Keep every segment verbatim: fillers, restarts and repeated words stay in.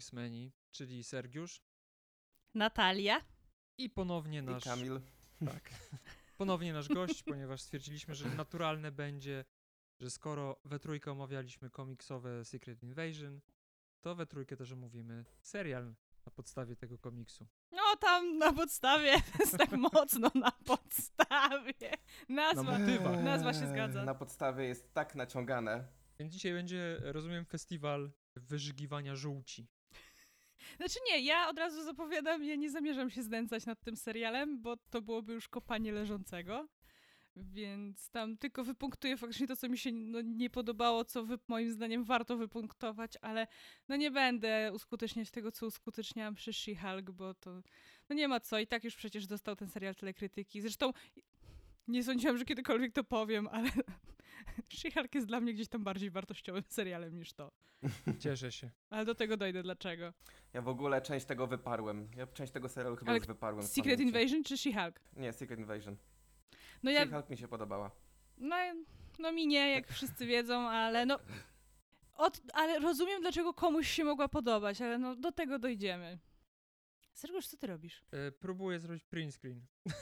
Voicemeni, czyli Sergiusz. Natalia. I ponownie nasz... I Kamil. Tak. Ponownie nasz gość, ponieważ stwierdziliśmy, że naturalne będzie, że skoro we trójkę omawialiśmy komiksowe Secret Invasion, to we trójkę też omówimy serial na podstawie tego komiksu. No tam na podstawie, to jest tak mocno na podstawie. Nazwa, Na motywach. nazwa się zgadza. Na podstawie jest tak naciągane. Więc dzisiaj będzie, rozumiem, festiwal wyżygiwania żółci. Znaczy nie, ja od razu zapowiadam, ja nie zamierzam się znęcać nad tym serialem, bo to byłoby już kopanie leżącego. Więc tam tylko wypunktuję faktycznie to, co mi się no, nie podobało, co wy, moim zdaniem warto wypunktować, ale no nie będę uskuteczniać tego, co uskuteczniałam przy She-Hulk, bo to no nie ma co. I tak już przecież dostał ten serial tyle krytyki. Zresztą nie sądziłam, że kiedykolwiek to powiem, ale She-Hulk jest dla mnie gdzieś tam bardziej wartościowym serialem niż to. Cieszę się. Ale do tego dojdę dlaczego. Ja w ogóle część tego wyparłem. Ja część tego serialu chyba Ale już wyparłem. z Secret pamięci. Invasion czy She-Hulk? Nie, Secret Invasion. No ja, She-Hulk mi się podobała. no, no mi nie, jak wszyscy wiedzą, ale no od, ale rozumiem, dlaczego komuś się mogła podobać, ale no do tego dojdziemy. Sergiusz, co ty robisz? E, próbuję zrobić print screen.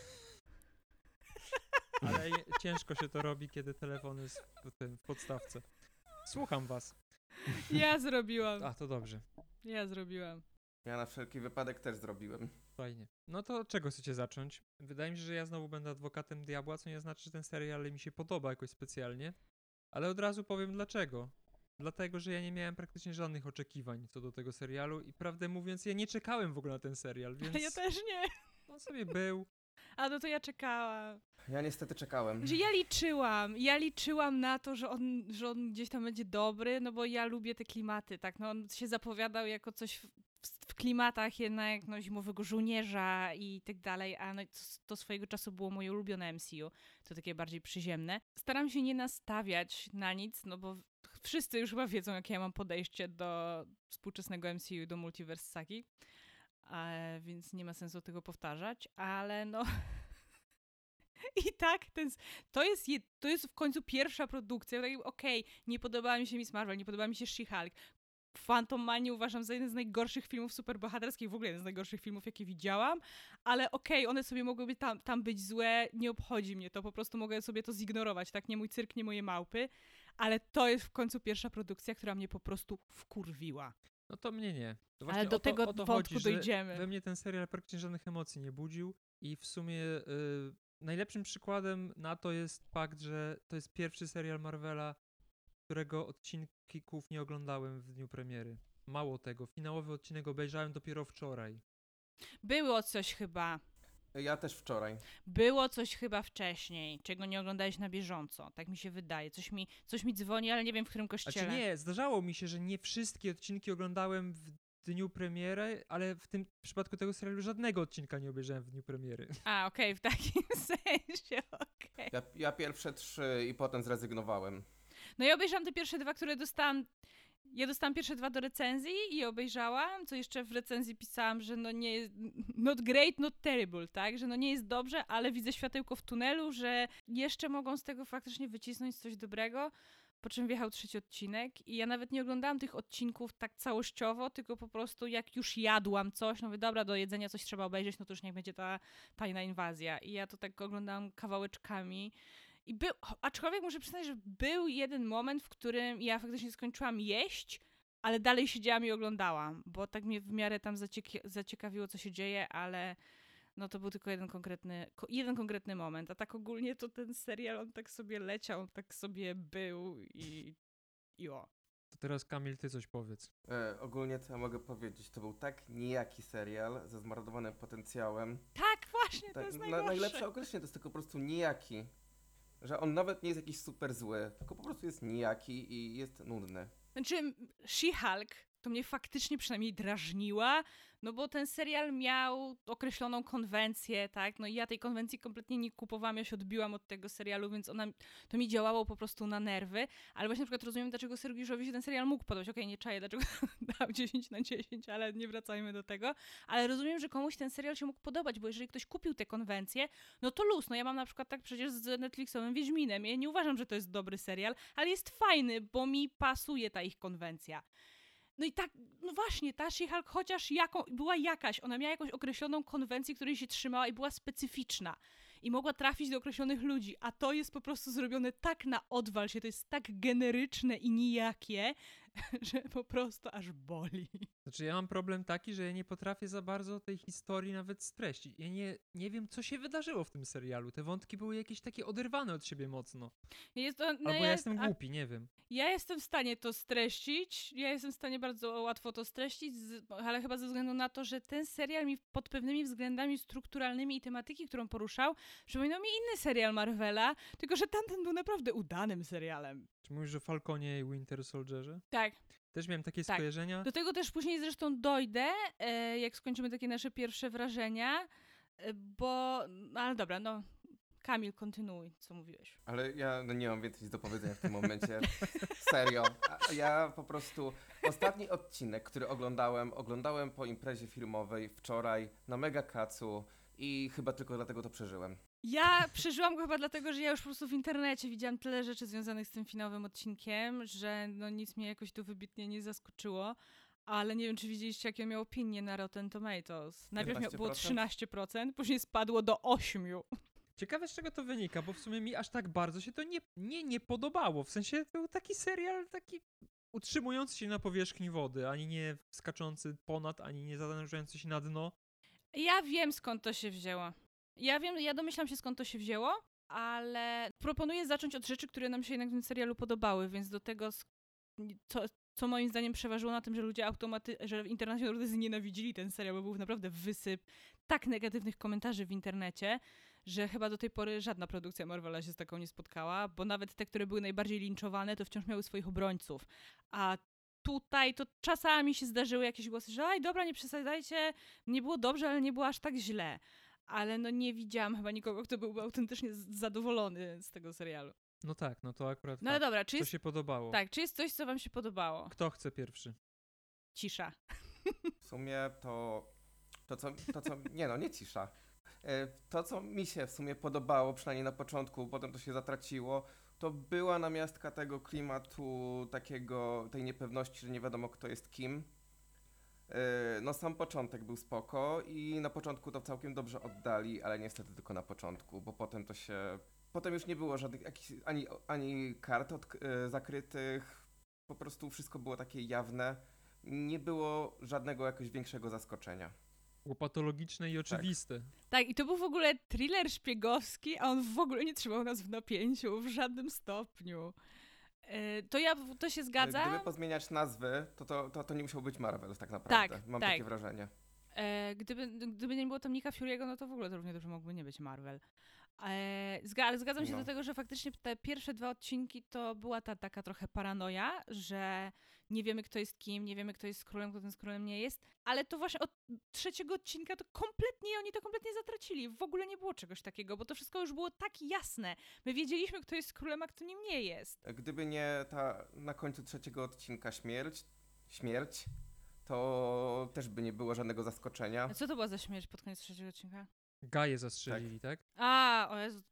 Ale je- ciężko się to robi, kiedy telefon jest w, tym, w podstawce. Słucham was. Ja zrobiłam. A, to dobrze. Ja zrobiłam. Ja na wszelki wypadek też zrobiłem. Fajnie. No to od czego chcecie zacząć? Wydaje mi się, że ja znowu będę adwokatem diabła, co nie znaczy, że ten serial mi się podoba jakoś specjalnie. Ale od razu powiem dlaczego. Dlatego, że ja nie miałem praktycznie żadnych oczekiwań co do tego serialu i prawdę mówiąc, ja nie czekałem w ogóle na ten serial, więc Ale ja też nie. on sobie był. A no to ja czekałam. Ja niestety czekałem. Że ja liczyłam, ja liczyłam na to, że on, że on gdzieś tam będzie dobry, no bo ja lubię te klimaty, tak, no on się zapowiadał jako coś w, w klimatach jednak, no zimowego żołnierza i tak dalej, a no to, to swojego czasu było moje ulubione M C U, to takie bardziej przyziemne. Staram się nie nastawiać na nic, no bo wszyscy już chyba wiedzą, jakie ja mam podejście do współczesnego M C U, do Multiverse Sagi, a, więc nie ma sensu tego powtarzać, ale no... I tak, ten, to, jest je, to jest w końcu pierwsza produkcja. Tak, okej, okay, nie podobała mi się Miss Marvel, nie podobała mi się She-Hulk. Phantom Mania uważam za jeden z najgorszych filmów superbohaterskich, w ogóle jeden z najgorszych filmów, jakie widziałam, ale okej, okay, one sobie mogłyby tam, tam być złe, nie obchodzi mnie to, po prostu mogę sobie to zignorować, tak, nie mój cyrk, nie moje małpy, ale to jest w końcu pierwsza produkcja, która mnie po prostu wkurwiła. No to mnie nie. To Ale do o to, tego o to wątku chodzi, dojdziemy. Że we mnie ten serial praktycznie żadnych emocji nie budził i w sumie y, najlepszym przykładem na to jest fakt, że to jest pierwszy serial Marvela, którego odcinków nie oglądałem w dniu premiery. Mało tego, finałowy odcinek obejrzałem dopiero wczoraj. Było coś chyba. Ja też wczoraj. Było coś chyba wcześniej, czego nie oglądałeś na bieżąco. Tak mi się wydaje. Coś mi, coś mi dzwoni, ale nie wiem, w którym kościele. Znaczy nie, zdarzało mi się, że nie wszystkie odcinki oglądałem w dniu premiery, ale w tym w przypadku tego serialu żadnego odcinka nie obejrzałem w dniu premiery. A, okej, okay, w takim sensie, okej. Okay. Ja, ja pierwsze trzy i potem zrezygnowałem. No ja obejrzałam te pierwsze dwa, które dostałam. Ja dostałam pierwsze dwa do recenzji i obejrzałam, co jeszcze w recenzji pisałam, że no nie jest, not great, not terrible, tak, że no nie jest dobrze, ale widzę światełko w tunelu, że jeszcze mogą z tego faktycznie wycisnąć coś dobrego, po czym wjechał trzeci odcinek i ja nawet nie oglądałam tych odcinków tak całościowo, tylko po prostu jak już jadłam coś, no mówię, dobra, do jedzenia coś trzeba obejrzeć, no to już niech będzie ta tajna inwazja i ja to tak oglądałam kawałeczkami. I był, aczkolwiek muszę przyznać, że był jeden moment, w którym ja faktycznie skończyłam jeść, ale dalej siedziałam i oglądałam, bo tak mnie w miarę tam zacieka- zaciekawiło, co się dzieje, ale no to był tylko jeden konkretny, jeden konkretny moment, a tak ogólnie to ten serial, on tak sobie leciał, on tak sobie był i, i o. To teraz Kamil, ty coś powiedz. E, ogólnie co ja mogę powiedzieć, to był tak nijaki serial ze zmarnowanym potencjałem. Tak, właśnie, to Tak, jest na, najgorsze. najlepsze określenie to jest tylko po prostu nijaki. Że on nawet nie jest jakiś super zły, tylko po prostu jest nijaki i jest nudny. Znaczy, She-Hulk to mnie faktycznie przynajmniej drażniła, no bo ten serial miał określoną konwencję, tak, no i ja tej konwencji kompletnie nie kupowałam, ja się odbiłam od tego serialu, więc ona, to mi działało po prostu na nerwy, ale właśnie na przykład rozumiem, dlaczego Sergiuszowi się ten serial mógł podobać, okej, okay, nie czaję, dlaczego dał dziesięć na dziesięć, ale nie wracajmy do tego, ale rozumiem, że komuś ten serial się mógł podobać, bo jeżeli ktoś kupił tę konwencję, no to luz, no ja mam na przykład tak przecież z Netflixowym Wiedźminem, ja nie uważam, że to jest dobry serial, ale jest fajny, bo mi pasuje ta ich konwencja. No i tak, no właśnie, ta She-Hulk chociaż jaką, była jakaś, ona miała jakąś określoną konwencję, której się trzymała i była specyficzna. I mogła trafić do określonych ludzi, a to jest po prostu zrobione tak na odwal się, to jest tak generyczne i nijakie, że po prostu aż boli. Znaczy ja mam problem taki, że ja nie potrafię za bardzo tej historii nawet streścić. Ja nie, nie wiem, co się wydarzyło w tym serialu. Te wątki były jakieś takie oderwane od siebie mocno. Jest to, no Albo ja, ja, jestem a- głupi, nie wiem. Ja jestem w stanie to streścić, ja jestem w stanie bardzo łatwo to streścić, z, ale chyba ze względu na to, że ten serial mi pod pewnymi względami strukturalnymi i tematyki, którą poruszał, przypominał mi inny serial Marvela, tylko że tamten był naprawdę udanym serialem. Czy mówisz o Falconie i Winter Soldierze? Tak. Też miałem takie Tak. skojarzenia. Do tego też później zresztą dojdę, e, jak skończymy takie nasze pierwsze wrażenia, e, bo... Ale dobra, no... Kamil, kontynuuj, co mówiłeś. Ale ja no, nie mam więcej nic do powiedzenia w tym momencie. Serio. A ja po prostu... Ostatni odcinek, który oglądałem, oglądałem po imprezie filmowej wczoraj na Mega Kacu i chyba tylko dlatego to przeżyłem. Ja przeżyłam go chyba dlatego, że ja już po prostu w internecie widziałam tyle rzeczy związanych z tym finałowym odcinkiem, że no nic mnie jakoś tu wybitnie nie zaskoczyło. Ale nie wiem, czy widzieliście, jakie miał opinie na Rotten Tomatoes. Najpierw miał, było trzynaście procent, później spadło do osiem procent. Ciekawe, z czego to wynika, bo w sumie mi aż tak bardzo się to nie, nie, nie podobało. W sensie był taki serial, taki utrzymujący się na powierzchni wody, ani nie skaczący ponad, ani nie zanężający się na dno. Ja wiem, skąd to się wzięło. Ja wiem, ja domyślam się, skąd to się wzięło, ale proponuję zacząć od rzeczy, które nam się jednak w tym serialu podobały, więc do tego, co, co moim zdaniem przeważyło na tym, że ludzie automaty, że w internecie ludzie znienawidzili ten serial, bo był naprawdę wysyp tak negatywnych komentarzy w internecie, że chyba do tej pory żadna produkcja Marvela się z taką nie spotkała, bo nawet te, które były najbardziej linczowane, to wciąż miały swoich obrońców. A tutaj to czasami się zdarzyły jakieś głosy, że aj, dobra, nie przesadzajcie, nie było dobrze, ale nie było aż tak źle. Ale no nie widziałam chyba nikogo, kto byłby autentycznie zadowolony z tego serialu. No tak, no to akurat No ale fakt. dobra, czy Co jest, się podobało? tak, czy jest coś, co wam się podobało? Kto chce pierwszy? Cisza. W sumie to... To co... To, co nie no, nie cisza. E, To, co mi się w sumie podobało, przynajmniej na początku, potem to się zatraciło, to była namiastka tego klimatu, takiego, tej niepewności, że nie wiadomo, kto jest kim. E, No sam początek był spoko i na początku to całkiem dobrze oddali, ale niestety tylko na początku, bo potem to się... Potem już nie było żadnych jakichś, ani, ani kart od, e, zakrytych, po prostu wszystko było takie jawne. Nie było żadnego jakiegoś większego zaskoczenia. Było patologiczne i oczywiste. Tak, i to był w ogóle thriller szpiegowski, a on w ogóle nie trzymał nas w napięciu w żadnym stopniu. E, to ja, to się zgadza. Gdyby pozmieniać nazwy, to to, to, to nie musiał być Marvel tak naprawdę. Tak, Mam tak. takie wrażenie. E, gdyby, gdyby nie było tam Nicka Fury'ego, no to w ogóle to równie dobrze mógłby nie być Marvel. E, zga, ale zgadzam się No. do tego, że faktycznie te pierwsze dwa odcinki to była ta taka trochę paranoja, że nie wiemy, kto jest kim, nie wiemy, kto jest z królem, kto ten z królem nie jest, ale to właśnie od trzeciego odcinka to kompletnie, oni to kompletnie zatracili. W ogóle nie było czegoś takiego, bo to wszystko już było tak jasne. My wiedzieliśmy, kto jest królem, a kto nim nie jest. Gdyby nie ta na końcu trzeciego odcinka śmierć, śmierć, to też by nie było żadnego zaskoczenia. A co to była za śmierć pod koniec trzeciego odcinka? Gaje zastrzelili, tak? A, o Jezu.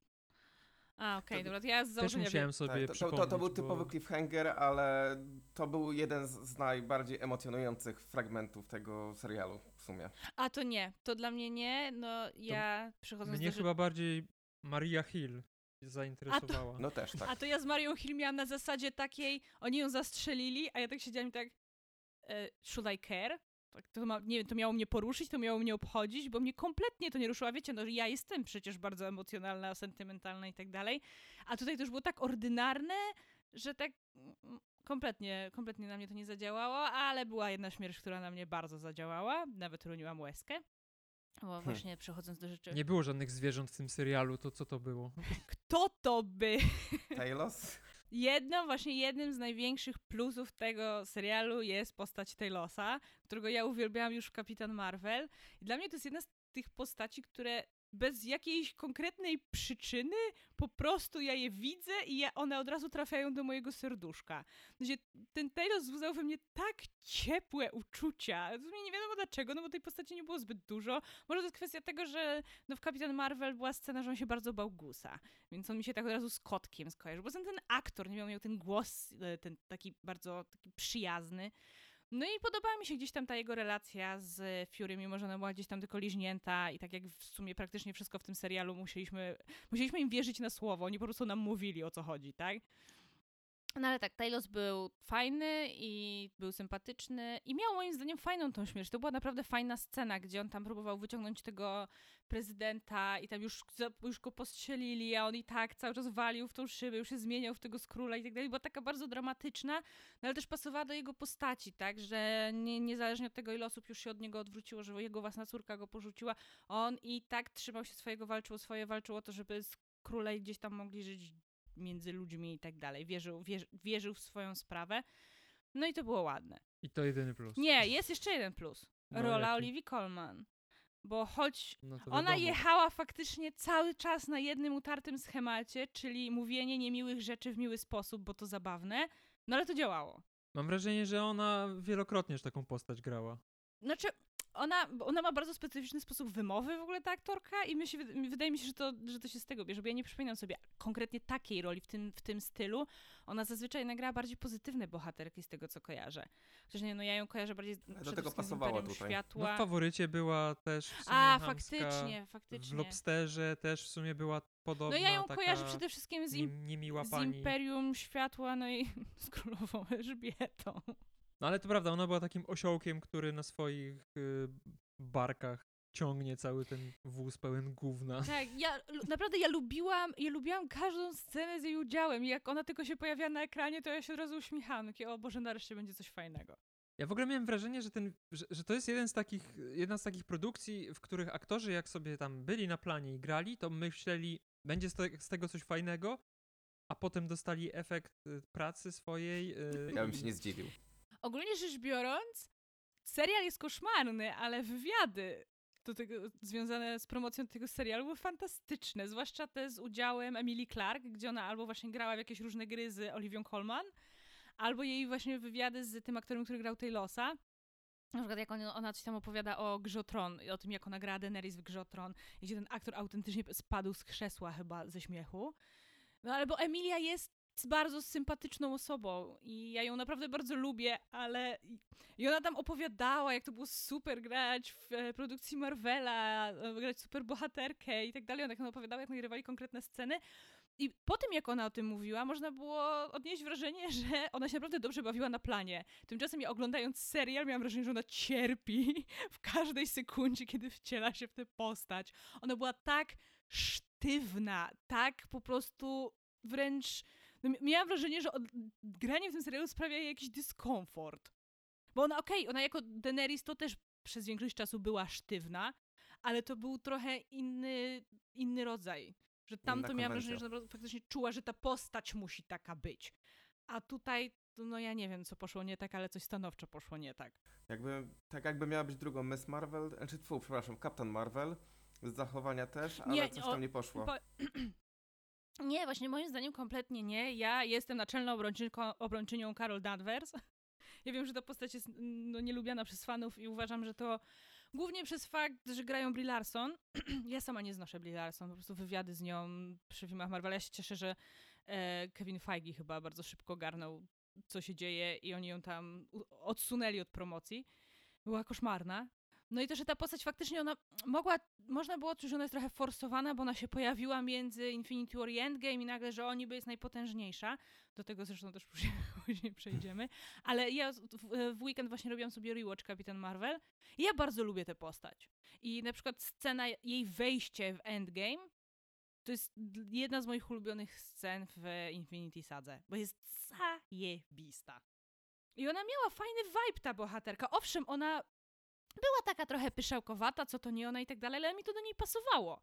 A, okej, To- dobra, to ja z Też założenia musiałem wiem. sobie Tak, to, to, przypomnieć, to, to był bo... typowy cliffhanger, ale to był jeden z, z najbardziej emocjonujących fragmentów tego serialu w sumie. A, to nie, to dla mnie nie, no ja przechodząc Mnie do... chyba bardziej Maria Hill zainteresowała. No też tak. A to ja z Marią Hill miałam na zasadzie takiej, oni ją zastrzelili, a ja tak siedziałam i tak, e, should I care? Tak, to, ma, nie wiem, to miało mnie poruszyć, to miało mnie obchodzić, bo mnie kompletnie to nie ruszyło. A wiecie, no ja jestem przecież bardzo emocjonalna, sentymentalna i tak dalej, a tutaj to już było tak ordynarne, że tak mm, kompletnie, kompletnie na mnie to nie zadziałało, ale była jedna śmierć, która na mnie bardzo zadziałała, nawet roniłam łezkę. Bo właśnie przechodząc do rzeczy... Nie było żadnych zwierząt w tym serialu, to co to było? Kto to by? Talos? Jedną, właśnie jednym z największych plusów tego serialu jest postać Taylosa, którego ja uwielbiałam już w Kapitan Marvel. I dla mnie to jest jedna z tych postaci, które bez jakiejś konkretnej przyczyny po prostu ja je widzę i ja, one od razu trafiają do mojego serduszka. Znaczy, ten Talos wzbudzał we mnie tak ciepłe uczucia. W sumie nie wiadomo dlaczego, no bo tej postaci nie było zbyt dużo. Może to jest kwestia tego, że no w Kapitan Marvel była scena, że on się bardzo bał Gusa, więc on mi się tak od razu z kotkiem skojarzył. Bo ten, ten aktor, nie wiem, miał ten głos, ten taki bardzo taki przyjazny. No i podobała mi się gdzieś tam ta jego relacja z Fury, mimo że ona była gdzieś tam tylko liźnięta i tak jak w sumie praktycznie wszystko w tym serialu musieliśmy, musieliśmy im wierzyć na słowo, oni po prostu nam mówili, o co chodzi, tak? No ale tak, Talos był fajny i był sympatyczny i miał moim zdaniem fajną tą śmierć. To była naprawdę fajna scena, gdzie on tam próbował wyciągnąć tego prezydenta i tam już, już go postrzelili, a on i tak cały czas walił w tą szybę, już się zmieniał w tego skróla i tak dalej. Była taka bardzo dramatyczna, no ale też pasowała do jego postaci, tak, że nie, niezależnie od tego, ile osób już się od niego odwróciło, że jego własna córka go porzuciła, on i tak trzymał się swojego, walczył o swoje, walczył o to, żeby z królej gdzieś tam mogli żyć między ludźmi i tak dalej. Wierzył, wierzy, wierzył w swoją sprawę. No i to było ładne. I to jedyny plus. Nie, jest jeszcze jeden plus. No, Rola jaki? Olivii Colman. Bo choć No to ona wiadomo. jechała faktycznie cały czas na jednym utartym schemacie, czyli mówienie niemiłych rzeczy w miły sposób, bo to zabawne, no ale to działało. Mam wrażenie, że ona wielokrotnie już taką postać grała. Znaczy, ona, ona ma bardzo specyficzny sposób wymowy w ogóle, ta aktorka i mi się, wydaje mi się, że to, że to się z tego bierze, bo ja nie przypominam sobie konkretnie takiej roli w tym, w tym stylu. Ona zazwyczaj nagrała bardziej pozytywne bohaterki z tego, co kojarzę. Chociaż nie, no ja ją kojarzę bardziej do przede tego wszystkim z pasowała Imperium tutaj. Światła. No w Faworycie była też w sumie A, chamska. faktycznie, W faktycznie. Lobsterze też w sumie była podobna. No ja ją taka kojarzę przede wszystkim z, nie, im, niemiła z pani. Imperium Światła, no i z Królową Elżbietą. No ale to prawda, ona była takim osiołkiem, który na swoich y, barkach ciągnie cały ten wóz pełen gówna. Tak, ja lu- naprawdę ja lubiłam, ja lubiłam każdą scenę z jej udziałem i jak ona tylko się pojawia na ekranie, to ja się od razu uśmiechałam. Takie, o Boże, nareszcie będzie coś fajnego. Ja w ogóle miałem wrażenie, że, ten, że, że to jest jeden z takich, jedna z takich produkcji, w których aktorzy jak sobie tam byli na planie i grali, to myśleli, będzie z, te, z tego coś fajnego, a potem dostali efekt y, pracy swojej. Y, Ja bym i- się nie zdziwił. Ogólnie rzecz biorąc, serial jest koszmarny, ale wywiady do tego, związane z promocją tego serialu były fantastyczne, zwłaszcza te z udziałem Emily Clark, gdzie ona albo właśnie grała w jakieś różne gry z Olivią Colman, albo jej właśnie wywiady z tym aktorem, który grał Taylosa. Na przykład jak on, ona coś tam opowiada o Grze o Tron, o tym jak ona grała Daenerys w Grze o Tron, gdzie ten aktor autentycznie spadł z krzesła chyba ze śmiechu. No ale bo Emilia jest bardzo sympatyczną osobą i ja ją naprawdę bardzo lubię, ale i ona tam opowiadała, jak to było super grać w e, produkcji Marvela, e, grać super bohaterkę i tak dalej. Ona tak opowiadała, jak nagrywali konkretne sceny. I po tym, jak ona o tym mówiła, można było odnieść wrażenie, że ona się naprawdę dobrze bawiła na planie. Tymczasem ja oglądając serial miałam wrażenie, że ona cierpi w każdej sekundzie, kiedy wciela się w tę postać. Ona była tak sztywna, tak po prostu wręcz... No, mi- miałam wrażenie, że od... granie w tym serialu sprawia jej jakiś dyskomfort. Bo ona, okej, ona jako Daenerys to też przez większość czasu była sztywna, ale to był trochę inny, inny rodzaj. Że tam Inna to miałam konwencja. wrażenie, że naprawdę faktycznie czuła, że ta postać musi taka być. A tutaj, to no ja nie wiem, co poszło nie tak, ale coś stanowczo poszło nie tak. Jakby, tak jakby miała być drugą Miss Marvel, znaczy tfu, przepraszam, Kapitan Marvel, z zachowania też, ale Nie, coś o, tam nie poszło. Po... Nie, właśnie moim zdaniem kompletnie nie. Ja jestem naczelną obrończynią, obrończynią Carol Danvers. Ja wiem, że ta postać jest no, nielubiana przez fanów i uważam, że to głównie przez fakt, że grają Brie Larson. Ja sama nie znoszę Brie Larson, po prostu wywiady z nią przy filmach Marvela. Ja się cieszę, że e, Kevin Feige chyba bardzo szybko ogarnął, co się dzieje i oni ją tam u- odsunęli od promocji. Była koszmarna. No i też, że ta postać faktycznie ona mogła, można było czuć, że ona jest trochę forsowana, bo ona się pojawiła między Infinity War i Endgame i nagle, że o niby jest najpotężniejsza. Do tego zresztą też później, później przejdziemy. Ale ja w, w weekend właśnie robiłam sobie rewatch Kapitan Marvel i ja bardzo lubię tę postać. I na przykład scena jej wejście w Endgame to jest d- jedna z moich ulubionych scen w Infinity Sadze, bo jest zajebista. I ona miała fajny vibe, ta bohaterka. Owszem, ona była taka trochę pyszałkowata, co to nie ona i tak dalej, ale mi to do niej pasowało.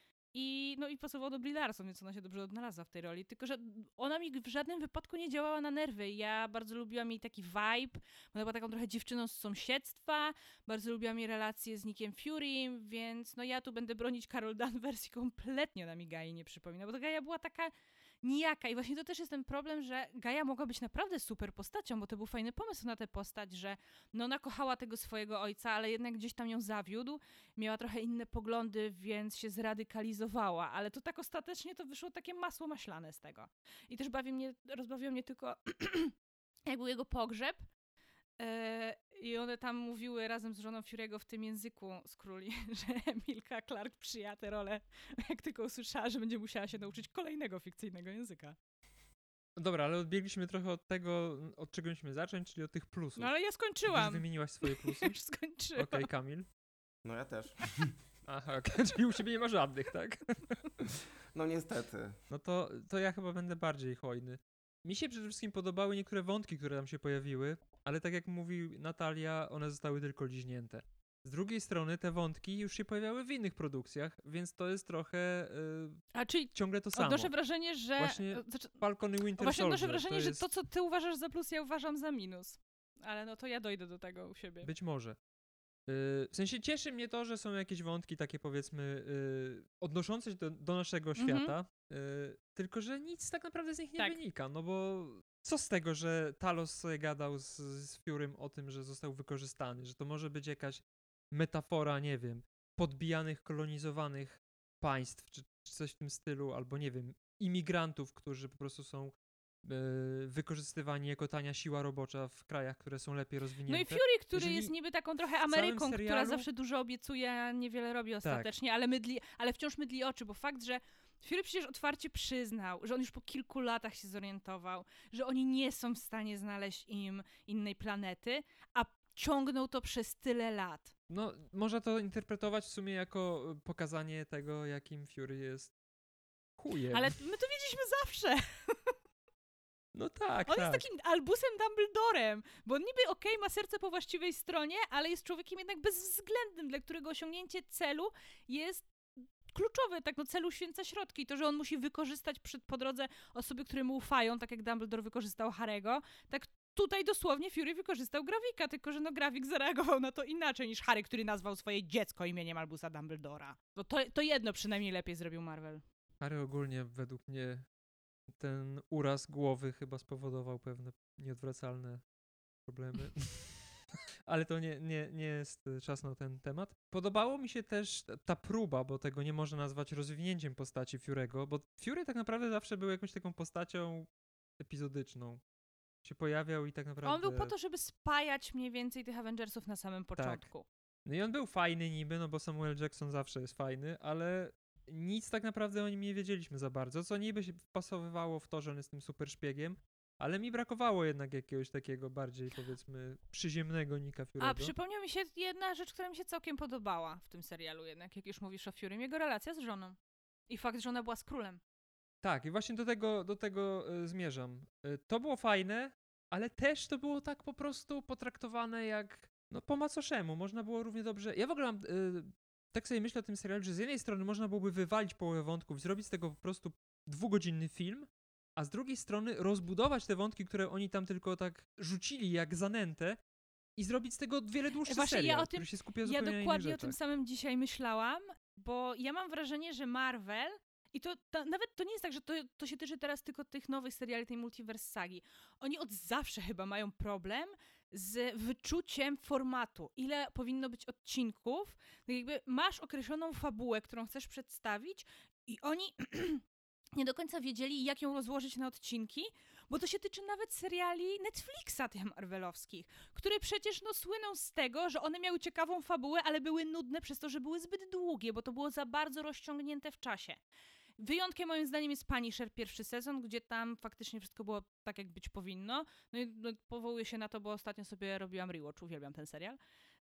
I, no i pasowało do Brie Larson, więc ona się dobrze odnalazła w tej roli. Tylko, że ona mi w żadnym wypadku nie działała na nerwy. Ja bardzo lubiłam jej taki vibe. Ona była taką trochę dziewczyną z sąsiedztwa. Bardzo lubiłam jej relacje z Nickiem Furym, więc no ja tu będę bronić Carol Danvers i kompletnie ona mi Gai nie przypomina, bo ta Gaia była taka nijaka. I właśnie to też jest ten problem, że Gaia mogła być naprawdę super postacią, bo to był fajny pomysł na tę postać, że no ona kochała tego swojego ojca, ale jednak gdzieś tam ją zawiódł. Miała trochę inne poglądy, więc się zradykalizowała, ale to tak ostatecznie to wyszło takie masło maślane z tego. I też bawi mnie, rozbawiło mnie tylko jak był jego pogrzeb, e, i one tam mówiły razem z żoną Fury'ego w tym języku z króli, że Emilia Clarke przyjęła tę rolę, jak tylko usłyszała, że będzie musiała się nauczyć kolejnego fikcyjnego języka. Dobra, ale odbiegliśmy trochę od tego, od czego mieliśmy zacząć, czyli od tych plusów. No ale ja Już skończyłam. wymieniłaś swoje plusy? Już skończyłam. Okej, Kamil. No ja też. Aha, okay. Czyli u ciebie nie ma żadnych, tak? No niestety. No to, to ja chyba będę bardziej hojny. Mi się przede wszystkim podobały niektóre wątki, które tam się pojawiły, ale tak jak mówi Natalia, one zostały tylko liźnięte. Z drugiej strony te wątki już się pojawiały w innych produkcjach, więc to jest trochę yy, A czyli ciągle to samo. odnoszę wrażenie, że... Właśnie Znaczy, Falcon i Winter właśnie odnoszę Soldier, wrażenie, to że jest... to, co ty uważasz za plus, ja uważam za minus. Ale no to ja dojdę do tego u siebie. Być może. Yy, w sensie cieszy mnie to, że są jakieś wątki takie powiedzmy yy, odnoszące się do, do naszego Mhm. świata, yy, tylko że nic tak naprawdę z nich nie Tak. wynika, no bo co z tego, że Talos sobie gadał z, z Furym o tym, że został wykorzystany, że to może być jakaś metafora, nie wiem, podbijanych, kolonizowanych państw, czy, czy coś w tym stylu, albo nie wiem, imigrantów, którzy po prostu są yy, wykorzystywani jako tania siła robocza w krajach, które są lepiej rozwinięte. No i Fury, który Jeżeli jest niby taką trochę w całym Ameryką, która serialu- zawsze dużo obiecuje, a niewiele robi Tak. ostatecznie, ale, mydli, ale wciąż mydli oczy, bo fakt, że Fury przecież otwarcie przyznał, że on już po kilku latach się zorientował, że oni nie są w stanie znaleźć im innej planety, a ciągnął to przez tyle lat. No, można to interpretować w sumie jako y, pokazanie tego, jakim Fury jest chujem. Ale my to wiedzieliśmy zawsze. No tak, On tak. jest takim Albusem Dumbledorem, bo on niby okej, ma serce po właściwej stronie, ale jest człowiekiem jednak bezwzględnym, dla którego osiągnięcie celu jest kluczowe, tak, no cel uświęca środki. I to, że on musi wykorzystać przy, po drodze osoby, które mu ufają, tak jak Dumbledore wykorzystał Harry'ego, tak tutaj dosłownie Fury wykorzystał Gravika, tylko że no Gravik zareagował na to inaczej niż Harry, który nazwał swoje dziecko imieniem Albusa Dumbledora. No to, to jedno przynajmniej lepiej zrobił Marvel. Harry ogólnie według mnie ten uraz głowy chyba spowodował pewne nieodwracalne problemy. Ale to nie, nie, nie jest czas na ten temat. Podobało mi się też ta próba, bo tego nie można nazwać rozwinięciem postaci Fury'ego, bo Fury tak naprawdę zawsze był jakąś taką postacią epizodyczną. Się pojawiał i tak naprawdę... On był po to, żeby spajać mniej więcej tych Avengersów na samym początku. No i on był fajny niby, no bo Samuel Jackson zawsze jest fajny, ale nic tak naprawdę o nim nie wiedzieliśmy za bardzo, co niby się wpasowywało w to, że on jest tym super szpiegiem, ale mi brakowało jednak jakiegoś takiego bardziej, powiedzmy, przyziemnego Nicka Fury'ego. A przypomniał mi się jedna rzecz, która mi się całkiem podobała w tym serialu jednak, jak już mówisz o Furym, jego relacja z żoną. I fakt, że ona była z królem. Tak, i właśnie do tego, do tego y, zmierzam. Y, to było fajne, ale też to było tak po prostu potraktowane jak, no po macoszemu. Można było równie dobrze... Ja w ogóle mam... Y, tak sobie myślę o tym serialu, że z jednej strony można byłoby wywalić połowę wątków, zrobić z tego po prostu dwugodzinny film, a z drugiej strony rozbudować te wątki, które oni tam tylko tak rzucili jak zanętę i zrobić z tego wiele dłuższy Właśnie serial, ja o tym- który się skupia Ja zupełnie na innych dokładnie o rzeczach. tym samym dzisiaj myślałam, bo ja mam wrażenie, że Marvel, i to, to nawet to nie jest tak, że to, to się tyczy teraz tylko tych nowych seriali, tej multiverse sagi. Oni od zawsze chyba mają problem z wyczuciem formatu. Ile powinno być odcinków. Tak jakby masz określoną fabułę, którą chcesz przedstawić i oni nie do końca wiedzieli, jak ją rozłożyć na odcinki, bo to się tyczy nawet seriali Netflixa, tych marvelowskich, które przecież no słyną z tego, że one miały ciekawą fabułę, ale były nudne przez to, że były zbyt długie, bo to było za bardzo rozciągnięte w czasie. Wyjątkiem moim zdaniem jest Punisher pierwszy sezon, gdzie tam faktycznie wszystko było tak, jak być powinno. No i no, powołuję się na to, bo ostatnio sobie robiłam rewatch, uwielbiam ten serial.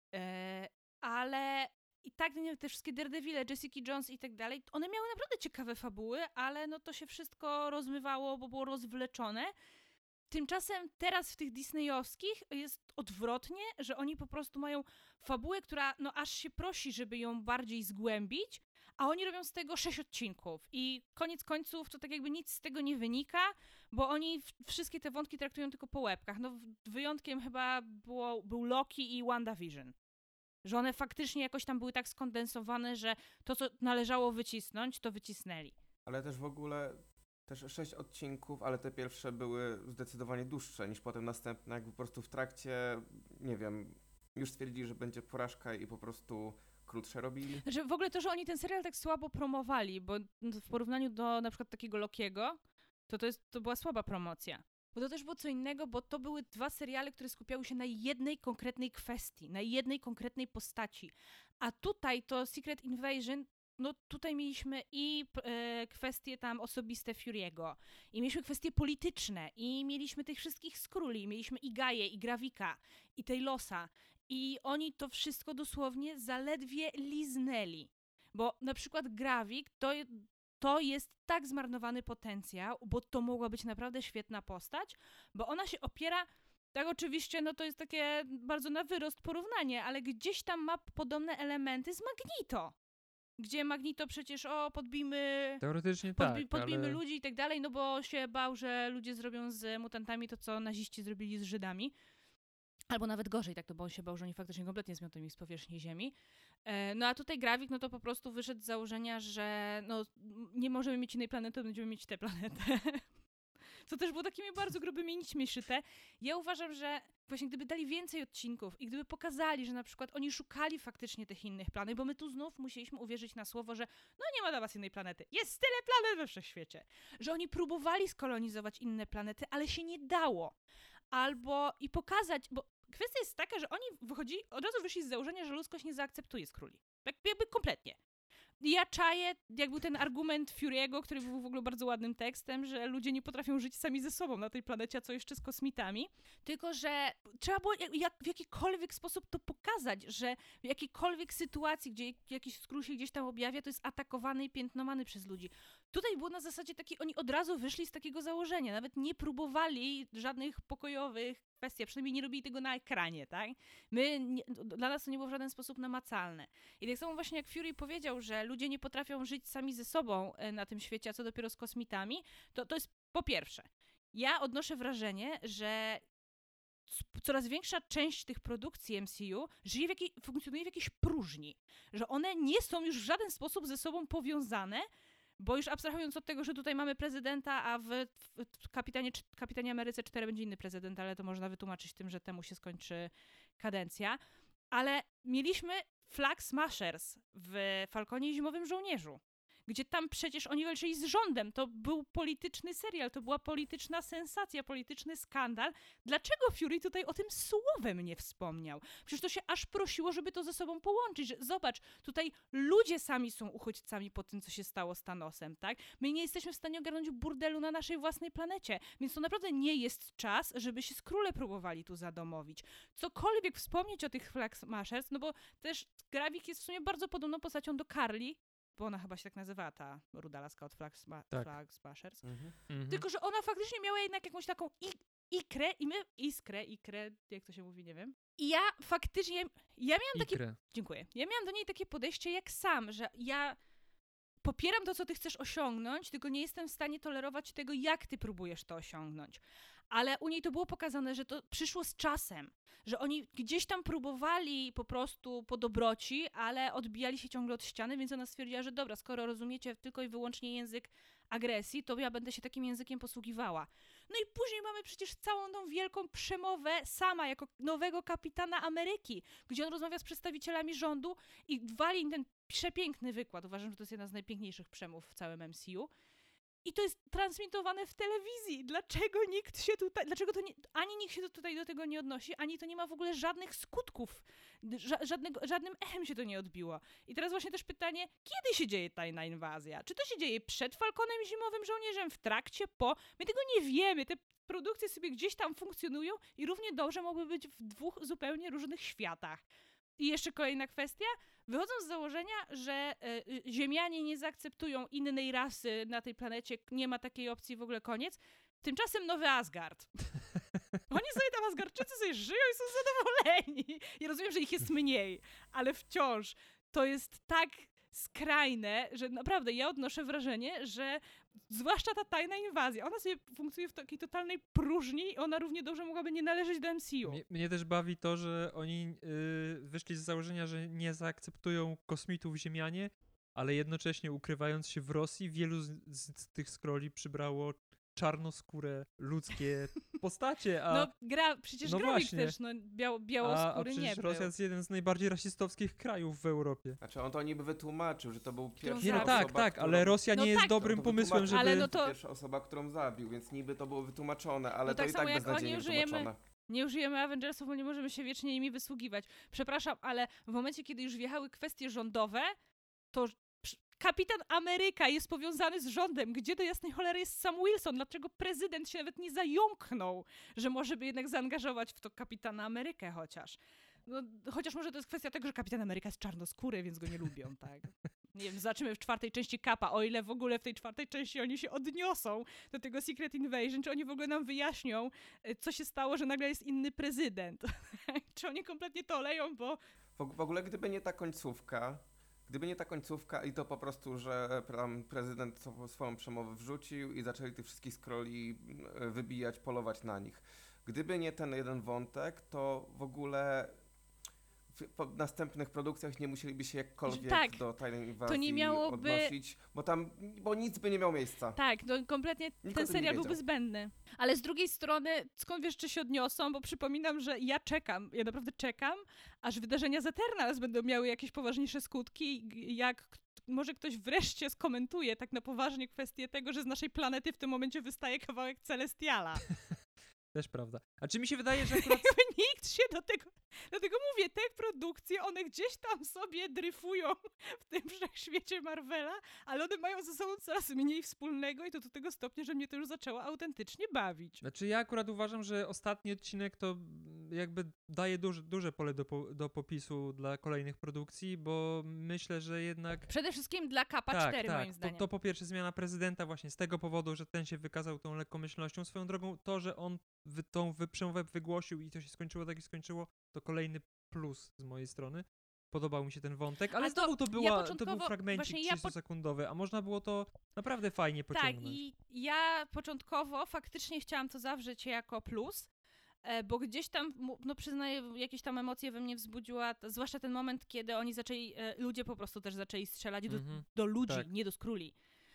E, ale i tak nie, te wszystkie Daredevile, Jessica Jones i tak dalej, one miały naprawdę ciekawe fabuły, ale no to się wszystko rozmywało, bo było rozwleczone. Tymczasem teraz w tych disneyowskich jest odwrotnie, że oni po prostu mają fabułę, która no aż się prosi, żeby ją bardziej zgłębić, a oni robią z tego sześć odcinków i koniec końców to tak jakby nic z tego nie wynika, bo oni w- wszystkie te wątki traktują tylko po łebkach. No w- wyjątkiem chyba było, był Loki i WandaVision. Że one faktycznie jakoś tam były tak skondensowane, że to, co należało wycisnąć, to wycisnęli. Ale też w ogóle też sześć odcinków, ale te pierwsze były zdecydowanie dłuższe niż potem następne, jakby po prostu w trakcie, nie wiem, już stwierdzili, że będzie porażka i po prostu krótsze robili. Znaczy w ogóle to, że oni ten serial tak słabo promowali, bo w porównaniu do na przykład takiego Lokiego, to to, jest, to była słaba promocja. bo to też było co innego, bo to były dwa seriale, które skupiały się na jednej konkretnej kwestii, na jednej konkretnej postaci. A tutaj to Secret Invasion, no tutaj mieliśmy i e, kwestie tam osobiste Fury'ego, i mieliśmy kwestie polityczne, i mieliśmy tych wszystkich Skróli, mieliśmy i Gaję, i Gravika, i Taylosa. I oni to wszystko dosłownie zaledwie liznęli. Bo na przykład Gravik to, to jest tak zmarnowany potencjał, bo to mogła być naprawdę świetna postać, bo ona się opiera, tak oczywiście, no to jest takie bardzo na wyrost porównanie, ale gdzieś tam ma podobne elementy z Magneto. Gdzie Magneto przecież, o, podbijmy, Teoretycznie podbi- tak, podbijmy ale... ludzi i tak dalej, no bo się bał, że ludzie zrobią z mutantami to, co naziści zrobili z Żydami. Albo nawet gorzej, tak to, bo on się bał, że oni faktycznie kompletnie zmiotą ich z powierzchni ziemi. E, no a tutaj Gravik, no to po prostu wyszedł z założenia, że no nie możemy mieć innej planety, będziemy mieć tę planetę. Co też było takimi bardzo grubymi nićmi szyte. Ja uważam, że właśnie gdyby dali więcej odcinków i gdyby pokazali, że na przykład oni szukali faktycznie tych innych planet, bo my tu znów musieliśmy uwierzyć na słowo, że no nie ma dla was innej planety. Jest tyle planet we wszechświecie. Że oni próbowali skolonizować inne planety, ale się nie dało. Albo i pokazać, bo kwestia jest taka, że oni wychodzili, od razu wyszli z założenia, że ludzkość nie zaakceptuje Skróli. Tak jakby kompletnie. I ja czaję, jak był ten argument Fury'ego, który był w ogóle bardzo ładnym tekstem, że ludzie nie potrafią żyć sami ze sobą na tej planecie, a co jeszcze z kosmitami. Tylko, że trzeba było jak, jak, w jakikolwiek sposób to pokazać, że w jakiejkolwiek sytuacji, gdzie jakiś Skról się gdzieś tam objawia, to jest atakowany i piętnowany przez ludzi. Tutaj było na zasadzie taki, oni od razu wyszli z takiego założenia, nawet nie próbowali żadnych pokojowych kwestii, a przynajmniej nie robili tego na ekranie, tak? My, nie, dla nas to nie było w żaden sposób namacalne. I tak samo właśnie jak Fury powiedział, że ludzie nie potrafią żyć sami ze sobą na tym świecie, a co dopiero z kosmitami, to to jest po pierwsze. Ja odnoszę wrażenie, że coraz większa część tych produkcji M C U żyje w jakiej, funkcjonuje w jakiejś próżni, że one nie są już w żaden sposób ze sobą powiązane, bo już abstrahując od tego, że tutaj mamy prezydenta, a w, w, w Kapitanie, Kapitanie Ameryce cztery będzie inny prezydent, ale to można wytłumaczyć tym, że temu się skończy kadencja. Ale mieliśmy Flag Smashers w Falconie i Zimowym Żołnierzu, gdzie tam przecież oni walczyli z rządem. To był polityczny serial, to była polityczna sensacja, polityczny skandal. Dlaczego Fury tutaj o tym słowem nie wspomniał? Przecież to się aż prosiło, żeby to ze sobą połączyć. Że, zobacz, tutaj ludzie sami są uchodźcami po tym, co się stało z Thanosem, tak? My nie jesteśmy w stanie ogarnąć burdelu na naszej własnej planecie, więc to naprawdę nie jest czas, żeby się Skróle próbowali tu zadomowić. Cokolwiek wspomnieć o tych Flag Smashers, no bo też Gravik jest w sumie bardzo podobną postacią do Carly, bo ona chyba się tak nazywała, ta ruda laska od Flag, Sma- tak. Flag Smashers. Mhm. Mhm. Tylko, że ona faktycznie miała jednak jakąś taką i- ikrę, i my, iskrę, ikrę, jak to się mówi, nie wiem. I ja faktycznie, ja miałam takie, Ikrę. dziękuję, ja miałam do niej takie podejście jak sam, że ja popieram to, co ty chcesz osiągnąć, tylko nie jestem w stanie tolerować tego, jak ty próbujesz to osiągnąć. Ale u niej to było pokazane, że to przyszło z czasem, że oni gdzieś tam próbowali po prostu po dobroci, ale odbijali się ciągle od ściany, więc ona stwierdziła, że dobra, skoro rozumiecie tylko i wyłącznie język agresji, to ja będę się takim językiem posługiwała. No i później mamy przecież całą tą wielką przemowę sama, jako nowego kapitana Ameryki, gdzie on rozmawia z przedstawicielami rządu i wali im ten przepiękny wykład. Uważam, że to jest jedna z najpiękniejszych przemów w całym M C U. I to jest transmitowane w telewizji. Dlaczego nikt się tutaj, dlaczego to nie, ani nikt się tutaj do tego nie odnosi, ani to nie ma w ogóle żadnych skutków. Ża- żadnego, żadnym echem się to nie odbiło. I teraz właśnie też pytanie, kiedy się dzieje tajna inwazja? Czy to się dzieje przed Falconem i Zimowym Żołnierzem, w trakcie, po? My tego nie wiemy. Te produkcje sobie gdzieś tam funkcjonują i równie dobrze mogły być w dwóch zupełnie różnych światach. I jeszcze kolejna kwestia. Wychodzą z założenia, że y, Ziemianie nie zaakceptują innej rasy na tej planecie, nie ma takiej opcji, w ogóle koniec. Tymczasem nowy Asgard. Oni sobie tam Asgardczycy sobie żyją i są zadowoleni. Ja rozumiem, że ich jest mniej, ale wciąż to jest tak skrajne, że naprawdę ja odnoszę wrażenie, że zwłaszcza ta tajna inwazja, ona sobie funkcjonuje w takiej totalnej próżni i ona równie dobrze mogłaby nie należeć do M C U. Mnie, mnie też bawi to, że oni y, wyszli z założenia, że nie zaakceptują kosmitów Ziemianie, ale jednocześnie ukrywając się w Rosji, wielu z, z tych Skrulli przybrało czarnoskóre, ludzkie postacie, a... No gra, przecież No Gromik właśnie. też, no biało, A, a białoskóry nie przecież był. Rosja jest jeden z najbardziej rasistowskich krajów w Europie. Znaczy on to niby wytłumaczył, że to był pierwsza Nie, no osoba, tak, tak, którą... ale Rosja No nie jest tak, dobrym to pomysłem, wytłumaczył, żeby... Ale no to- Pierwsza osoba, którą zabił, więc niby to było wytłumaczone, ale No tak to i samo tak jak beznadziejnie oni użyjemy- wytłumaczone. Nie użyjemy Avengersów, bo nie możemy się wiecznie nimi wysługiwać. Przepraszam, ale w momencie, kiedy już wjechały kwestie rządowe, to przy- Kapitan Ameryka jest powiązany z rządem. Gdzie do jasnej cholery jest Sam Wilson? Dlaczego prezydent się nawet nie zająknął, że może by jednak zaangażować w to Kapitana Amerykę chociaż? No, chociaż może to jest kwestia tego, że Kapitan Ameryka jest czarnoskóry, więc go nie lubią, tak? Nie wiem, zobaczymy w czwartej części Kapa, o ile w ogóle w tej czwartej części oni się odniosą do tego Secret Invasion, czy oni w ogóle nam wyjaśnią, y, co się stało, że nagle jest inny prezydent. Czy oni kompletnie to oleją, bo W, w ogóle gdyby nie ta końcówka, gdyby nie ta końcówka i to po prostu, że tam prezydent swo- swoją przemowę wrzucił i zaczęli tych wszystkich scrolli mm, wybijać, polować na nich. Gdyby nie ten jeden wątek, to w ogóle w po następnych produkcjach nie musieliby się jakkolwiek Tak. do tajnej inwazji nie miałoby- odnosić, bo tam, bo nic by nie miało miejsca. tak, no kompletnie Nikt o ten tym nie serial byłby wiedział. zbędny. Ale z drugiej strony, skąd wiesz, czy się odniosą, bo przypominam, że ja czekam, ja naprawdę czekam, aż wydarzenia z Eternals będą miały jakieś poważniejsze skutki, i jak k- może ktoś wreszcie skomentuje tak na poważnie kwestię tego, że z naszej planety w tym momencie wystaje kawałek Celestiala. Też prawda. A czy mi się wydaje, że akurat... Jakby nikt się do tego... Dlatego mówię, te produkcje, one gdzieś tam sobie dryfują w tym wszechświecie Marvela, ale one mają ze sobą coraz mniej wspólnego i to do tego stopnia, że mnie to już zaczęło autentycznie bawić. Znaczy ja akurat uważam, że ostatni odcinek to mm, jakby daje duże, duże pole do, po, do popisu dla kolejnych produkcji, bo myślę, że jednak... Przede wszystkim dla Kapa tak, cztery, tak. moim zdaniem. To, to po pierwsze zmiana prezydenta właśnie z tego powodu, że ten się wykazał tą lekkomyślnością. Swoją drogą to, że on wy, tą wy, przemowę wygłosił i to się skończyło tak jak skończyło, to kolejny plus z mojej strony. Podobał mi się ten wątek, ale A to znowu to, ja była, to był początkowo- fragmencik właśnie ja po- trzydziestosekundowy, a można było to naprawdę fajnie Tak, pociągnąć. i ja początkowo faktycznie chciałam to zawrzeć jako plus, e, bo gdzieś tam, mu- no przyznaję, jakieś tam emocje we mnie wzbudziła, t- zwłaszcza ten moment, kiedy oni zaczęli, e, ludzie po prostu też zaczęli strzelać do, Mhm. do ludzi, tak. nie do skróli.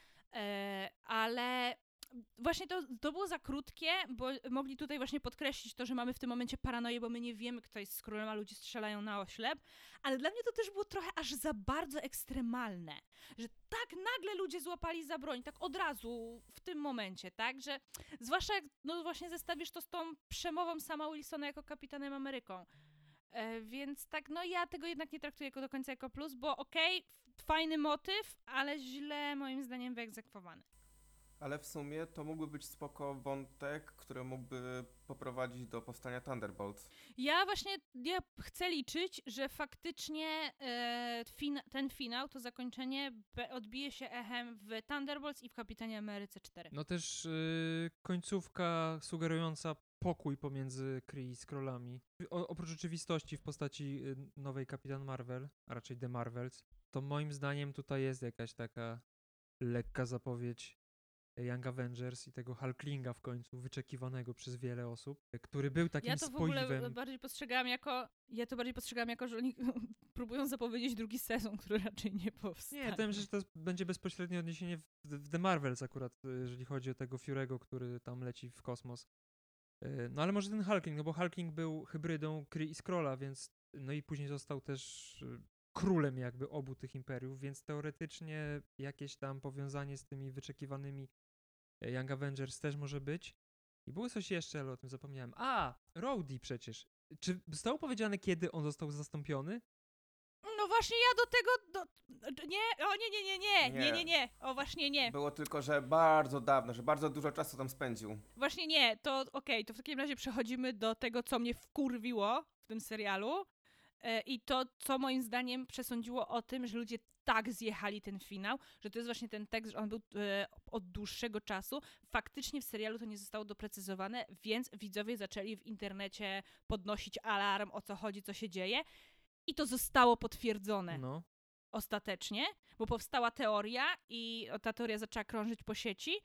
E, ale właśnie to, to było za krótkie, bo mogli tutaj właśnie podkreślić to, że mamy w tym momencie paranoję, bo my nie wiemy, kto jest skrólem, a ludzie strzelają na oślep, ale dla mnie to też było trochę aż za bardzo ekstremalne, że tak nagle ludzie złapali za broń, tak od razu w tym momencie, tak, że zwłaszcza jak no właśnie zestawisz to z tą przemową sama Wilsona jako Kapitanem Ameryką. E, więc tak, no ja tego jednak nie traktuję jako do końca jako plus, bo okej, f- fajny motyw, ale źle moim zdaniem wyegzekwowany. Ale w sumie to mógłby być spoko wątek, który mógłby poprowadzić do powstania Thunderbolts. Ja właśnie, ja chcę liczyć, że faktycznie e, fin- ten finał, to zakończenie be- odbije się echem w Thunderbolts i w Kapitanie Ameryce cztery. No też yy, końcówka sugerująca pokój pomiędzy Kree i Skrullami. O, oprócz rzeczywistości w postaci y, nowej Kapitan Marvel, a raczej The Marvels, to moim zdaniem tutaj jest jakaś taka lekka zapowiedź Young Avengers i tego Hulklinga w końcu, wyczekiwanego przez wiele osób, który był takim Ja to w ogóle spoiwem. bardziej postrzegałam jako, ja to bardziej postrzegałam jako, że oni próbują zapowiedzieć drugi sezon, który raczej nie powstanie. Nie, to myślę, że to jest- będzie bezpośrednie odniesienie w, w The Marvels akurat, y, jeżeli chodzi o tego Fury'ego, który tam leci w kosmos. Y, No ale może ten Hulkling, no bo Hulkling był hybrydą Kree i Skrulla, więc no i później został też y, królem jakby obu tych imperiów, więc teoretycznie jakieś tam powiązanie z tymi wyczekiwanymi y, Young Avengers też może być. I było coś jeszcze, ale o tym zapomniałem. A, Rhodey przecież. Czy zostało powiedziane, kiedy on został zastąpiony? No właśnie ja do tego, do, nie, o nie, nie, nie, nie, nie, Nie. nie, nie, o właśnie nie. Było tylko, że bardzo dawno, że bardzo dużo czasu tam spędził. Właśnie nie, to okej, to w takim razie przechodzimy do tego, co mnie wkurwiło w tym serialu e, i to, co moim zdaniem przesądziło o tym, że ludzie tak zjechali ten finał, że to jest właśnie ten tekst, że on był e, od dłuższego czasu. Faktycznie w serialu to nie zostało doprecyzowane, więc widzowie zaczęli w internecie podnosić alarm, o co chodzi, co się dzieje i to zostało potwierdzone No. ostatecznie, bo powstała teoria i ta teoria zaczęła krążyć po sieci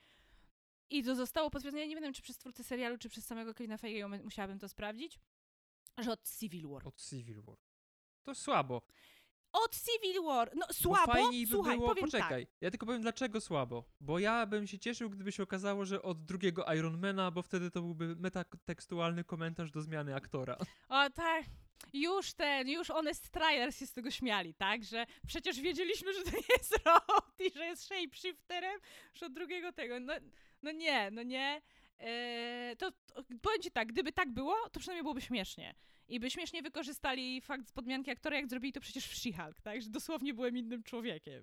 i to zostało potwierdzone, ja nie wiem, czy przez twórcę serialu, czy przez samego Kevina Feige'a, musiałabym to sprawdzić, że od Civil War. Od Civil War. To słabo. Od Civil War. No Bo słabo, fajniej by słuchaj, było, powiem poczekaj, tak. ja tylko powiem dlaczego słabo. Bo ja bym się cieszył, gdyby się okazało, że od drugiego Ironmana, bo wtedy to byłby metatekstualny komentarz do zmiany aktora. O tak, już ten, już Honest Triers się z tego śmiali, tak? Że przecież wiedzieliśmy, że to nie jest Rhodes i że jest shapeshifterem już od drugiego tego. No, no nie, no nie. Eee, to, to powiem ci tak, gdyby tak było, to przynajmniej byłoby śmiesznie. I by śmiesznie wykorzystali fakt z podmianki aktora, jak zrobili to przecież w She-Hulk, tak? Że dosłownie byłem innym człowiekiem.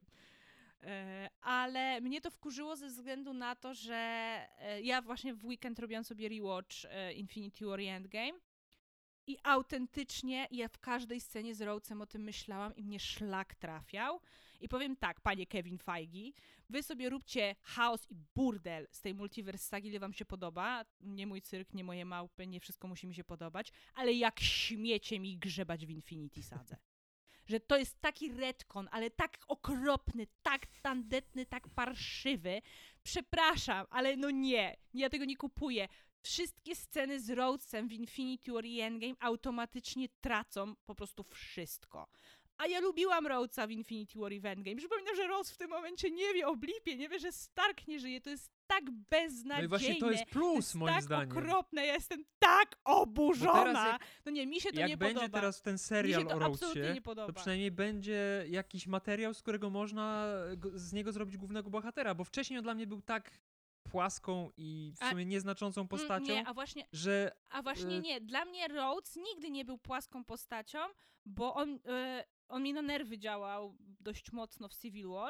E, ale mnie to wkurzyło ze względu na to, że e, ja właśnie w weekend robiłam sobie rewatch e, Infinity War i Endgame i autentycznie ja w każdej scenie z Rhodesem o tym myślałam i mnie szlak trafiał. I powiem tak, panie Kevin Feige, wy sobie róbcie chaos i burdel z tej multiverse sagi, ile wam się podoba. Nie mój cyrk, nie moje małpy, nie wszystko musi mi się podobać, ale jak śmiecie mi grzebać w Infinity Sadze. Że to jest taki retcon, ale tak okropny, tak tandetny, tak parszywy. Przepraszam, ale no nie, ja tego nie kupuję. Wszystkie sceny z Rhodesem w Infinity War i Endgame automatycznie tracą po prostu wszystko. A ja lubiłam Rhodesa w Infinity War i w Endgame. Przypominam, że Rhodes w tym momencie nie wie o Blipie, nie wie, że Stark nie żyje. To jest tak beznadziejne. No i właśnie to jest plus, jest moim tak zdaniem. okropne, ja jestem tak oburzona. Bo teraz jak- No nie, mi się to Jak nie będzie podoba. teraz ten Mi się serial to o absolutnie Rhodesie, nie podoba. to przynajmniej będzie jakiś materiał, z którego można go- z niego zrobić głównego bohatera, bo wcześniej on dla mnie był tak płaską i w A- sumie nieznaczącą postacią, Mm, Nie, a właśnie, że a właśnie y- nie. Dla mnie Rhodes nigdy nie był płaską postacią, bo on, y, on mi na nerwy działał dość mocno w Civil War,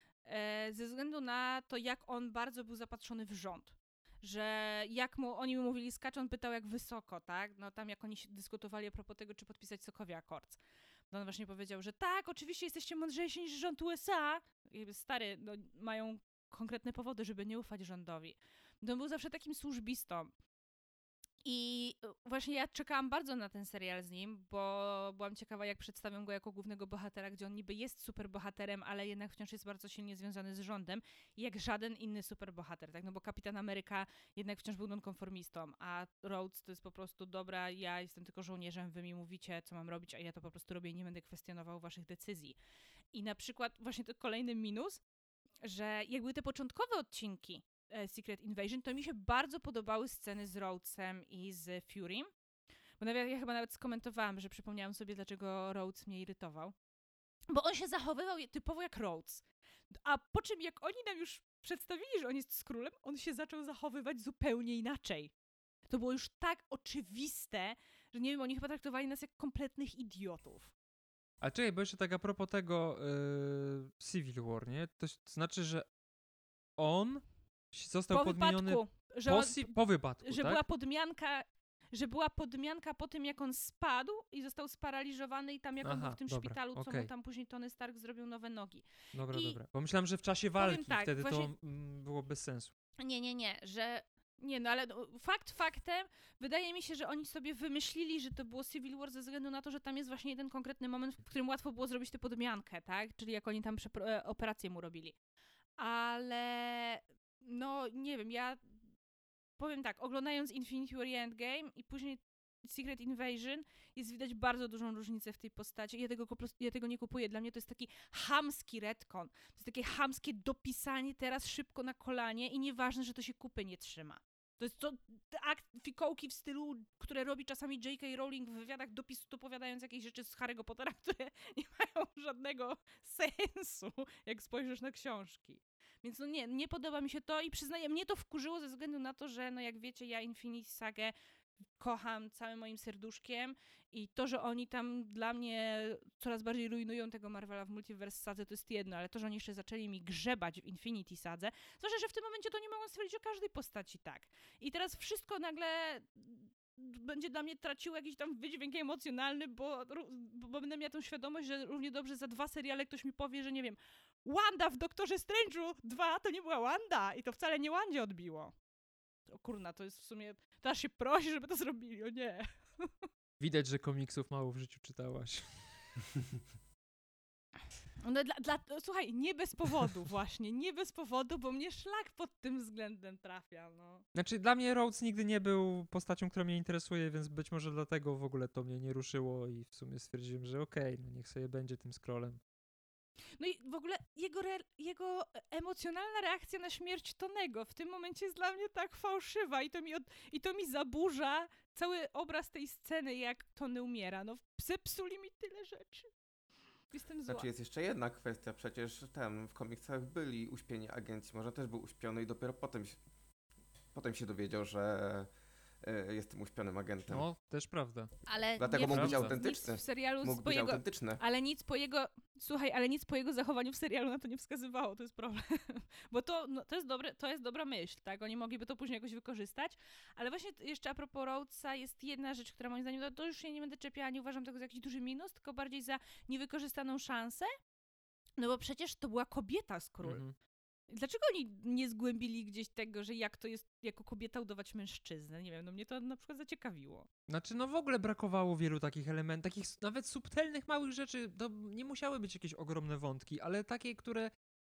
e, ze względu na to, jak on bardzo był zapatrzony w rząd. Że jak mu, oni mu mówili skacz, on pytał jak wysoko, tak? No tam jak oni się dyskutowali a propos tego, czy podpisać Sokovia Accords. No on właśnie powiedział, że tak, oczywiście jesteście mądrzejsi niż rząd U S A. Jakby stary, no, mają konkretne powody, żeby nie ufać rządowi. No, on był zawsze takim służbistą. I właśnie ja czekałam bardzo na ten serial z nim, bo byłam ciekawa, jak przedstawią go jako głównego bohatera, gdzie on niby jest superbohaterem, ale jednak wciąż jest bardzo silnie związany z rządem, jak żaden inny superbohater, tak? No bo Kapitan Ameryka jednak wciąż był nonkonformistą, a Rhodes to jest po prostu dobra, ja jestem tylko żołnierzem, wy mi mówicie, co mam robić, a ja to po prostu robię i nie będę kwestionował waszych decyzji. I na przykład właśnie to kolejny minus, że jak były te początkowe odcinki Secret Invasion, to mi się bardzo podobały sceny z Rhodesem i z Furym. Bo nawet, ja chyba nawet skomentowałam, że przypomniałam sobie, dlaczego Rhodes mnie irytował. Bo on się zachowywał typowo jak Rhodes. A po czym jak oni nam już przedstawili, że on jest z królem, on się zaczął zachowywać zupełnie inaczej. To było już tak oczywiste, że nie wiem, oni chyba traktowali nas jak kompletnych idiotów. A czekaj, bo jeszcze tak a propos tego yy, Civil War, nie? To, to znaczy, że on został Po podmieniony wypadku, że, po, on, si- po wypadku, że tak? była podmianka, że była podmianka po tym, jak on spadł i został sparaliżowany i tam jak on Aha, był w tym dobra, szpitalu, co okej. mu tam później Tony Stark zrobił nowe nogi. Dobra, I dobra. Bo myślałem, że w czasie walki tak, wtedy właśnie- to mm, było bez sensu. Nie, nie, nie, że... Nie, no ale no, fakt faktem, wydaje mi się, że oni sobie wymyślili, że to było Civil War ze względu na to, że tam jest właśnie jeden konkretny moment, w którym łatwo było zrobić tę podmiankę, tak? Czyli jak oni tam przepro- e, operację mu robili. Ale... No, nie wiem, ja powiem tak, oglądając Infinity War i Endgame i później Secret Invasion, jest widać bardzo dużą różnicę w tej postaci. Ja tego, po prostu, ja tego nie kupuję. Dla mnie to jest taki chamski retcon. To jest takie chamskie dopisanie teraz szybko na kolanie i nieważne, że to się kupy nie trzyma. To jest to, te akt, fikołki w stylu, które robi czasami J K. Rowling w wywiadach dopisu, dopowiadając jakieś rzeczy z Harry'ego Pottera, które nie mają żadnego sensu, jak spojrzysz na książki. Więc no nie, nie podoba mi się to i przyznaję, mnie to wkurzyło ze względu na to, że no jak wiecie, ja Infinity Sagę kocham całym moim serduszkiem i to, że oni tam dla mnie coraz bardziej rujnują tego Marvela w Multiverse Sadze, to jest jedno, ale to, że oni jeszcze zaczęli mi grzebać w Infinity Sadze, zwłaszcza, że w tym momencie to nie mogą stwierdzić o każdej postaci tak. I teraz wszystko nagle będzie dla mnie traciło jakiś tam wydźwięk emocjonalny, bo, bo będę miała tą świadomość, że równie dobrze za dwa seriale ktoś mi powie, że nie wiem, Wanda w Doktorze Strange'u dwa to nie była Wanda i to wcale nie Wandzie odbiło. O kurna, to jest w sumie, to aż się prosi, żeby to zrobili, o nie. Widać, że komiksów mało w życiu czytałaś. No dla, dla, słuchaj, nie bez powodu właśnie, nie bez powodu, bo mnie szlak pod tym względem trafia, no. Znaczy, dla mnie Rhodes nigdy nie był postacią, która mnie interesuje, więc być może dlatego w ogóle to mnie nie ruszyło i w sumie stwierdziłem, że okej, no niech sobie będzie tym scrollem. No i w ogóle jego, re, jego emocjonalna reakcja na śmierć Tonego w tym momencie jest dla mnie tak fałszywa i to mi, od, i to mi zaburza cały obraz tej sceny, jak Tony umiera. No zepsuli mi tyle rzeczy. Jestem zła. Znaczy jest jeszcze jedna kwestia, przecież ten, w komiksach byli uśpieni agenci, może też był uśpiony i dopiero potem się, potem się dowiedział, że y, jest tym uśpionym agentem. No, też prawda. Ale Dlatego nie mógł być Prawda. autentyczny. Nic w serialu Mógł po być jego, autentyczny. ale nic po jego, słuchaj, ale nic po jego zachowaniu w serialu na to nie wskazywało, to jest problem. Bo to, no, to, jest dobre, to jest dobra myśl, tak? Oni mogliby to później jakoś wykorzystać. Ale właśnie t- jeszcze a propos Rhodesa jest jedna rzecz, która moim zdaniem, no, to już się nie będę czepiała, nie uważam tego za jakiś duży minus, tylko bardziej za niewykorzystaną szansę. No bo przecież to była kobieta z król. Mhm. Dlaczego oni nie zgłębili gdzieś tego, że jak to jest jako kobieta udawać mężczyznę? Nie wiem, no mnie to na przykład zaciekawiło. Znaczy, no w ogóle brakowało wielu takich elementów, takich s- nawet subtelnych, małych rzeczy. To nie musiały być jakieś ogromne wątki, ale takie, które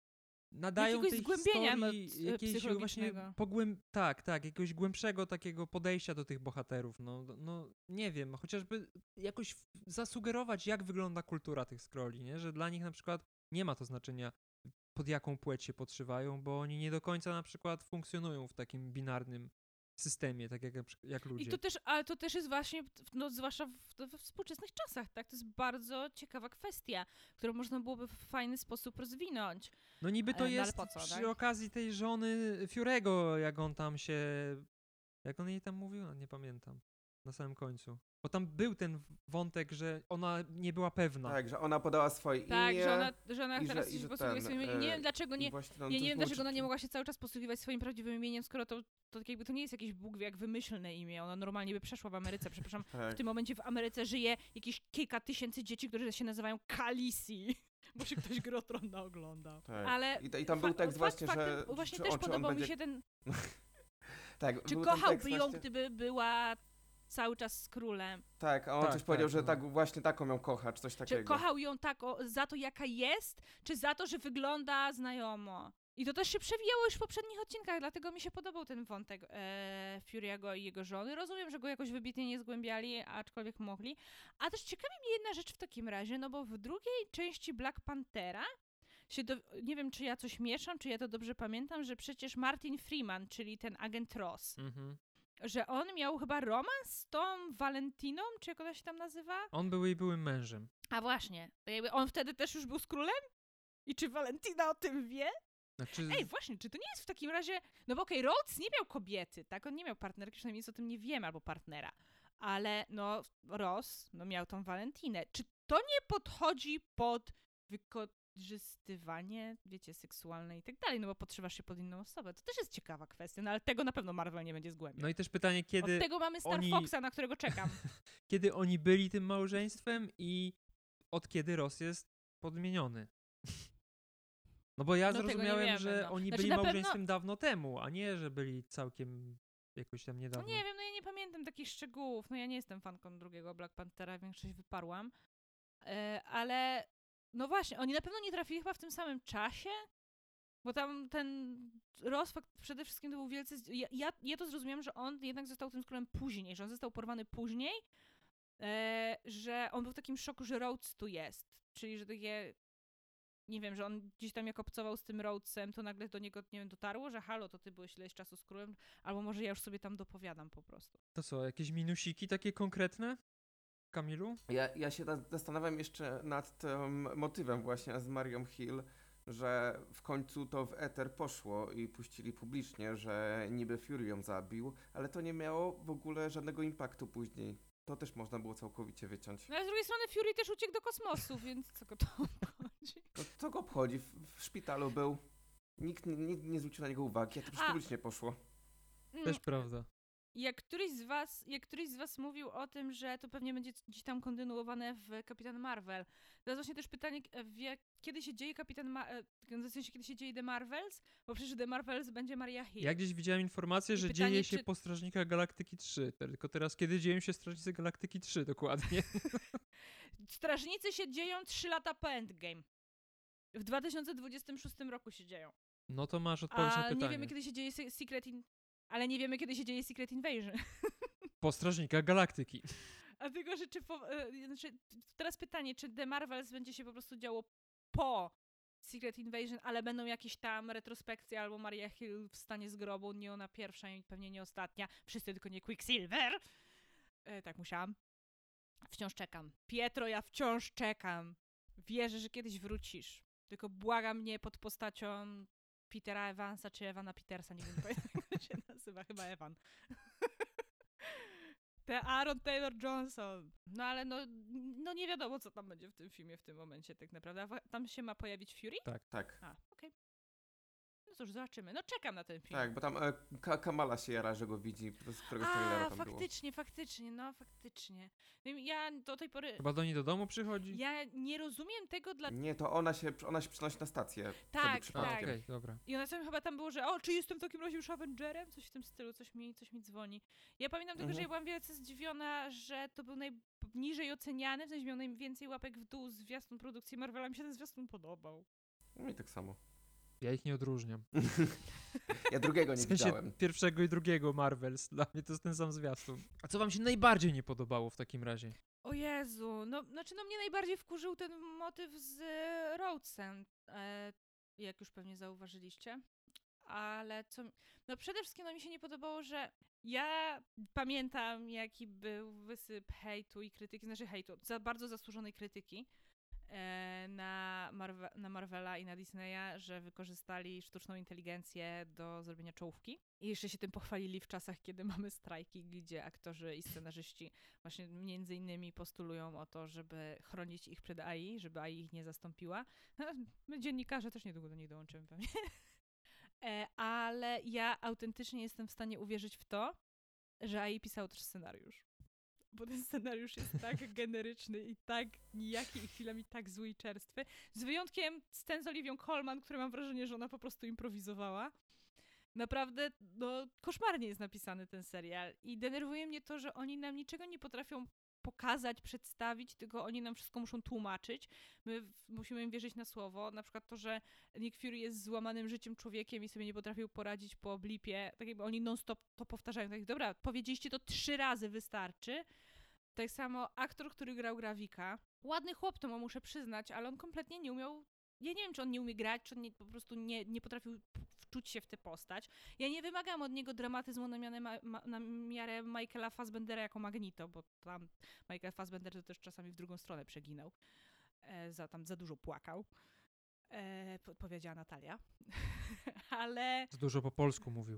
nadają Jakiegoś tej zgłębienia historii emo- jakiejś właśnie psychologicznego. pogłęb... tak, tak, jakiegoś głębszego takiego podejścia do tych bohaterów. No, no- no nie wiem, chociażby jakoś w- zasugerować, jak wygląda kultura tych scrolli, nie? Że dla nich na przykład nie ma to znaczenia, pod jaką płeć się podszywają, bo oni nie do końca na przykład funkcjonują w takim binarnym systemie, tak jak, na przykład- jak ludzie. I to też, ale to też jest właśnie, no zwłaszcza w, we współczesnych czasach, tak? To jest bardzo ciekawa kwestia, którą można byłoby w fajny sposób rozwinąć. No niby to E, no ale jest po co, przy tak? okazji tej żony Fury'ego, jak on tam się... Jak on jej tam mówił? No, nie pamiętam. Na samym końcu. Bo tam był ten wątek, że ona nie była pewna. Tak, że ona podała swoje Tak, imię. że ona, że ona i że- teraz i się że posługuje ten, swoim imieniem. Nie e, wiem dlaczego i nie, właśnie no, ja to nie wiem było dlaczego ona czy- nie mogła się cały czas posługiwać swoim prawdziwym imieniem, skoro to, to tak jakby to nie jest jakieś Bóg wie jak wymyślne imię. Ona normalnie by przeszła w Ameryce, przepraszam. W Tak. tym momencie w Ameryce żyje jakieś kilka tysięcy dzieci, które się nazywają Khaleesi, bo się ktoś Gry o Tron naoglądał. Tak. Ale I, i tam fa- był tekst fakt właśnie, faktem, że właśnie czy też on, czy on podobał będzie... mi się ten... Tak, Czy był ten kochałby tekst ją, właśnie... gdyby była cały czas z królem? Tak, a on Tak, coś powiedział, tak, że no. tak właśnie taką ją kocha, czy coś Czy takiego. kochał ją tak o, za to, jaka jest, czy za to, że wygląda znajomo? I to też się przewijało już w poprzednich odcinkach, dlatego mi się podobał ten wątek e, Fury'ego i jego żony. Rozumiem, że go jakoś wybitnie nie zgłębiali, aczkolwiek mogli. A też ciekawi mnie jedna rzecz w takim razie, no bo w drugiej części Black Panthera się do, nie wiem, czy ja coś mieszam, czy ja to dobrze pamiętam, że przecież Martin Freeman, czyli ten agent Ross, Mhm. że on miał chyba romans z tą Valentiną, czy jak ona się tam nazywa? On był jej byłym mężem. A właśnie, to jakby on wtedy też już był z królem? I czy Valentina o tym wie? Znaczy, Ej, właśnie, czy to nie jest w takim razie... No bo okej, okay, Rhodes nie miał kobiety, tak? On nie miał partnerki, przynajmniej nic o tym nie wiemy, albo partnera. Ale no, Ross no, miał tą Valentinę. Czy to nie podchodzi pod wykorzystywanie, wiecie, seksualne i tak dalej? No bo podszywasz się pod inną osobę. To też jest ciekawa kwestia, no ale tego na pewno Marvel nie będzie zgłębiał. no i też pytanie, kiedy, Od tego mamy Star oni- Foxa, na którego czekam. kiedy oni byli tym małżeństwem i od kiedy Ross jest podmieniony. No bo ja No tego nie zrozumiałem, wiemy, że no. oni Znaczy, byli na pewno- małżeństwem dawno temu, a nie, że byli całkiem jakoś tam No niedawno. nie wiem, no ja nie pamiętam takich szczegółów. No ja nie jestem fanką drugiego Black Panthera, większość wyparłam. E, ale no właśnie, oni na pewno nie trafili chyba w tym samym czasie, bo tam ten Ross fakt, przede wszystkim to był wielce... z- Ja, ja, ja to zrozumiałam, że on jednak został tym królem później, że on został porwany później, e, że on był w takim szoku, że Rhodes tu jest. Czyli, że takie... Nie wiem, że on gdzieś tam jak obcował z tym Rhodesem, to nagle do niego, nie wiem, dotarło, że halo, to ty byłeś ileś czasu z królem, albo może ja już sobie tam dopowiadam po prostu. To co, jakieś minusiki takie konkretne? Kamilu? Ja, ja się ta- zastanawiam jeszcze nad tym motywem właśnie z Marią Hill, że w końcu to w eter poszło i puścili publicznie, że niby Fury ją zabił, ale to nie miało w ogóle żadnego impaktu później. To też można było całkowicie wyciąć. No ale z drugiej strony Fury też uciekł do kosmosu, więc co go to obchodzi? No, co go obchodzi? W, w szpitalu był. Nikt, nie- nikt nie zwrócił na niego uwagi, a to już A. publicznie poszło. Mm, Też prawda. Jak któryś z was, jak któryś z was mówił o tym, że to pewnie będzie gdzieś tam kontynuowane w Kapitan Marvel. Teraz właśnie też pytanie, e, wie, kiedy się dzieje Kapitan Ma- e, w sensie, kiedy się dzieje The Marvels? Bo przecież The Marvels będzie Maria Hill. Ja gdzieś widziałem informację, I że pytanie, dzieje się czy- po Strażnikach Galaktyki trzy. Tylko teraz, kiedy dzieją się Strażnicy Galaktyki trzy dokładnie? Strażnicy się dzieją trzy lata po Endgame. w dwa tysiące dwudziestym szóstym roku się dzieją. No to masz odpowiedź na A pytanie. nie wiemy, kiedy się dzieje Se- Secret in... Ale nie wiemy, kiedy się dzieje Secret Invasion. Po Strażnikach Galaktyki. A tylko, że czy po, e, znaczy, teraz pytanie, czy The Marvels będzie się po prostu działo po Secret Invasion, ale będą jakieś tam retrospekcje albo Maria Hill wstanie z grobu, nie ona pierwsza i pewnie nie ostatnia. Wszyscy tylko nie Quicksilver. E, tak musiałam. Wciąż czekam. Pietro, ja wciąż czekam. Wierzę, że kiedyś wrócisz. Tylko błagam mnie pod postacią Petera Evansa czy Evana Petersa, nie wiem, jak się nazywa, chyba Evan. Te Aaron Taylor-Johnson. No ale no, no nie wiadomo, co tam będzie w tym filmie w tym momencie tak naprawdę. A wa- tam się ma pojawić Fury? Tak. A, okej. No cóż, zobaczymy. No czekam na ten film. Tak, bo tam e, Ka- Kamala się jara, że go widzi, z któregoś trailera A, tam było. faktycznie, faktycznie, no faktycznie. Ja do tej pory... Chyba do niej do domu przychodzi? Ja nie rozumiem tego, dla... Nie, to ona się, ona się przenosi na stację. Tak, wtedy A, przypadkiem. okej, dobra. I ona sam chyba tam było, że o, czy jestem w takim razie już Avengerem? Coś w tym stylu, coś mi, coś mi dzwoni. Ja pamiętam tylko, Mhm. że ja byłam wielce zdziwiona, że to był najniżej oceniany, w sensie miał najwięcej łapek w dół zwiastun produkcji Marvela. Mi się ten zwiastun podobał. Mi tak samo. Ja ich nie odróżniam. Ja drugiego W nie sensie widziałem. pierwszego i drugiego Marvels. Dla mnie to jest ten sam zwiastun. A co wam się najbardziej nie podobało w takim razie? O Jezu, no, znaczy no mnie najbardziej wkurzył ten motyw z e, Rhodesem, e, jak już pewnie zauważyliście. Ale co... No przede wszystkim no, mi się nie podobało, że ja pamiętam, jaki był wysyp hejtu i krytyki, znaczy hejtu, za bardzo zasłużonej krytyki e, na, Marve- na Marvela i na Disneya, że wykorzystali sztuczną inteligencję do zrobienia czołówki. I jeszcze się tym pochwalili w czasach, kiedy mamy strajki, gdzie aktorzy i scenarzyści właśnie między innymi postulują o to, żeby chronić ich przed A I, żeby A I ich nie zastąpiła. My dziennikarze też niedługo do nich dołączymy pewnie. E, ale ja autentycznie jestem w stanie uwierzyć w to, że A I pisał też scenariusz. Bo ten scenariusz jest tak generyczny i tak nijaki i chwilami tak zły i czerstwy. Z wyjątkiem scen z Oliwią Colman, które mam wrażenie, że ona po prostu improwizowała. Naprawdę, no, koszmarnie jest napisany ten serial. I denerwuje mnie to, że oni nam niczego nie potrafią pokazać, przedstawić, tylko oni nam wszystko muszą tłumaczyć. My w, musimy im wierzyć na słowo. Na przykład to, że Nick Fury jest złamanym życiem człowiekiem i sobie nie potrafił poradzić po blipie. Tak jakby oni non-stop to powtarzają. Tak, dobra, powiedzieliście to trzy razy, wystarczy. Tak samo aktor, który grał Gravika. Ładny chłop, to mu muszę przyznać, ale on kompletnie nie umiał... Ja nie wiem, czy on nie umie grać, czy on nie, po prostu nie, nie potrafił wczuć się w tę postać. Ja nie wymagam od niego dramatyzmu na, mianę, ma, ma, na miarę Michaela Fassbendera jako Magneto, bo tam Michael Fassbender to też czasami w drugą stronę przeginał. E, za, tam za dużo płakał. E, po, powiedziała Natalia. Ale... Za dużo po polsku mówił.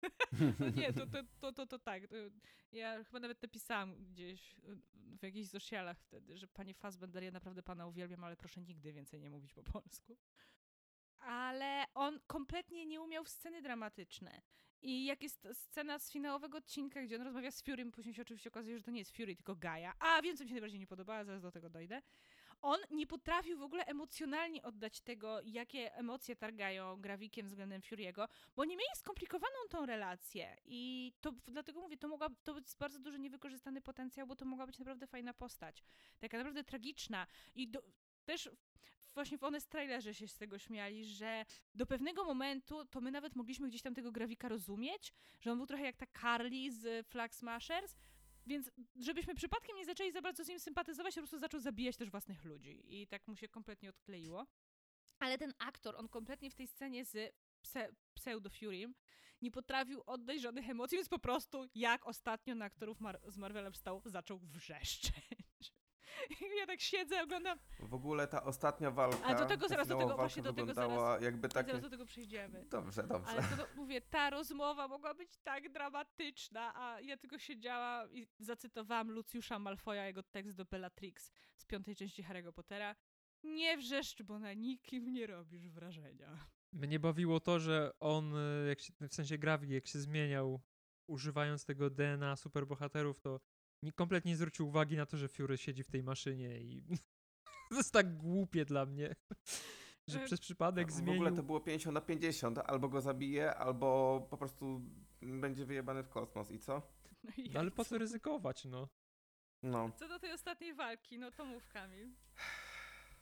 No nie, to, to, to, to, to tak. To ja chyba nawet napisałam gdzieś w jakichś socialach wtedy, że panie Fassbender, ja naprawdę pana uwielbiam, ale proszę nigdy więcej nie mówić po polsku. Ale on kompletnie nie umiał w sceny dramatyczne. I jak jest scena z finałowego odcinka, gdzie on rozmawia z Furym, później się oczywiście okazuje, że to nie jest Fury, tylko Gaia. A, wiem, co mi się najbardziej nie podoba, zaraz do tego dojdę. On nie potrafił w ogóle emocjonalnie oddać tego, jakie emocje targają Gravikiem względem Fury'ego, bo oni mieli skomplikowaną tą relację i to dlatego mówię, to mogła to być bardzo duży niewykorzystany potencjał, bo to mogła być naprawdę fajna postać. Taka naprawdę tragiczna i do, też właśnie w Honest Trailerze się z tego śmiali, że do pewnego momentu to my nawet mogliśmy gdzieś tam tego Gravika rozumieć, że on był trochę jak ta Carly z Flag Smashers, więc żebyśmy przypadkiem nie zaczęli za bardzo z nim sympatyzować, po prostu zaczął zabijać też własnych ludzi i tak mu się kompletnie odkleiło. Ale ten aktor, on kompletnie w tej scenie z pse, pseudo-Furym nie potrafił oddać żadnych emocji, więc po prostu jak ostatnio na aktorów Mar- z Marvela przystało, zaczął wrzeszczeć. Ja tak siedzę, oglądam. W ogóle ta ostatnia walka, A do tego ta zaraz do finałowa tego, właśnie walka do tego wyglądała zaraz, jakby takie... zaraz do tego przejdziemy. Dobrze, dobrze. Ale to, mówię, ta rozmowa mogła być tak dramatyczna, a ja tylko siedziałam i zacytowałam Lucjusza Malfoya, jego tekst do Bellatrix z piątej części Harry'ego Pottera. Nie wrzeszcz, bo na nikim nie robisz wrażenia. Mnie bawiło to, że on, y, jak się, w sensie Gravik, jak się zmieniał, używając tego D N A superbohaterów, to nie, kompletnie nie zwrócił uwagi na to, że Fury siedzi w tej maszynie i to jest tak głupie dla mnie, że E, przez przypadek W zmienił... ogóle to było pięćdziesiąt na pięćdziesiąt. Albo go zabije, albo po prostu będzie wyjebany w kosmos. I co? No, i No ale jak po co ryzykować, no? No. Co do tej ostatniej walki, no to mów, Kamil.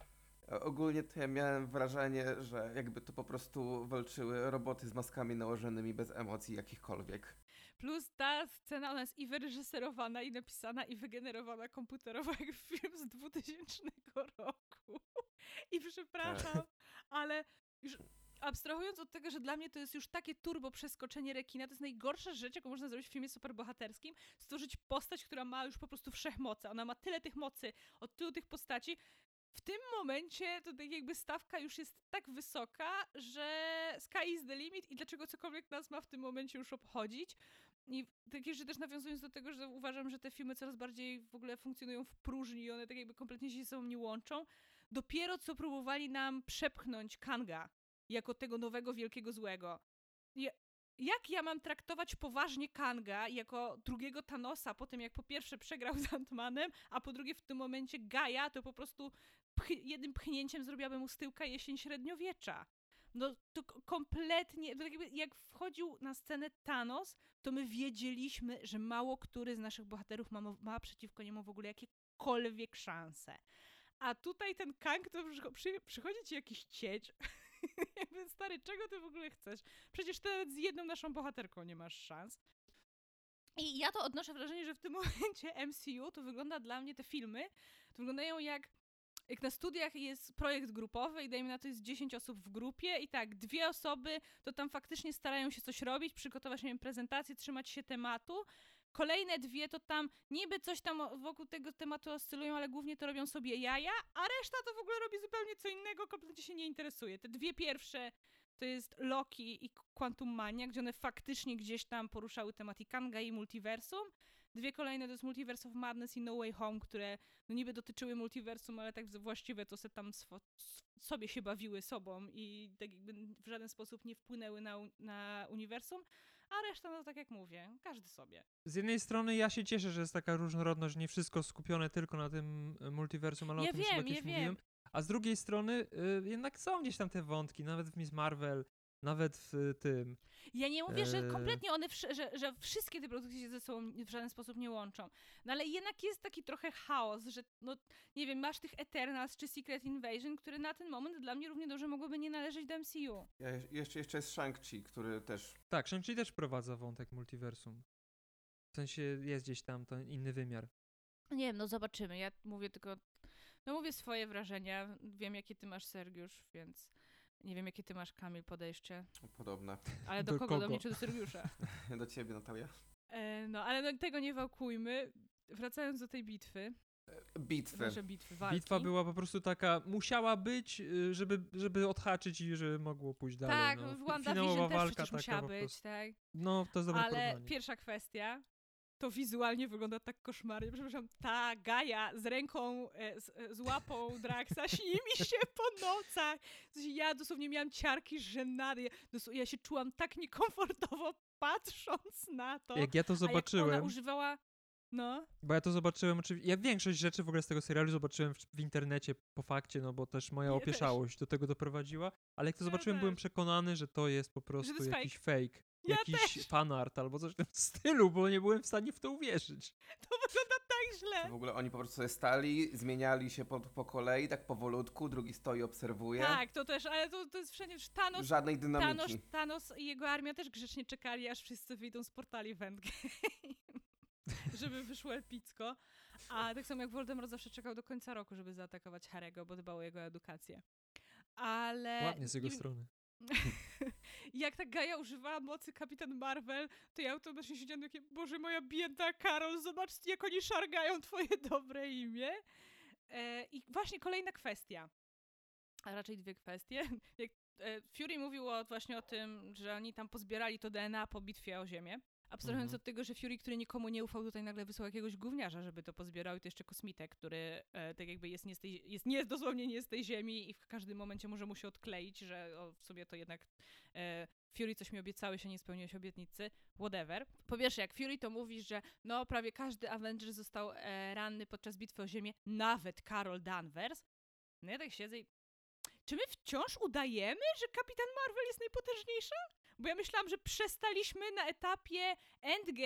E, Ogólnie to ja miałem wrażenie, że jakby to po prostu walczyły roboty z maskami nałożonymi bez emocji jakichkolwiek. Plus ta scena, ona jest i wyreżyserowana, i napisana, i wygenerowana komputerowo jak film z dwutysięcznego roku. I przepraszam, ale już abstrahując od tego, że dla mnie to jest już takie turbo przeskoczenie rekina, to jest najgorsza rzecz, jaką można zrobić w filmie superbohaterskim, stworzyć postać, która ma już po prostu wszechmoce. Ona ma tyle tych mocy, od tyłu tych postaci. W tym momencie to tak jakby stawka już jest tak wysoka, że sky is the limit i dlaczego cokolwiek nas ma w tym momencie już obchodzić. I takie rzeczy też nawiązując do tego, że uważam, że te filmy coraz bardziej w ogóle funkcjonują w próżni i one tak jakby kompletnie się ze sobą nie łączą. Dopiero co próbowali nam przepchnąć Kanga jako tego nowego wielkiego złego. I jak ja mam traktować poważnie Kanga jako drugiego Thanosa po tym, jak po pierwsze przegrał z Ant-Manem, a po drugie w tym momencie Gaia to po prostu pch- jednym pchnięciem zrobiłaby mu z tyłka jesień średniowiecza. No to k- kompletnie, to jakby jak wchodził na scenę Thanos, to my wiedzieliśmy, że mało który z naszych bohaterów ma, mo- ma przeciwko niemu w ogóle jakiekolwiek szanse. A tutaj ten Kang to przy, przy, przychodzi ci jakiś cieć. Jakby stary, czego ty w ogóle chcesz? Przecież ty nawet z jedną naszą bohaterką nie masz szans. I ja to odnoszę wrażenie, że w tym momencie M C U to wygląda dla mnie, te filmy, to wyglądają jak jak na studiach jest projekt grupowy i dajmy na to jest dziesięć osób w grupie i tak, dwie osoby to tam faktycznie starają się coś robić, przygotować, nie wiem, prezentację, trzymać się tematu. Kolejne dwie to tam niby coś tam wokół tego tematu oscylują, ale głównie to robią sobie jaja, a reszta to w ogóle robi zupełnie co innego, kompletnie się nie interesuje. Te dwie pierwsze to jest Loki i Quantum Mania, gdzie one faktycznie gdzieś tam poruszały tematy Kanga i multiversum. Dwie kolejne to jest Multiverse of Madness i No Way Home, które no niby dotyczyły multiversum, ale tak właściwie to se tam swo- sobie się bawiły sobą i tak jakby w żaden sposób nie wpłynęły na, u- na uniwersum, a reszta, no tak jak mówię, każdy sobie. Z jednej strony ja się cieszę, że jest taka różnorodność, że nie wszystko skupione tylko na tym e, multiversum, ale Ja o tym już wiem, chyba kiedyś ja mówiłem. wiem. A z drugiej strony y, jednak są gdzieś tam te wątki, nawet w Miss Marvel, nawet w y, tym. Ja nie mówię, że Eee. kompletnie one, wszy- że, że wszystkie te produkcje się ze sobą w żaden sposób nie łączą. No ale jednak jest taki trochę chaos, że no, nie wiem, masz tych Eternals czy Secret Invasion, które na ten moment dla mnie równie dobrze mogłyby nie należeć do M C U. Ja, jeszcze, jeszcze jest Shang-Chi, który też... Tak, Shang-Chi też wprowadza wątek multiversum. W sensie jest gdzieś tam ten inny wymiar. Nie wiem, no zobaczymy. Ja mówię tylko, no mówię swoje wrażenia. Wiem, jakie ty masz, Sergiusz, więc nie wiem, jakie ty masz, Kamil, podejście. Podobne. Ale do, Do kogo? Do kogo? mnie czy do Sergiusza? Do ciebie, Natalia. E, no, ale no, tego nie wałkujmy. Wracając do tej bitwy. Bitwy. Może bitwy, walki. Bitwa była po prostu taka, musiała być, y, żeby, żeby odhaczyć i żeby mogło pójść dalej. Tak, no. w Fi- WandaVision finałowa też walka przecież taka musiała po być, prostu. tak? No, to jest dobre Ale porównanie. pierwsza kwestia, to wizualnie wygląda tak koszmarnie. Przepraszam, ta Gaia z ręką, e, z, e, z łapą Draxa śni mi się po nocach. W sensie ja dosłownie miałam ciarki żenady. Ja, dosłownie, ja się czułam tak niekomfortowo patrząc na to. Jak ja to A jak ona zobaczyłem, używała... No, bo ja to zobaczyłem, oczywiście, ja większość rzeczy w ogóle z tego serialu zobaczyłem w, w internecie po fakcie, no bo też moja Ja opieszałość do tego doprowadziła, ale jak to Ja zobaczyłem, też. byłem przekonany, że to jest po to prostu jest jakiś fake, Ja jakiś też. fanart albo coś w tym stylu, bo nie byłem w stanie w to uwierzyć. to wygląda tak źle. W ogóle oni po prostu sobie stali, zmieniali się po, po kolei, tak powolutku, drugi stoi, obserwuje. Tak, to też, ale to, to jest wszędzie już Thanos. Żadnej Thanos, dynamiki. Thanos i jego armia też grzecznie czekali, aż wszyscy wyjdą z portali w Endgame, żeby wyszło epicko. A tak samo jak Voldemort zawsze czekał do końca roku, żeby zaatakować Harry'ego, bo dbał o jego edukację. Ale... Ładnie z jego i- strony. Jak ta Gaia używała mocy Kapitan Marvel, to ja automatycznie siedziałam takie, Boże, moja biedna Karol, zobacz, jak oni szargają twoje dobre imię. E, I właśnie kolejna kwestia, a raczej dwie kwestie. Jak e, Fury mówił o, właśnie o tym, że oni tam pozbierali to D N A po bitwie o Ziemię. Abstrahując Mhm. od tego, że Fury, który nikomu nie ufał, tutaj nagle wysłał jakiegoś gówniarza, żeby to pozbierał i to jeszcze kosmitę, który e, tak jakby jest, nie z tej, jest nie, dosłownie nie z tej ziemi i w każdym momencie może mu się odkleić, że o, w sobie to jednak e, Fury coś mi obiecałeś, a nie spełniłeś obietnicy, whatever. Po pierwsze, jak Fury to mówisz, że no prawie każdy Avenger został e, ranny podczas bitwy o Ziemię, nawet Carol Danvers, no ja tak siedzę i czy my wciąż udajemy, że Kapitan Marvel jest najpotężniejsza? Bo ja myślałam, że przestaliśmy na etapie Endgame,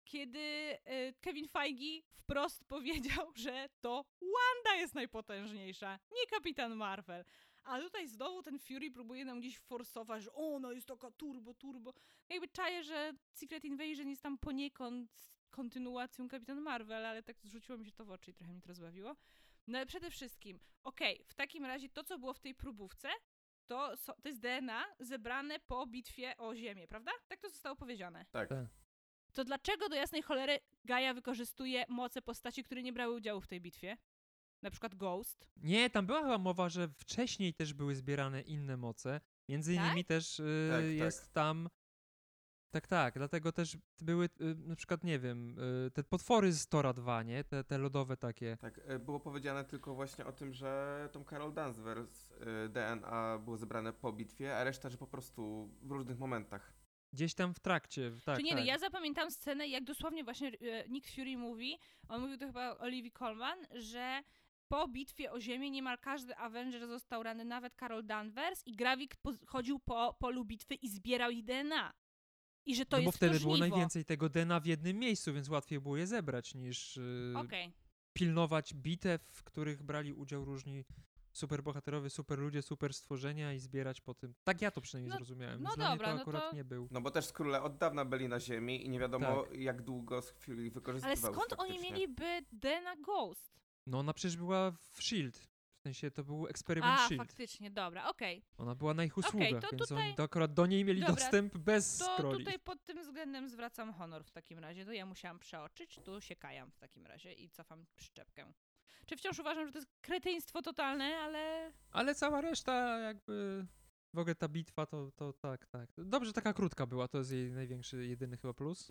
kiedy e, Kevin Feige wprost powiedział, że to Wanda jest najpotężniejsza, nie Kapitan Marvel. A tutaj znowu ten Fury próbuje nam gdzieś forsować, że ona jest taka turbo, turbo. Jakby czaję, że Secret Invasion jest tam poniekąd kontynuacją Kapitan Marvel, ale tak zrzuciło mi się to w oczy i trochę mnie to rozbawiło. No ale przede wszystkim, okej, okay, w takim razie to, co było w tej próbówce, to, so, to jest D N A zebrane po bitwie o Ziemię, prawda? Tak to zostało powiedziane. Tak. Tak. To dlaczego do jasnej cholery Gaia wykorzystuje moce postaci, które nie brały udziału w tej bitwie? Na przykład Ghost. Nie, tam była chyba mowa, że wcześniej też były zbierane inne moce. Między Tak? innymi też y, Tak, tak. jest tam... Tak, tak, dlatego też były y, na przykład, nie wiem, y, te potwory z Tora dwa, nie? Te, te lodowe takie. Tak, e, było powiedziane tylko właśnie o tym, że tą Carol Danvers e, D N A było zebrane po bitwie, a reszta, że po prostu w różnych momentach. Gdzieś tam w trakcie, tak, Czy nie, tak. no ja zapamiętam scenę, jak dosłownie właśnie e, Nick Fury mówi, on mówił to chyba Olivia Colman, że po bitwie o Ziemię niemal każdy Avenger został ranny, nawet Carol Danvers i Gravik po- chodził po polu bitwy i zbierał ich D N A. I że to no bo jest wtedy to było żniwo. najwięcej tego D N A w jednym miejscu, więc łatwiej było je zebrać niż y, Okej. pilnować bitew, w których brali udział różni superbohaterowie, superludzie, super stworzenia i zbierać po tym. Tak ja to przynajmniej No- zrozumiałem. no więc dla mnie dobra, to no akurat to- nie był. No bo też Skrulle od dawna byli na Ziemi i nie wiadomo Tak. jak długo Fury Ale wykorzystywał skąd oni faktycznie. mieliby D N A Ghost? No ona przecież była w S H I E L D. W sensie to był eksperyment A, S H I E L D. faktycznie, dobra, okej. Ona była na ich usługach, Okej, to więc tutaj- oni to akurat do niej mieli Dobra, dostęp bez To scrolli. tutaj pod tym względem zwracam honor w takim razie. To ja musiałam przeoczyć, tu się kajam w takim razie i cofam przyczepkę. Czy wciąż uważam, że to jest kretyństwo totalne, ale... Ale cała reszta jakby... W ogóle ta bitwa to, to tak, tak. Dobrze, taka krótka była, to jest jej największy, jedyny chyba plus.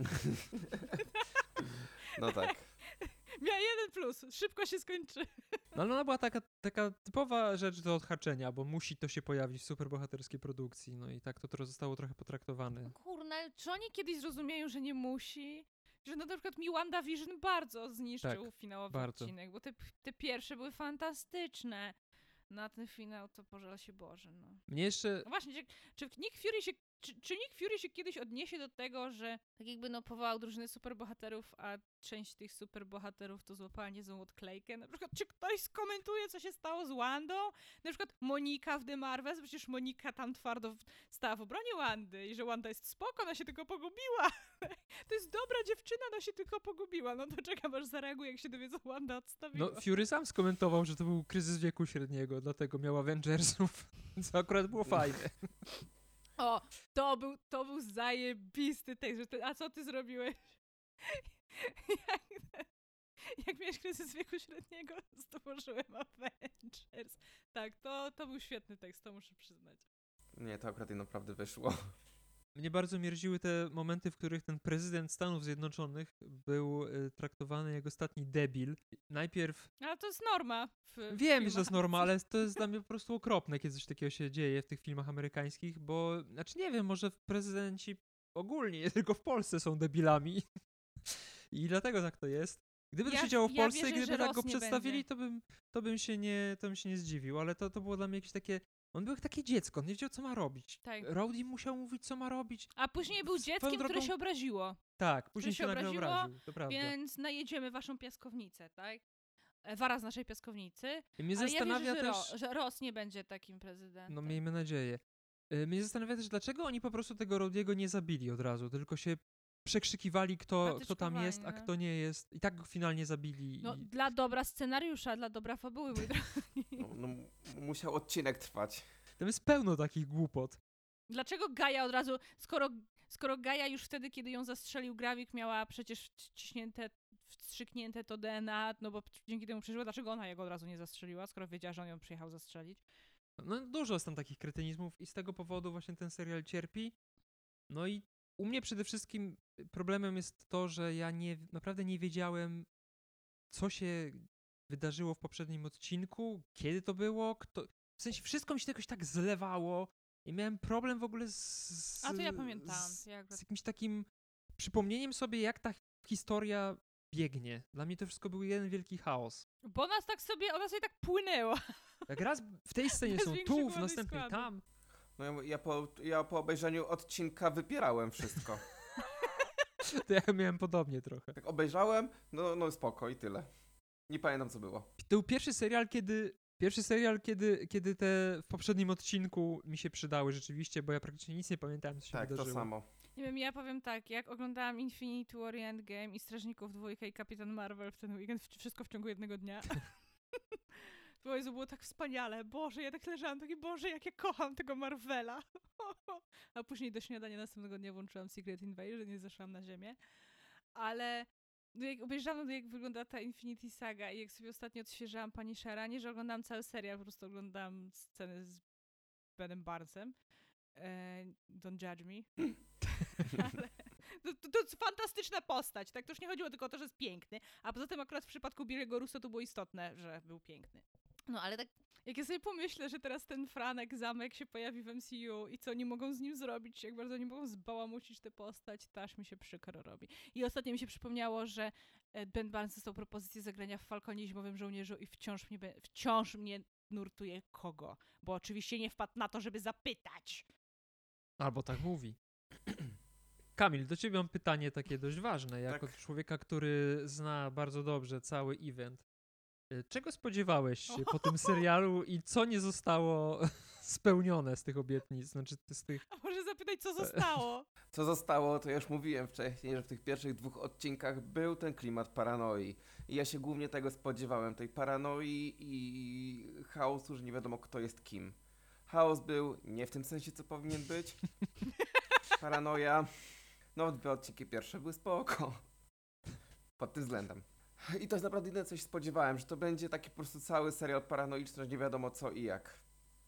No tak. Miała jeden plus, szybko się skończy. No ale ona była taka, taka typowa rzecz do odhaczenia, bo musi to się pojawić w superbohaterskiej produkcji, no i tak to, to zostało trochę potraktowane. Kurna, czy oni kiedyś zrozumieją, że nie musi? Że no na przykład mi WandaVision bardzo zniszczył Tak, finałowy bardzo. odcinek, bo te, te pierwsze były fantastyczne. Na ten finał to pożal się Boże, no. Mnie jeszcze... No właśnie, czy, czy Nick Fury się, czy, czy Nick Fury się kiedyś odniesie do tego, że tak jakby no powołał drużynę superbohaterów, a część tych superbohaterów to złapała niezłą odklejkę? Na przykład, czy ktoś skomentuje, co się stało z Wandą? Na przykład Monika w The Marvels, przecież Monika tam twardo w, stała w obronie Wandy i że Wanda jest spoko, ona się tylko pogubiła. To jest dobra dziewczyna, ona się tylko pogubiła. No to czekam, aż zareaguje, jak się dowiedzą, Wanda odstawiła. No Fury sam skomentował, że to był kryzys wieku średniego, dlatego miał Avengersów, co akurat było fajne. O, to był, to był zajebisty tekst, że ty, a co ty zrobiłeś? jak, jak miałeś kryzys wieku średniego, stworzyłem Avengers. Tak, to, to był świetny tekst, to muszę przyznać. Nie, to akurat jej naprawdę wyszło. Mnie bardzo mierziły te momenty, w których ten prezydent Stanów Zjednoczonych był y, traktowany jak ostatni debil. Najpierw... Ale to jest norma w Wiem, filmach że to jest norma, ale to jest dla mnie po prostu okropne, kiedy coś takiego się dzieje w tych filmach amerykańskich, bo, znaczy nie wiem, może prezydenci ogólnie, nie tylko w Polsce są debilami i dlatego tak to jest. Gdyby Ja- to się działo w ja Polsce i wierzę, gdyby że tak go Ros nie przedstawili, będzie. to bym, to, bym się nie, to bym się nie zdziwił, ale to, to było dla mnie jakieś takie... On był jak takie dziecko, on nie wiedział, co ma robić. Tak. Rowdy musiał mówić, co ma robić. A później był Swoją dzieckiem, które drogą- się obraziło, Tak, później się się nagle obraziło, obraził, to prawda. więc najedziemy waszą piaskownicę, tak? E, Wara z naszej piaskownicy. I mnie Ale ja zastanawia wierzę, że, też... Ro, że Ross nie będzie takim prezydentem. No miejmy nadzieję. Y, Mnie zastanawia też, dlaczego oni po prostu tego Rowdiego nie zabili od razu, tylko się przekrzykiwali, kto, kto tam Patyczkowali, jest, a no. kto nie jest. I tak go finalnie zabili. No, I... dla dobra scenariusza, dla dobra fabuły, mój drogi. No, no, m- musiał odcinek trwać. Tam jest pełno takich głupot. Dlaczego Gaja od razu, skoro, skoro Gaja już wtedy, kiedy ją zastrzelił Gravik, miała przecież ciśnięte, wstrzyknięte to D N A, no bo dzięki temu przeżyła, dlaczego ona jego od razu nie zastrzeliła, skoro wiedziała, że on ją przyjechał zastrzelić? No dużo jest tam takich kretynizmów i z tego powodu właśnie ten serial cierpi. No i u mnie przede wszystkim problemem jest to, że ja nie, naprawdę nie wiedziałem, co się wydarzyło w poprzednim odcinku, kiedy to było, kto... W sensie wszystko mi się jakoś tak zlewało i miałem problem w ogóle z... z A to ja pamiętałam. Z, Ja akurat- z jakimś takim przypomnieniem sobie, jak ta historia biegnie. Dla mnie to wszystko był jeden wielki chaos. Bo ona tak sobie, ona sobie tak płynęła. Jak raz w tej scenie Bez są większych tu, w układu i następnej składu. tam. No ja, ja, po, ja po obejrzeniu odcinka wypierałem wszystko. To ja miałem podobnie trochę. Tak obejrzałem, no, no spoko i tyle. Nie pamiętam, co było. To był pierwszy serial, kiedy... Pierwszy serial, kiedy, kiedy te w poprzednim odcinku mi się przydały rzeczywiście, bo ja praktycznie nic nie pamiętałem, co się Tak, wydarzyło. to samo. Nie wiem, ja powiem tak, jak oglądałam Infinity War i Endgame i Strażników dwójkę i Kapitan Marvel w ten weekend, w- wszystko w ciągu jednego dnia. To Jezu, było tak wspaniale. Boże, ja tak leżałam, taki Boże, jak ja kocham tego Marvela. A później do śniadania następnego dnia włączyłam Secret Invasion i zeszłam na ziemię. Ale no jak obejrzałam, no jak wygląda ta Infinity Saga i jak sobie ostatnio odświeżałam Punishera, nie, że oglądałam cały serial, po prostu oglądałam sceny z Benem Barnesem. E, don't judge me. Ale to, to, to jest fantastyczna postać, tak? To już nie chodziło tylko o to, że jest piękny, a poza tym akurat w przypadku Billy'ego Russo to było istotne, że był piękny. No ale tak, jak ja sobie pomyślę, że teraz ten Franek Zamek się pojawi w M C U i co oni mogą z nim zrobić, jak bardzo oni mogą zbałamucić tę postać, to aż mi się przykro robi. I ostatnio mi się przypomniało, że e, Ben Barnes dostał propozycję zagrania w Falconie Zimowym Żołnierzu i wciąż mnie, be- wciąż mnie nurtuje kogo, bo oczywiście nie wpadł na to, żeby zapytać. Albo tak mówi. Kamil, do ciebie mam pytanie takie dość ważne. Jako Tak. człowieka, który zna bardzo dobrze cały event, y, czego spodziewałeś się po tym serialu i co nie zostało spełnione z tych obietnic? Znaczy z tych... A może zapytać, co zostało? Co zostało, to ja już mówiłem wcześniej, że w tych pierwszych dwóch odcinkach był ten klimat paranoi. I ja się głównie tego spodziewałem, tej paranoi i chaosu, że nie wiadomo kto jest kim. Chaos był nie w tym sensie, co powinien być. Paranoja. No, dwa odcinki pierwsze były spoko. Pod tym względem. I to jest naprawdę jedyne, co się spodziewałem, że to będzie taki po prostu cały serial paranoiczny, że nie wiadomo co i jak.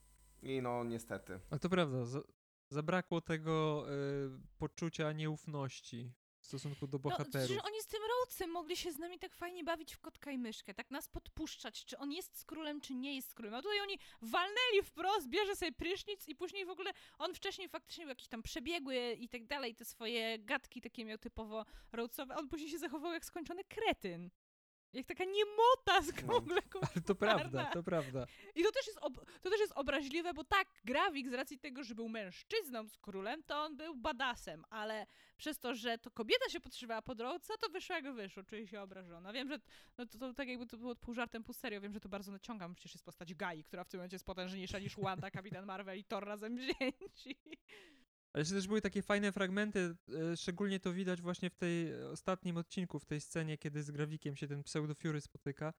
I no, niestety. Ale to prawda, za, zabrakło tego y, poczucia nieufności w stosunku do No, bohaterów. przecież oni z tym Rhodesem mogli się z nami tak fajnie bawić w kotka i myszkę, tak nas podpuszczać, czy on jest z królem, czy nie jest z królem. A tutaj oni walnęli wprost, bierze sobie prysznic i później w ogóle on wcześniej faktycznie był jakiś tam przebiegły i tak dalej, te swoje gadki takie miał typowo Rhodesowe, a on później się zachował jak skończony kretyn. Jak taka niemota z w No. ogóle Ale to prawda, koszmarna. to prawda. I to też, jest ob- to też jest obraźliwe, bo tak, Gravik z racji tego, że był mężczyzną z królem, to on był badasem, ale przez to, że to kobieta się podszywała pod Rhodesa, to wyszło jak wyszło, czuję się obrażona. Wiem, że no to, to tak jakby to było pół żartem, pół serio, wiem, że to bardzo naciągam, przecież jest postać Gai, która w tym momencie jest potężniejsza niż Wanda, Kapitan Marvel i Thor razem wzięci. Ale jeszcze też były takie fajne fragmenty, e, szczególnie to widać właśnie w tej e, ostatnim odcinku, w tej scenie, kiedy z Gravikiem się ten pseudo-Fury spotyka,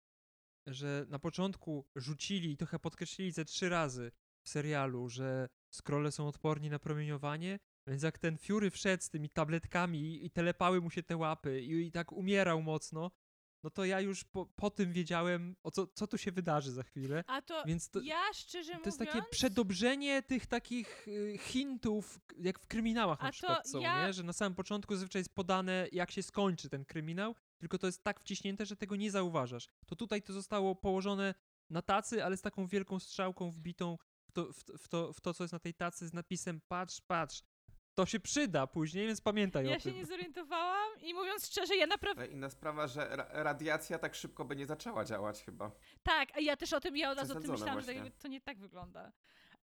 że na początku rzucili i trochę podkreślili ze trzy razy w serialu, że scrolle są odporni na promieniowanie, więc jak ten Fury wszedł z tymi tabletkami i, i telepały mu się te łapy i, i tak umierał mocno, no to ja już po, po tym wiedziałem, o co, co tu się wydarzy za chwilę. A to, Więc to, ja szczerze to mówiąc... jest takie przedobrzenie tych takich y, hintów, k- jak w kryminałach A na to przykład są, ja- nie? Że na samym początku zazwyczaj jest podane, jak się skończy ten kryminał, tylko to jest tak wciśnięte, że tego nie zauważasz. To tutaj to zostało położone na tacy, ale z taką wielką strzałką wbitą w to, w, w to, w to co jest na tej tacy z napisem patrz, patrz. To się przyda później, więc pamiętaj Ja o się tym. nie zorientowałam i mówiąc szczerze, ja naprawdę... Ale inna sprawa, że ra- radiacja tak szybko by nie zaczęła działać chyba. Tak, a ja też o tym, ja od razu o tym Przesadzone myślałam, że tak właśnie. jakby to nie tak wygląda.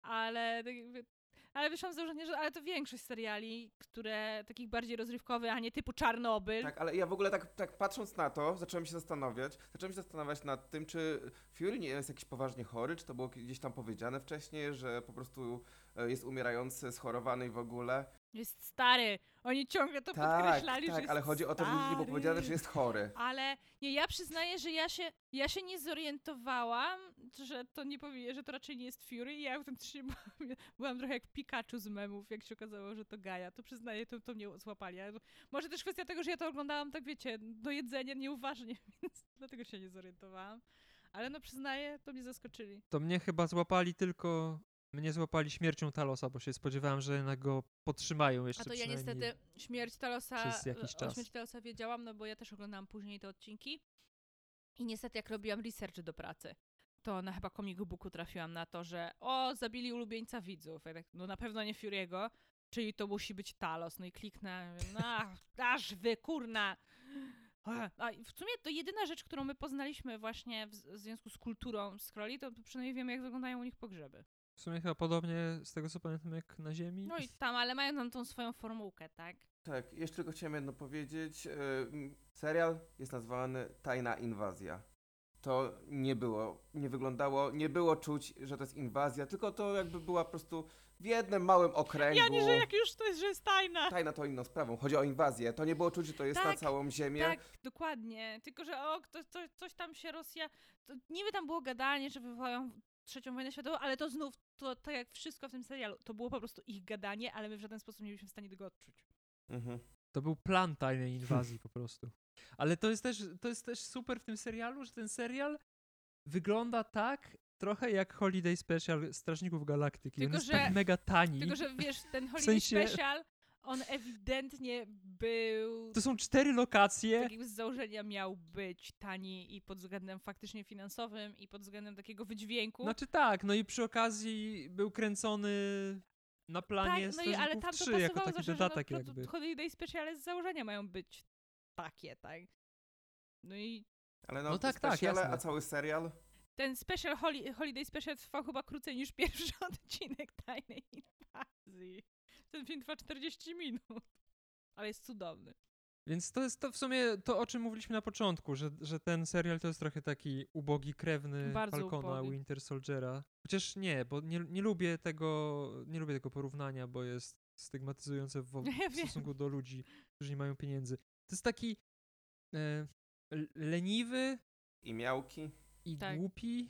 Ale tak jakby... Ale wyszłam z założenia, że ale to większość seriali, które takich bardziej rozrywkowych, a nie typu Czarnobyl. Tak, ale ja w ogóle tak, tak patrząc na to, zacząłem się zastanawiać, zacząłem się zastanawiać nad tym, czy Fury nie jest jakiś poważnie chory, czy to było gdzieś tam powiedziane wcześniej, że po prostu e, jest umierający, schorowany i w ogóle. Jest stary. Oni ciągle to Tak, podkreślali, że tak, jest ale chodzi o to, że nigdy nie było stary. powiedziane, że jest chory. Ale nie, ja przyznaję, że ja się, ja się nie zorientowałam, że to nie powie, że to raczej nie jest Fury i ja autentycznie byłam, byłam trochę jak Pikachu z memów, jak się okazało, że to Gaia. To przyznaję, to, to mnie złapali. Ale to, może też kwestia tego, że ja to oglądałam tak, wiecie, do jedzenia nieuważnie, więc dlatego się nie zorientowałam. Ale no przyznaję, to mnie zaskoczyli. To mnie chyba złapali tylko... Mnie złapali śmiercią Talosa, bo się spodziewałem, że jednak go podtrzymają jeszcze A to ja przynajmniej. niestety śmierć Talosa, przez jakiś o czas. śmierci Talosa wiedziałam, no bo ja też oglądałam później te odcinki. I niestety jak robiłam research do pracy, to na chyba Comic Booku trafiłam na to, że o, zabili ulubieńca widzów. Ja tak, no na pewno nie Fury'ego, czyli to musi być Talos. No i kliknę, no aż wy, kurna. A w sumie to jedyna rzecz, którą my poznaliśmy właśnie w, w związku z kulturą Skrulli, to przynajmniej wiemy, jak wyglądają u nich pogrzeby. W sumie chyba podobnie z tego co pamiętam jak na Ziemi. No i tam, ale mają tam tą swoją formułkę, tak? Tak, jeszcze tylko chciałem jedno powiedzieć. Yy, m, serial jest nazwany Tajna Inwazja. To nie było, nie wyglądało, nie było czuć, że to jest inwazja, tylko to jakby była po prostu w jednym małym okręgu. Ja nie, że jak już to jest, że jest tajna. Tajna to inną sprawą. Chodzi o inwazję. To nie było czuć, że to jest na Tak, całą ziemię. Tak, dokładnie. Tylko, że o, ktoś, coś, coś tam się Rosja... To niby tam było gadanie, że wywołają trzecią wojnę światową, ale to znów, to tak jak wszystko w tym serialu, to było po prostu ich gadanie, ale my w żaden sposób nie byliśmy w stanie tego odczuć. Mhm. To był plan tajnej inwazji po prostu. Ale to jest, też, to jest też super w tym serialu, że ten serial wygląda tak trochę jak Holiday Special Strażników Galaktyki. Tylko, On jest że- tak mega tani. Tylko, że wiesz, ten Holiday sensie- Special, on ewidentnie był... To są cztery lokacje. Tak jakby z założenia miał być tani i pod względem faktycznie finansowym i pod względem takiego wydźwięku. Znaczy tak, no i przy okazji był kręcony na planie tak, no i, ale Strażników tam to trzy jako pasowało taki zawsze, dodatek że no, jakby. Holiday Speciale z założenia mają być takie, tak? No i Ale no, No tak, tak, speciale, jasne. a cały serial? ten special, holi, Holiday Special trwał chyba krócej niż pierwszy odcinek Tajnej Inwazji. Ten film trwa czterdzieści minut, ale jest cudowny. Więc to jest to w sumie to, o czym mówiliśmy na początku, że, że ten serial to jest trochę taki ubogi krewny Bardzo Falcona, ubogi. Winter Soldiera. Chociaż nie, bo nie, nie lubię tego nie lubię tego porównania, bo jest stygmatyzujące w, Ja w wiem. stosunku do ludzi, którzy nie mają pieniędzy. To jest taki e, l- leniwy I miałki? i Tak. głupi,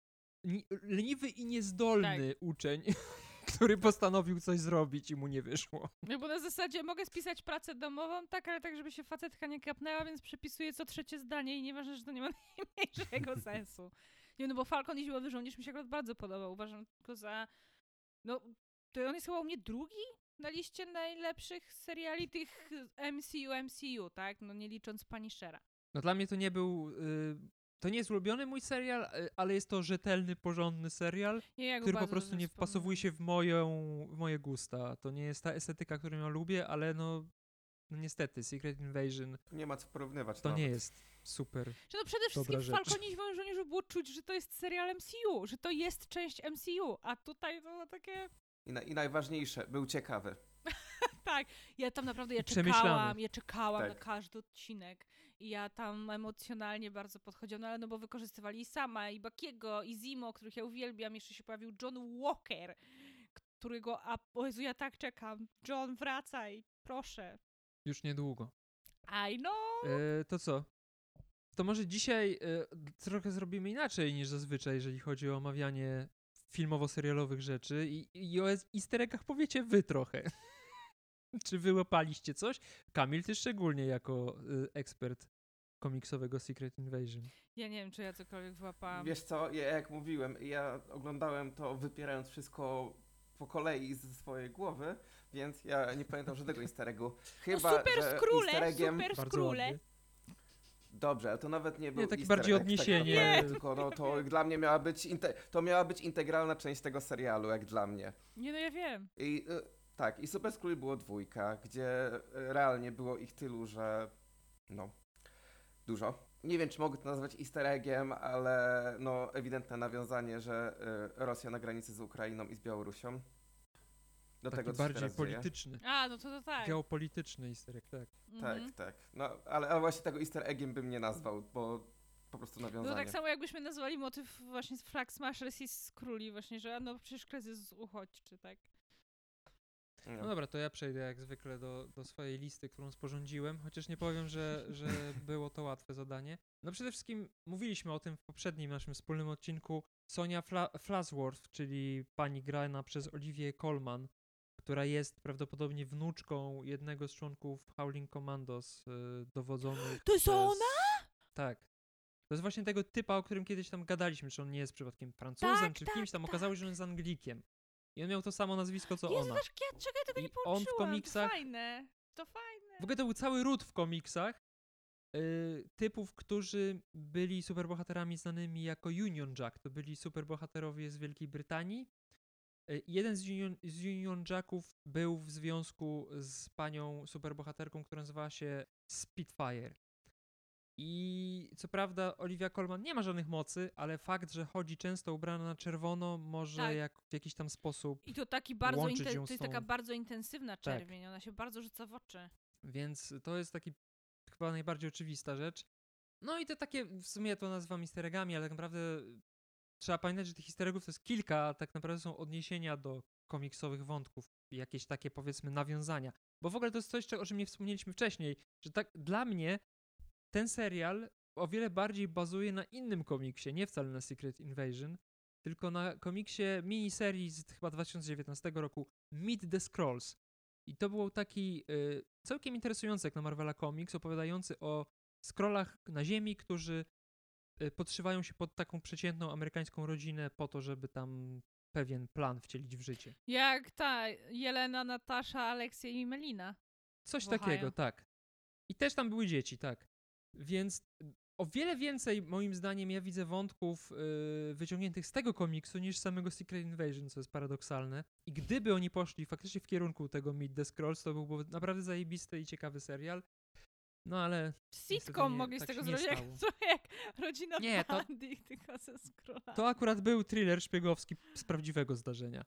ni, leniwy i niezdolny Tak. uczeń, który postanowił coś zrobić i mu nie wyszło. No bo na zasadzie mogę spisać pracę domową, tak, ale tak, żeby się facetka nie kapnęła, więc przepisuję co trzecie zdanie i nieważne, że to nie ma najmniejszego sensu. Nie, no bo Falcon i Zimowy Żołnierz mi się akurat bardzo podobał. Uważam go za... No, to on jest chyba u mnie drugi na liście najlepszych seriali tych M C U, M C U, tak? No nie licząc Punishera. No dla mnie to nie był... Y, to nie jest ulubiony mój serial, y, ale jest to rzetelny, porządny serial, Nie, ja go który po bardzo prostu dobrze nie wpasowuje się w moją, w moje gusta. To nie jest ta estetyka, którą ja lubię, ale no, no niestety, Secret Invasion Tu nie ma co porównywać to nawet. nie jest super. Że no przede wszystkim Dobra w rzecz. Falconie i Zimowym Żołnierzu było czuć, że to jest serial M C U, że to jest część M C U, a tutaj to było takie... I, na, I najważniejsze, był ciekawy. Tak, ja tam naprawdę, ja I przemyślany. czekałam, ja czekałam Tak. na każdy odcinek i ja tam emocjonalnie bardzo podchodziłam, no ale no bo wykorzystywali i Sama, i Bakiego, i Zimo, których ja uwielbiam, jeszcze się pojawił John Walker, którego, a o Jezu, ja tak czekam, John, wracaj, proszę. Już niedługo. I know! E, to co? To może dzisiaj e, trochę zrobimy inaczej niż zazwyczaj, jeżeli chodzi o omawianie filmowo-serialowych rzeczy i, i o es- easter eggach powiecie wy trochę. Czy wy łapaliście coś? Kamil, ty szczególnie jako y, ekspert komiksowego Secret Invasion. Ja nie wiem, czy ja cokolwiek wyłapałam. Wiesz co, ja, jak mówiłem, ja oglądałem to wypierając wszystko po kolei ze swojej głowy, więc ja nie pamiętam żadnego easter eggu. Chyba, no super że skrule, easter eggiem... super Bardzo skrule. ładny. Dobrze, ale to nawet nie był taki easter bardziej egg, odniesienie. Tak naprawdę, Nie. tylko no, to dla mnie miała być, inte- to miała być integralna część tego serialu, jak dla mnie. Nie, no ja wiem. I y, tak, i Super Skrull było dwójka, gdzie y, realnie było ich tylu, że no, dużo. Nie wiem, czy mogę to nazwać easter eggiem, ale no ewidentne nawiązanie, że y, Rosja na granicy z Ukrainą i z Białorusią. Do Taki tego, co się bardziej teraz dzieje. polityczny. A, no to to tak. Geopolityczny easter egg, tak. Mhm. Tak, tak. No, ale, ale właśnie tego easter eggiem bym nie nazwał, bo po prostu No nawiązanie. to tak samo jakbyśmy nazwali motyw właśnie z Flag Smashers i z Króli właśnie, że no przecież kryzys uchodźczy, tak? No. No dobra, to ja przejdę jak zwykle do, do swojej listy, którą sporządziłem, chociaż nie powiem, że, że było to łatwe zadanie. No przede wszystkim mówiliśmy o tym w poprzednim naszym wspólnym odcinku. Sonia Fla- Flasworth, czyli pani grana przez Olivię Colman, która jest prawdopodobnie wnuczką jednego z członków Howling Commandos yy, dowodzonych To jest przez... ona? Tak. To jest właśnie tego typa, o którym kiedyś tam gadaliśmy, czy on nie jest przypadkiem Francuzem, Tak, czy tak, kimś tam. tak. Okazało się, że on jest Anglikiem. I on miał to samo nazwisko, co Jezu, ona. też, ja, czekaj, tego I nie on w połączyłam. komiksach- To fajne, to fajne. W ogóle to był cały ród w komiksach yy, typów, którzy byli superbohaterami znanymi jako Union Jack. To byli superbohaterowie z Wielkiej Brytanii. Yy, jeden z Union, z Union Jacków był w związku z panią superbohaterką, która nazywała się Spitfire. I co prawda Olivia Colman nie ma żadnych mocy, ale fakt, że chodzi często ubrana na czerwono, może Tak. jak w jakiś tam sposób. I to taki bardzo Łączyć inten- ją to jest z tą- taka bardzo intensywna Tak. czerwień, ona się bardzo rzuca w oczy. Więc to jest taki chyba najbardziej oczywista rzecz. No i te takie, w sumie to nazywam easter eggami, ale tak naprawdę trzeba pamiętać, że tych easter eggów to jest kilka, a tak naprawdę są odniesienia do komiksowych wątków i jakieś takie, powiedzmy, nawiązania. Bo w ogóle to jest coś, czego- o czym nie wspomnieliśmy wcześniej, że tak dla mnie ten serial o wiele bardziej bazuje na innym komiksie, nie wcale na Secret Invasion, tylko na komiksie miniserii z chyba dwa tysiące dziewiętnastego roku Meet the Scrolls. I to był taki y, całkiem interesujący jak na Marvela komiks, opowiadający o Skrollach na Ziemi, którzy y, podszywają się pod taką przeciętną amerykańską rodzinę po to, żeby tam pewien plan wcielić w życie. Jak ta Jelena, Natasza, Aleksiej i Melina. Coś W Ohio. takiego, tak. I też tam były dzieci, tak. Więc o wiele więcej, moim zdaniem, ja widzę wątków yy, wyciągniętych z tego komiksu niż z samego Secret Invasion, co jest paradoksalne. I gdyby oni poszli faktycznie w kierunku tego Meet the Scrolls, to byłby naprawdę zajebisty i ciekawy serial. No ale Sitcom nie- mogli tak z tego się nie zrobić, jak, stało. trochę jak rodzina Nie, to- Bundy, tylko ze scrollami. to akurat był thriller szpiegowski z prawdziwego zdarzenia.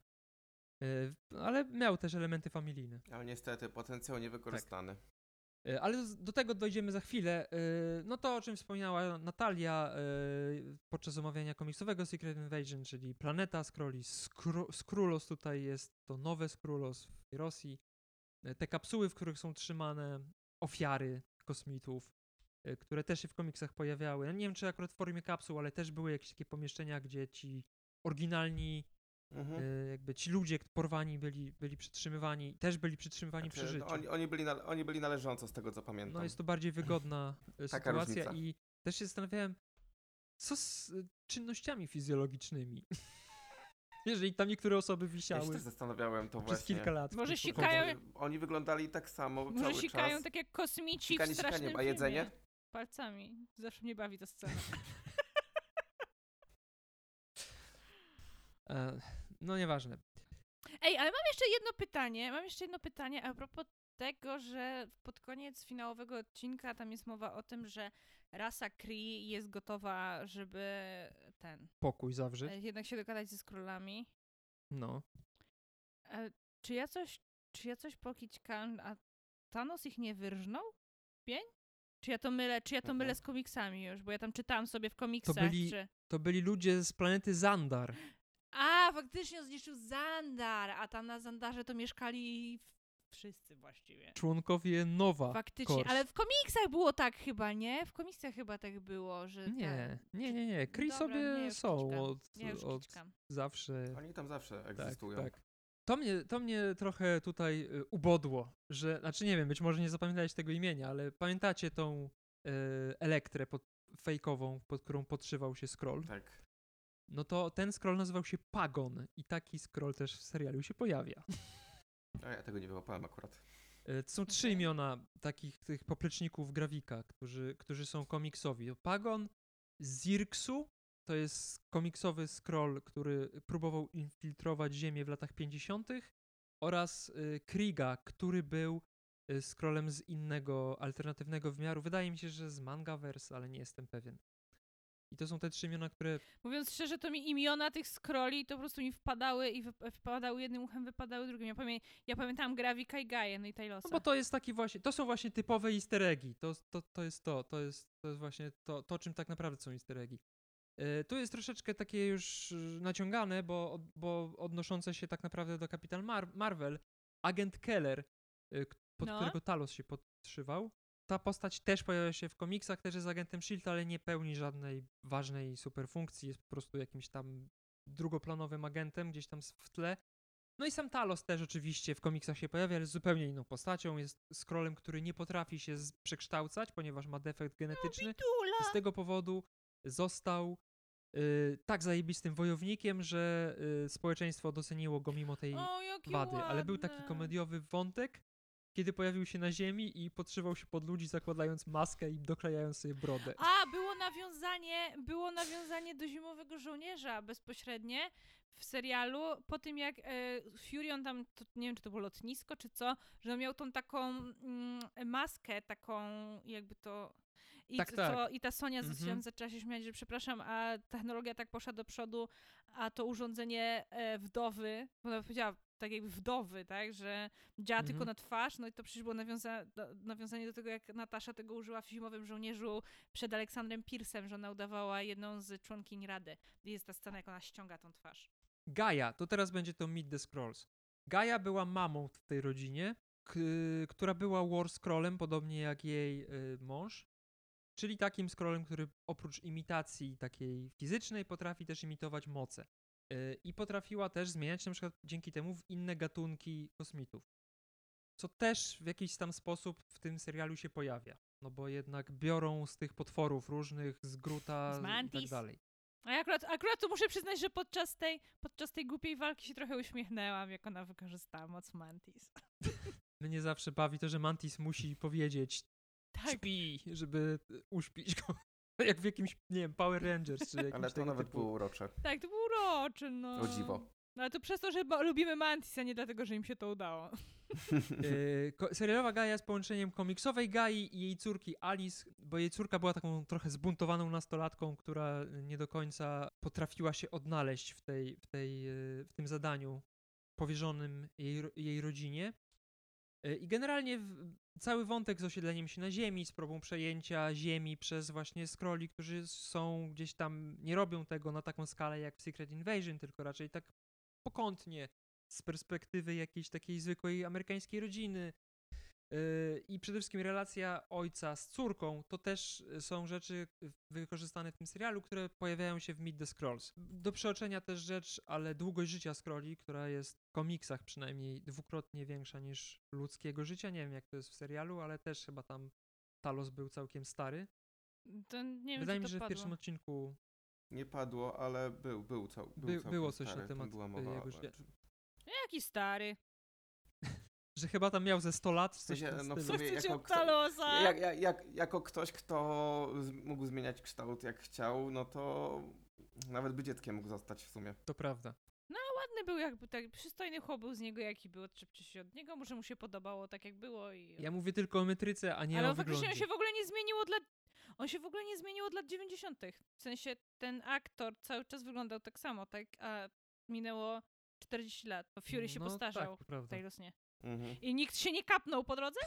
Yy, ale miał też elementy familijne. Ale niestety, potencjał niewykorzystany. E, Ale z- do tego dojdziemy za chwilę. E, No to, o czym wspomniała Natalia e, podczas omawiania komiksowego Secret Invasion, czyli Planeta Skrulli, Skru- Skrullos tutaj jest to nowe Skrullos w Rosji. E, Te kapsuły, w których są trzymane ofiary kosmitów, e, które też się w komiksach pojawiały. Ja nie wiem, czy akurat w formie kapsuł, ale też były jakieś takie pomieszczenia, gdzie ci oryginalni, Mhm. e, jakby ci ludzie porwani byli, byli przytrzymywani, też byli przytrzymywani przy Znaczy, życiu. no, oni, oni, byli na, oni byli należąco, z tego co pamiętam. No jest to bardziej wygodna e, Taka sytuacja różnica. i też się zastanawiałem, co z e, czynnościami fizjologicznymi. Jeżeli tam niektóre osoby Ja się wisiały też zastanawiałem to przez właśnie. kilka lat. w Może tych sikają- pokoju. Oni wyglądali tak samo Może cały sikają czas. tak jak kosmici Sikanie, w strasznym sikaniem, a jedzenie? filmie. Palcami. Zawsze mnie bawi ta scena. E, no nieważne. Ej, ale mam jeszcze jedno pytanie. Mam jeszcze jedno pytanie a propos tego, że pod koniec finałowego odcinka tam jest mowa o tym, że rasa Kree jest gotowa, żeby ten, Pokój zawrzeć. e, jednak się dogadać ze Skrullami. No. E, Czy ja coś, czy ja coś pokićkam, a Thanos ich nie wyrżnął? Pień? Czy ja to mylę, czy ja to mylę Mhm. z komiksami już, bo ja tam czytałam sobie w komiksach, byli- czy... To byli ludzie z planety Zandar. A, faktycznie on zniszczył Zandar, a tam na Zandarze to mieszkali w- wszyscy właściwie. Członkowie Nowa. Faktycznie, Kors. ale w komiksach było tak chyba, nie? W komiksach chyba tak było, że... Nie, ten- nie, nie, nie. Kree Dobra, sobie nie, już są kiczkam. od, Ja już od kiczkam. zawsze. Oni tam zawsze Tak, egzystują. tak. To mnie, to mnie trochę tutaj y, ubodło, że, znaczy nie wiem, być może nie zapamiętałeś tego imienia, ale pamiętacie tą y, Elektrę pod, fejkową, pod którą podszywał się Skrull? Tak. No to ten Skrull nazywał się Pagon i taki Skrull też w serialu się pojawia. A ja tego nie wyłapałem akurat. Y, To są trzy Okej. imiona takich tych popleczników Grawika, którzy, którzy są komiksowi. Pagon, Zirksu, to jest komiksowy Skrull, który próbował infiltrować Ziemię w latach pięćdziesiątych oraz y, Kriga, który był y, Skrullem z innego, alternatywnego wymiaru. Wydaje mi się, że z Mangaverse, ale nie jestem pewien. I to są te trzy imiona, które... Mówiąc szczerze, to mi imiona tych scrolli to po prostu mi wpadały i wyp- wpadały jednym uchem, wypadały drugim. Ja, pamię- ja pamiętałam Gravika i Gaję, no i Tylosa. No bo to jest taki właśnie, to są właśnie typowe easter eggi. To, to, to jest to, to jest, to jest właśnie to, to, czym tak naprawdę są easter eggi. Yy, tu jest troszeczkę takie już yy, naciągane, bo, od- bo odnoszące się tak naprawdę do Kapitan Mar- Marvel. Agent Keller, yy, k- pod No. którego Talos się podszywał. Ta postać też pojawia się w komiksach, też jest agentem S H I E L D, ale nie pełni żadnej ważnej super funkcji. Jest po prostu jakimś tam drugoplanowym agentem gdzieś tam w tle. No i sam Talos też oczywiście w komiksach się pojawia, ale jest zupełnie inną postacią. Jest Skrullem, który nie potrafi się z- przekształcać, ponieważ ma defekt genetyczny. I z tego powodu został y, tak zajebistym wojownikiem, że y, społeczeństwo doceniło go mimo tej O, jakie wady. Ale był taki ładne. komediowy wątek, kiedy pojawił się na ziemi i podszywał się pod ludzi, zakładając maskę i doklejając sobie brodę. A, było nawiązanie, było nawiązanie do Zimowego Żołnierza bezpośrednie w serialu, po tym jak e, Furion tam, to, nie wiem czy to było lotnisko czy co, że on miał tą taką mm, maskę, taką jakby to, I, Tak, co, tak. i ta Sonia Mhm. mhm. zaczęła się śmiać, że przepraszam, a technologia tak poszła do przodu, a to urządzenie e, wdowy, bo ona powiedziała tak jakby wdowy, tak, że działa Mhm. tylko na twarz, no i to przecież było nawiąza do, nawiązanie do tego, jak Natasza tego użyła w Zimowym Żołnierzu przed Aleksandrem Piersem, że ona udawała jedną z członkiń Rady. I jest ta scena, jak ona ściąga tą twarz. Gaia, to teraz będzie to Meet the Scrolls. Gaia była mamą w tej rodzinie, k- która była War Scrollem, podobnie jak jej y, mąż, czyli takim scrollem, który oprócz imitacji takiej fizycznej potrafi też imitować moce. Y, I potrafiła też zmieniać na przykład dzięki temu w inne gatunki kosmitów. Co też w jakiś tam sposób w tym serialu się pojawia. No bo jednak biorą z tych potworów różnych, z Gruta Z i tak Mantis. dalej. A ja akurat, akurat tu muszę przyznać, że podczas tej, podczas tej głupiej walki się trochę uśmiechnęłam, jak ona wykorzystała moc Mantis. Mnie zawsze bawi to, że Mantis musi powiedzieć Tak, śpi, żeby uśpić go. Jak w jakimś, nie wiem, Power Rangers czy jakimś Ale to tego nawet typu. było urocze. tak, to był uroczy, no. O dziwo. No ale to przez to, że ba- lubimy Mantis, a nie dlatego, że im się to udało. Yy, ko- serialowa Gaia jest połączeniem komiksowej Gai i jej córki Alice, bo jej córka była taką trochę zbuntowaną nastolatką, która nie do końca potrafiła się odnaleźć w, tej, w, tej, yy, w tym zadaniu powierzonym jej, ro- jej rodzinie. Yy, I generalnie w, cały wątek z osiedleniem się na Ziemi, z próbą przejęcia Ziemi przez właśnie Skrulli, którzy są gdzieś tam, nie robią tego na taką skalę jak w Secret Invasion, tylko raczej tak pokątnie, z perspektywy jakiejś takiej zwykłej amerykańskiej rodziny. Yy, I przede wszystkim relacja ojca z córką, to też są rzeczy wykorzystane w tym serialu, które pojawiają się w Meet the Scrolls. Do przeoczenia też rzecz, ale długość życia Skrulli, która jest w komiksach przynajmniej dwukrotnie większa niż ludzkiego życia. Nie wiem, jak to jest w serialu, ale też chyba tam Talos był całkiem stary. To nie wiem, Wydaje czy mi to się, że w padło. pierwszym odcinku Nie padło, ale był, był, cał, był By- całkiem było coś na stary. temat Tam była mowa jego o- życia. Jaki stary. że chyba tam miał ze sto lat, W coś w sensie, tym no w stylu. sumie Chcecie jako, od kto, Talosa. jak, jak, jak, jako ktoś, kto z, mógł zmieniać kształt jak chciał, no to nawet by dzieckiem mógł zostać w sumie. To prawda. Ładny był jakby, tak przystojny chłop był z niego, jaki był, odczepcie się od niego, może mu się podobało tak, jak było i... Ja mówię tylko o metryce, a nie Ale o on faktycznie wyglądzie. on się w ogóle nie zmienił od lat... On się w ogóle nie zmienił od lat dziewięćdziesiątych. W sensie ten aktor cały czas wyglądał tak samo, tak? A minęło czterdzieści lat. Bo Fury się No, postarzał. tak, to prawda. Talos nie. Mhm. I nikt się nie kapnął po drodze?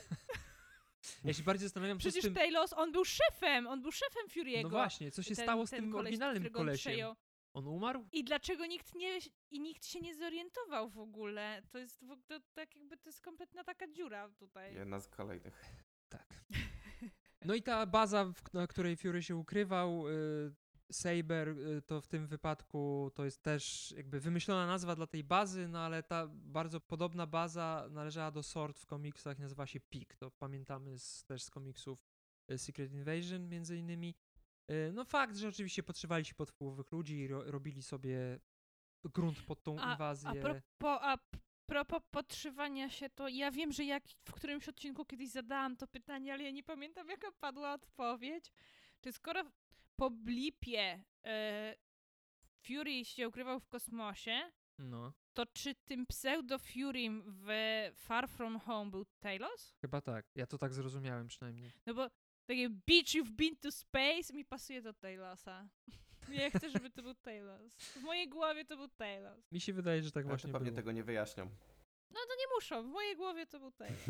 Ja się bardziej zastanawiam, co z Przecież tym... Talos, on był szefem, on był szefem Fury'ego. No właśnie, co się Ten- stało z ten tym koleś, oryginalnym którego on kolesiem? przejął. On umarł? I dlaczego nikt nie, i nikt się nie zorientował w ogóle? To jest w ogóle tak jakby to jest kompletna taka dziura tutaj. Jedna z kolejnych. Tak. No i ta baza, w, na której Fury się ukrywał, y, Saber, y, to w tym wypadku to jest też jakby wymyślona nazwa dla tej bazy, no ale ta bardzo podobna baza należała do S W O R D w komiksach, nazywa się Peak. To pamiętamy z, też z komiksów y, Secret Invasion między innymi. Y, no fakt, że oczywiście podszywali się pod wpływowych ludzi i ro, robili sobie grunt pod tą A- inwazję. A propos, a p- propos podszywania się, to ja wiem, że jak w którymś odcinku kiedyś zadałam to pytanie, ale ja nie pamiętam, jaka padła odpowiedź. Czy skoro w- po blipie e, Fury się ukrywał w kosmosie, No, to czy tym pseudo-Furym w Far From Home był Talos? chyba tak. Ja to tak zrozumiałem przynajmniej. No bo takie bitch, you've been to space mi pasuje do Talosa. Ja chcę, żeby to był Talos. W mojej głowie to był Talos. Mi się wydaje, że tak Ale właśnie to pewnie było. tego nie wyjaśnią. No to nie muszą, w mojej głowie to był Talos.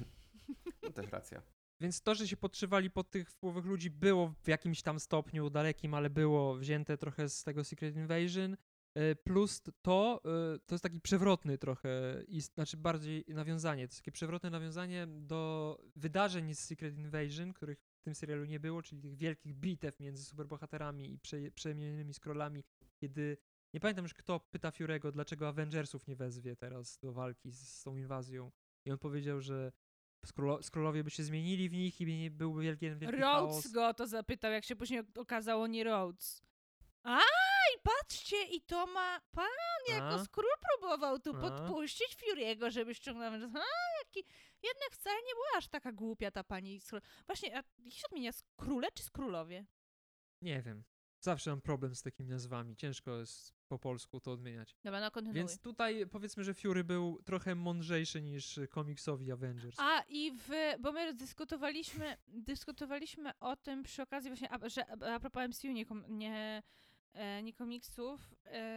No też racja. Więc to, że się podszywali pod tych wpływowych ludzi, było w jakimś tam stopniu dalekim, ale było wzięte trochę z tego Secret Invasion. E, Plus t- to, e, to jest taki przewrotny trochę, ist- znaczy bardziej nawiązanie. To jest takie przewrotne nawiązanie do wydarzeń z Secret Invasion, których w tym serialu nie było, czyli tych wielkich bitew między superbohaterami i prze, przemienionymi scrollami, kiedy nie pamiętam już kto pyta Fury'ego, dlaczego Avengersów nie wezwie teraz do walki z, z tą inwazją. I on powiedział, że Skrullo- Skrullowie by się zmienili w nich i nie byłby wielki, wielki Rhodes chaos. go to zapytał, jak się później ok- okazało, nie Rhodes. A i patrzcie, i to ma... Pan jako A? Skrull próbował tu A? podpuścić Fury'ego, żeby ściągnął... A, jaki... Jednak wcale nie była aż taka głupia ta pani Skrull. Właśnie, a jak się odmienia, Skrulle czy Skrullowie? Nie wiem. Zawsze mam problem z takimi nazwami. Ciężko jest po polsku to odmieniać. Dobra, no kontynuuj. Więc tutaj powiedzmy, że Fury był trochę mądrzejszy niż komiksowi Avengers. A i w, bo my dyskutowaliśmy, dyskutowaliśmy o tym przy okazji właśnie, a, że a propos M C U, nie, kom- nie, e, nie komiksów,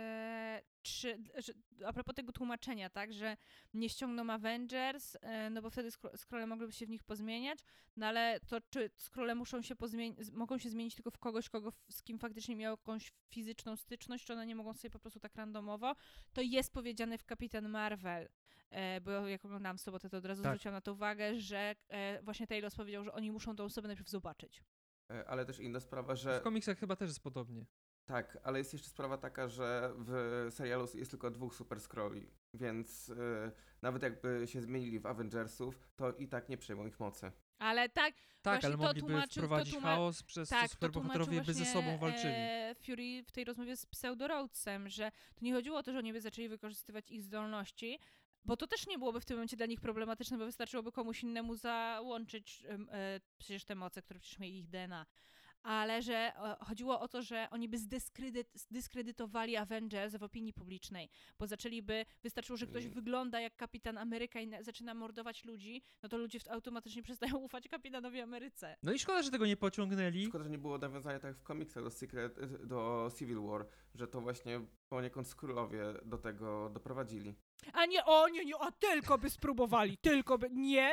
e, czy, że, a propos tego tłumaczenia, tak, że nie ściągną Avengers, e, no bo wtedy skro- scrolle mogłyby się w nich pozmieniać, no ale to czy scrolle muszą się pozmienić, mogą się zmienić tylko w kogoś, kogo, z kim faktycznie miał jakąś fizyczną styczność, czy one nie mogą sobie po prostu tak randomowo, to jest powiedziane w Kapitan Marvel. E, bo jak oglądałam w sobotę, to od razu Tak. zwróciłam na to uwagę, że e, właśnie Taylor powiedział, że oni muszą tą osobę najpierw zobaczyć. E, Ale też inna sprawa, że... W komiksach chyba też jest podobnie. Tak, ale jest jeszcze sprawa taka, że w serialu jest tylko dwóch super scrolli, więc y, nawet jakby się zmienili w Avengersów, to i tak nie przejmą ich mocy. Ale tak, Tak, Właśnie ale to mogliby tłumaczył- to wprowadzić tłuma- chaos, przez tak, co to superbohaterowie tłumaczył by ze właśnie, sobą walczyli. E, Fury w tej rozmowie z Pseudo-Rhodesem, że to nie chodziło o to, że oni by zaczęli wykorzystywać ich zdolności, bo to też nie byłoby w tym momencie dla nich problematyczne, bo wystarczyłoby komuś innemu załączyć em, e, przecież te moce, które przecież mieli ich D N A. Ale że e, chodziło o to, że oni by zdyskredyt, zdyskredytowali Avengers w opinii publicznej, bo zaczęliby, wystarczyło, że ktoś Mm. wygląda jak Kapitan Ameryka i na, zaczyna mordować ludzi, no to ludzie w- automatycznie przestają ufać Kapitanowi Ameryce. No i szkoda, że tego nie pociągnęli. Szkoda, że nie było nawiązania tak jak w komiksach do, Secret, do Civil War, że to właśnie poniekąd Skrullowie do tego doprowadzili. A nie, o nie, nie, a tylko by spróbowali, tylko by, nie.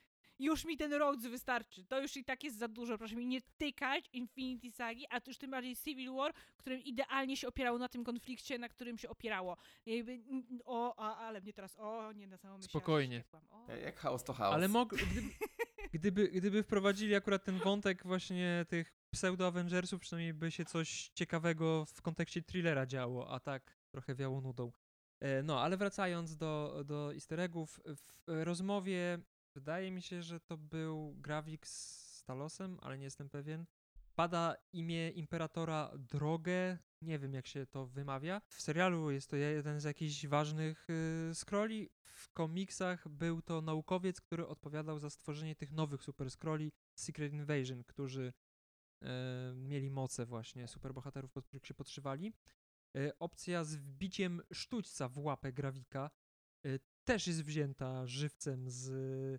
Już mi ten Rhodes wystarczy. To już i tak jest za dużo. Proszę mi nie tykać Infinity Sagi, a to już tym bardziej Civil War, którym idealnie się opierało na tym konflikcie, na którym się opierało. Jakby, mm, o, a, ale mnie teraz, o, nie, na samą myśl. Spokojnie. Ja- Jak chaos to chaos. Ale mog... gdyby, gdyby, gdyby wprowadzili akurat ten wątek właśnie tych pseudo-Avengersów, przynajmniej by się coś ciekawego w kontekście thrillera działo, a tak trochę wiało nudą. E, No, ale wracając do, do easter eggów, w rozmowie wydaje mi się, że to był Gravik z Talosem, ale nie jestem pewien. Pada imię Imperatora Drogę, nie wiem jak się to wymawia. W serialu jest to jeden z jakichś ważnych y, scrolli. W komiksach był to naukowiec, który odpowiadał za stworzenie tych nowych super scrolli Secret Invasion, którzy y, mieli moce właśnie superbohaterów, pod których się podszywali. Y, opcja z wbiciem sztućca w łapę Gravika y, też jest wzięta żywcem z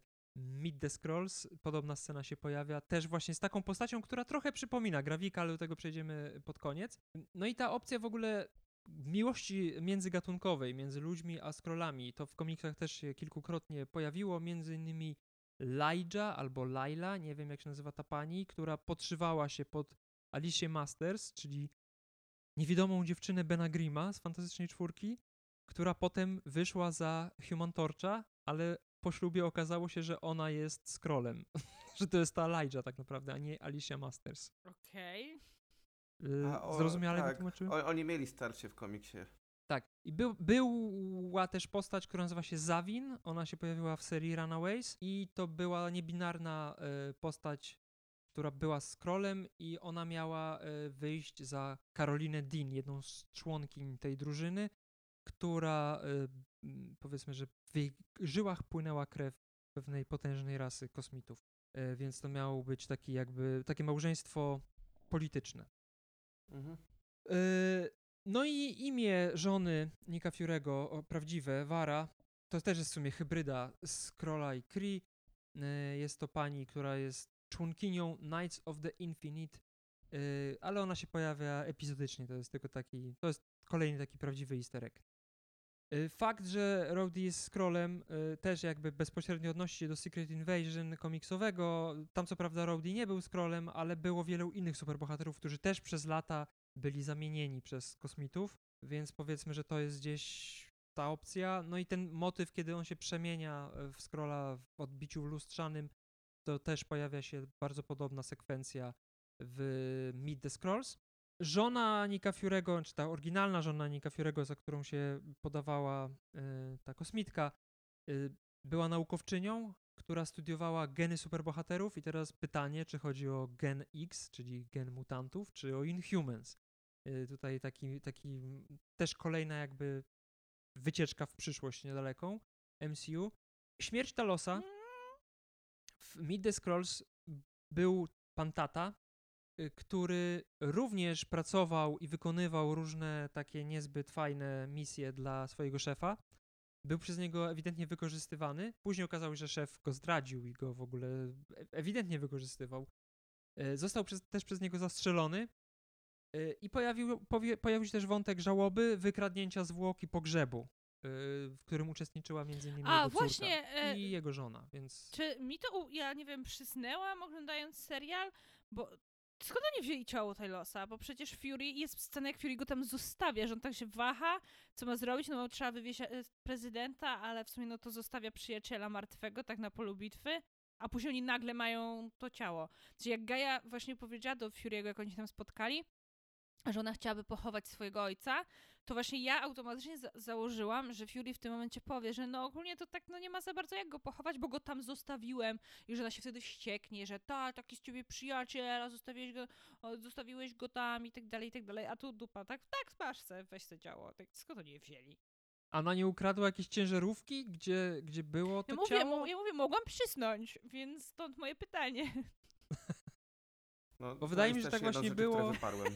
Meet the Scrolls. Podobna scena się pojawia też właśnie z taką postacią, która trochę przypomina Gravika, ale do tego przejdziemy pod koniec. No i ta opcja w ogóle miłości międzygatunkowej między ludźmi a scrollami, to w komiksach też się kilkukrotnie pojawiło, między innymi Laija albo Laila, nie wiem jak się nazywa ta pani, która podszywała się pod Alicję Masters, czyli niewidomą dziewczynę Bena Grima z Fantastycznej Czwórki, która potem wyszła za Human Torcha, ale po ślubie okazało się, że ona jest Skrollem. Że to jest ta Elijah tak naprawdę, a nie Alicia Masters. Okej. Yy, A, o, Zrozumiale tak. wytłumaczyłem? O, oni mieli starcie w komiksie. Tak. I był, była też postać, która nazywa się Zawin. Ona się pojawiła w serii Runaways i to była niebinarna y, postać, która była Skrollem i ona miała y, wyjść za Carolinę Dean, jedną z członkiń tej drużyny, która y, m, powiedzmy, że w jej żyłach płynęła krew pewnej potężnej rasy kosmitów. Y, więc to miało być taki jakby, takie małżeństwo polityczne. Mhm. Y, no i imię żony Nicka Fury'ego, o, prawdziwe, Vara, to też jest w sumie hybryda Skrolla i Kree. Y, Jest to pani, która jest członkinią Knights of the Infinite, y, ale ona się pojawia epizodycznie, to jest tylko taki, to jest kolejny taki prawdziwy easter egg. Y, Fakt, że Rhodey jest Skrollem, y, też jakby bezpośrednio odnosi się do Secret Invasion komiksowego. Tam co prawda Rhodey nie był Skrollem, ale było wielu innych superbohaterów, którzy też przez lata byli zamienieni przez kosmitów, więc powiedzmy, że to jest gdzieś ta opcja. No i ten motyw, kiedy on się przemienia e, w Skrolla w odbiciu lustrzanym, to też pojawia się bardzo podobna sekwencja w Meet the Scrolls. Żona Nicka Fury'ego, czy ta oryginalna żona Nicka Fury'ego, za którą się podawała e, ta kosmitka, e, była naukowczynią, która studiowała geny superbohaterów i teraz pytanie, czy chodzi o gen X, czyli gen mutantów, czy o Inhumans. Y, Tutaj taki, taki też kolejna jakby wycieczka w przyszłość niedaleką M C U. Śmierć Talosa. W Meet the Scrolls był pan Tata, y, który również pracował i wykonywał różne takie niezbyt fajne misje dla swojego szefa. Był przez niego ewidentnie wykorzystywany. Później okazało się, że szef go zdradził i go w ogóle e- ewidentnie wykorzystywał. E, Został przez, też przez niego zastrzelony e, i pojawił, powie, pojawił się też wątek żałoby, wykradnięcia zwłok i pogrzebu, e, w którym uczestniczyła między innymi A, jego córka właśnie, e, i jego żona, więc Czy mi to, u- ja nie wiem, przysnęłam oglądając serial, bo skąd oni wzięli ciało Tylosa? Bo przecież Fury, jest scena, jak Fury go tam zostawia, że on tak się waha, co ma zrobić, no bo trzeba wywieźć e, prezydenta, ale w sumie no to zostawia przyjaciela martwego, tak na polu bitwy, a później oni nagle mają to ciało. Czyli jak Gaia właśnie powiedziała do Fury'ego, jak oni się tam spotkali, że ona chciałaby pochować swojego ojca, to właśnie ja automatycznie za- założyłam, że Fury w tym momencie powie, że no ogólnie to tak no nie ma za bardzo jak go pochować, bo go tam zostawiłem i że ona się wtedy wścieknie, że ta, taki z ciebie przyjaciel, a zostawiłeś go, o, zostawiłeś go tam i tak dalej, i tak dalej, a tu dupa, tak, tak, masz se, weź se ciało, tak, skąd oni je wzięli? a na nie ukradła jakieś ciężarówki, gdzie, gdzie było to Ja mówię, ciało? mo- ja mówię, mogłam przysnąć, więc stąd moje pytanie. No, Bo to wydaje mi jest się, że też tak jedna z właśnie rzeczy, które było. wyparłem.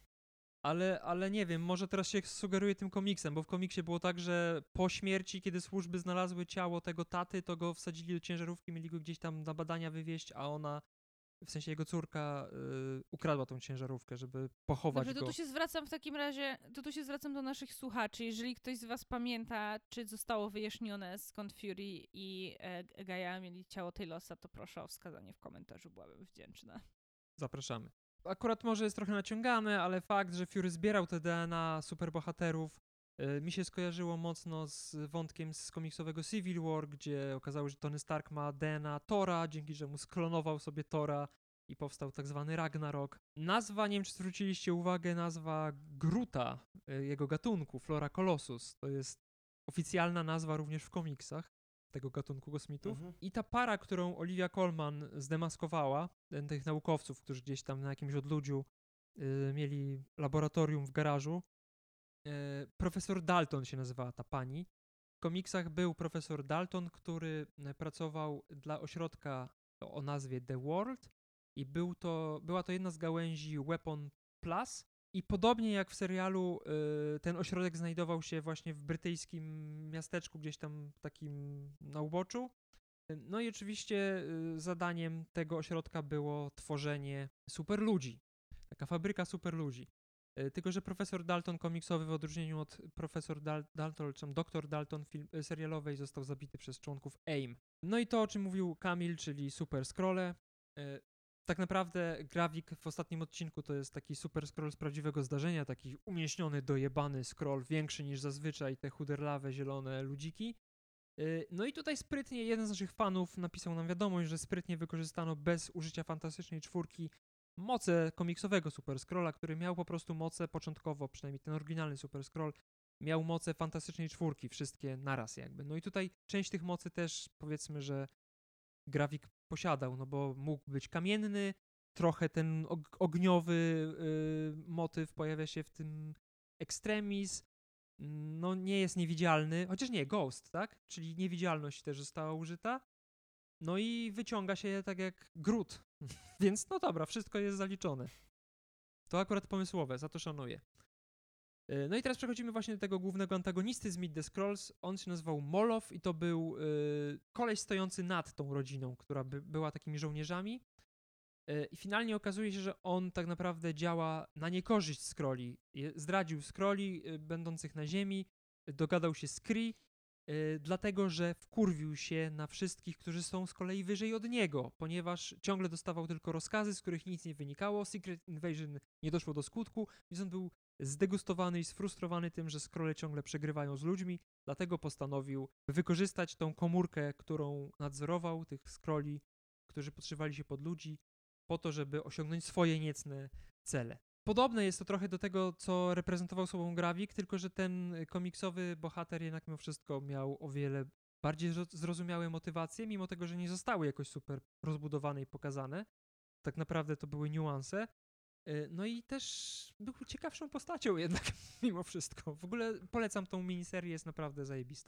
Ale, ale nie wiem, może teraz się sugeruje tym komiksem, bo w komiksie było tak, że po śmierci, kiedy służby znalazły ciało tego taty, to go wsadzili do ciężarówki, mieli go gdzieś tam na badania wywieźć, a ona, w sensie jego córka, y, ukradła tą ciężarówkę, żeby pochować Dobrze, to go. tu się zwracam w takim razie, to tu się zwracam do naszych słuchaczy. Jeżeli ktoś z was pamięta, czy zostało wyjaśnione, skąd Fury i e, Gaia mieli ciało Tylosa, to proszę o wskazanie w komentarzu, byłabym wdzięczna. Zapraszamy. Akurat może jest trochę naciągane, ale fakt, że Fury zbierał te D N A superbohaterów, y, mi się skojarzyło mocno z wątkiem z komiksowego Civil War, gdzie okazało się, że Tony Stark ma D N A Thora, dzięki czemu sklonował sobie Thora i powstał tak zwany Ragnarok. Nazwa, nie wiem czy zwróciliście uwagę, nazwa Gruta, y, jego gatunku, Flora Colossus, to jest oficjalna nazwa również w komiksach tego gatunku kosmitów. Mhm. I ta para, którą Olivia Colman zdemaskowała, ten, tych naukowców, którzy gdzieś tam na jakimś odludziu y, mieli laboratorium w garażu, y, profesor Dalton się nazywała ta pani. W komiksach był profesor Dalton, który y, pracował dla ośrodka o nazwie The World i był to, była to jedna z gałęzi Weapon Plus. I podobnie jak w serialu, y, ten ośrodek znajdował się właśnie w brytyjskim miasteczku, gdzieś tam takim na uboczu. No i oczywiście y, zadaniem tego ośrodka było tworzenie superludzi. Taka fabryka superludzi. Y, Tylko że profesor Dalton komiksowy, w odróżnieniu od profesor Dal- Dalton, czy tam doktor Dalton film, y, serialowej, został zabity przez członków A I M. No i to, o czym mówił Kamil, czyli Super Scrolle. Y, Tak naprawdę Gravik w ostatnim odcinku to jest taki super scroll z prawdziwego zdarzenia, taki umieśniony, dojebany scroll, większy niż zazwyczaj te chuderlawe, zielone ludziki. Yy, No i tutaj sprytnie jeden z naszych fanów napisał nam wiadomość, że sprytnie wykorzystano bez użycia Fantastycznej Czwórki moce komiksowego Super Scrolla, który miał po prostu moce początkowo, przynajmniej ten oryginalny Super Scroll, miał moce Fantastycznej Czwórki, wszystkie naraz jakby. No i tutaj część tych mocy też powiedzmy, że Gravik posiadał, no bo mógł być kamienny, trochę ten og- ogniowy y, motyw pojawia się w tym Extremis, no nie jest niewidzialny, chociaż nie, Ghost, tak? Czyli niewidzialność też została użyta, no i wyciąga się je tak jak Groot, więc no dobra, wszystko jest zaliczone. To akurat pomysłowe, za to szanuję. Y, No i teraz przechodzimy właśnie do tego głównego antagonisty z Meet the Scrolls. On się nazywał Molow i to był y, koleś stojący nad tą rodziną, która by, była takimi żołnierzami. Y, I finalnie okazuje się, że on tak naprawdę działa na niekorzyść Skrulli. Je- Zdradził Skrulli y, będących na ziemi, y, dogadał się z Kree, y, dlatego że wkurwił się na wszystkich, którzy są z kolei wyżej od niego, ponieważ ciągle dostawał tylko rozkazy, z których nic nie wynikało, Secret Invasion nie doszło do skutku, więc on był zdegustowany i sfrustrowany tym, że Skrulle ciągle przegrywają z ludźmi, dlatego postanowił wykorzystać tą komórkę, którą nadzorował, tych Skrulli, którzy podszywali się pod ludzi, po to, żeby osiągnąć swoje niecne cele. Podobne jest to trochę do tego, co reprezentował sobą Gravik, tylko że ten komiksowy bohater jednak mimo wszystko miał o wiele bardziej zro- zrozumiałe motywacje, mimo tego, że nie zostały jakoś super rozbudowane i pokazane. Tak naprawdę to były niuanse. Y, No i też był ciekawszą postacią jednak mimo wszystko. W ogóle polecam tą miniserię, jest naprawdę zajebista.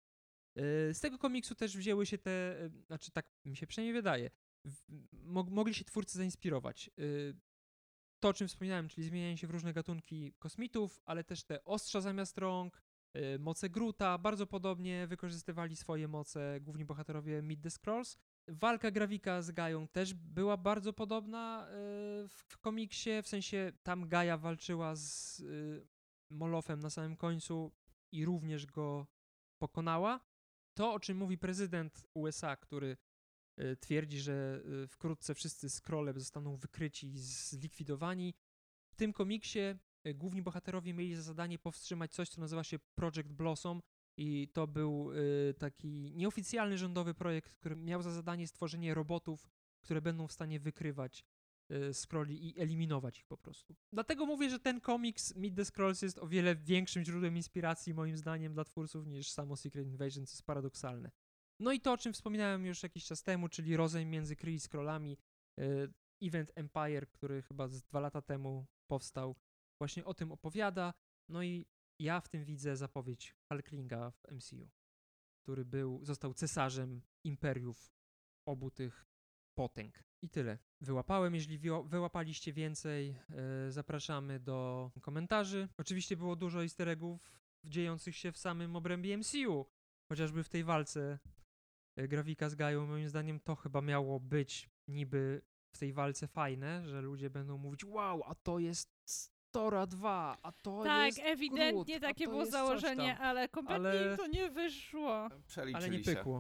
Y, Z tego komiksu też wzięły się te, y, znaczy tak mi się przynajmniej wydaje, w- mog- mogli się twórcy zainspirować. Y, to, o czym wspominałem, czyli zmienianie się w różne gatunki kosmitów, ale też te ostrza zamiast rąk, y, moce Groota, bardzo podobnie wykorzystywali swoje moce główni bohaterowie Meet the Scrolls. Walka Gravika z Gają też była bardzo podobna y, w, w komiksie, w sensie tam Gaja walczyła z y, Molofem na samym końcu i również go pokonała. To, o czym mówi prezydent U S A, który y, twierdzi, że y, wkrótce wszyscy Skrolle zostaną wykryci i zlikwidowani. W tym komiksie y, główni bohaterowie mieli za zadanie powstrzymać coś, co nazywa się Project Blossom i to był y, taki nieoficjalny rządowy projekt, który miał za zadanie stworzenie robotów, które będą w stanie wykrywać y, Skrulli i eliminować ich po prostu. Dlatego mówię, że ten komiks Meet the Scrolls jest o wiele większym źródłem inspiracji moim zdaniem dla twórców niż samo Secret Invasion, co jest paradoksalne. No i to, o czym wspominałem już jakiś czas temu, czyli rozejm między Kree i Skrullami, y, Event Empire, który chyba z dwa lata temu powstał, właśnie o tym opowiada. No i ja w tym widzę zapowiedź Hulklinga w M C U, który był, został cesarzem imperiów obu tych potęg. I tyle. Wyłapałem. Jeśli wi- wyłapaliście więcej, yy, zapraszamy do komentarzy. Oczywiście było dużo easter eggów dziejących się w samym obrębie M C U. Chociażby w tej walce yy, Gravika z Gają, moim zdaniem to chyba miało być niby w tej walce fajne, że ludzie będą mówić: wow, a to jest Tora dwa, a to Tak, jest ewidentnie Groot, a takie to było jest coś założenie, tam. ale kompletnie Ale- im to nie wyszło. Przeliczyli Ale nie się. pykło.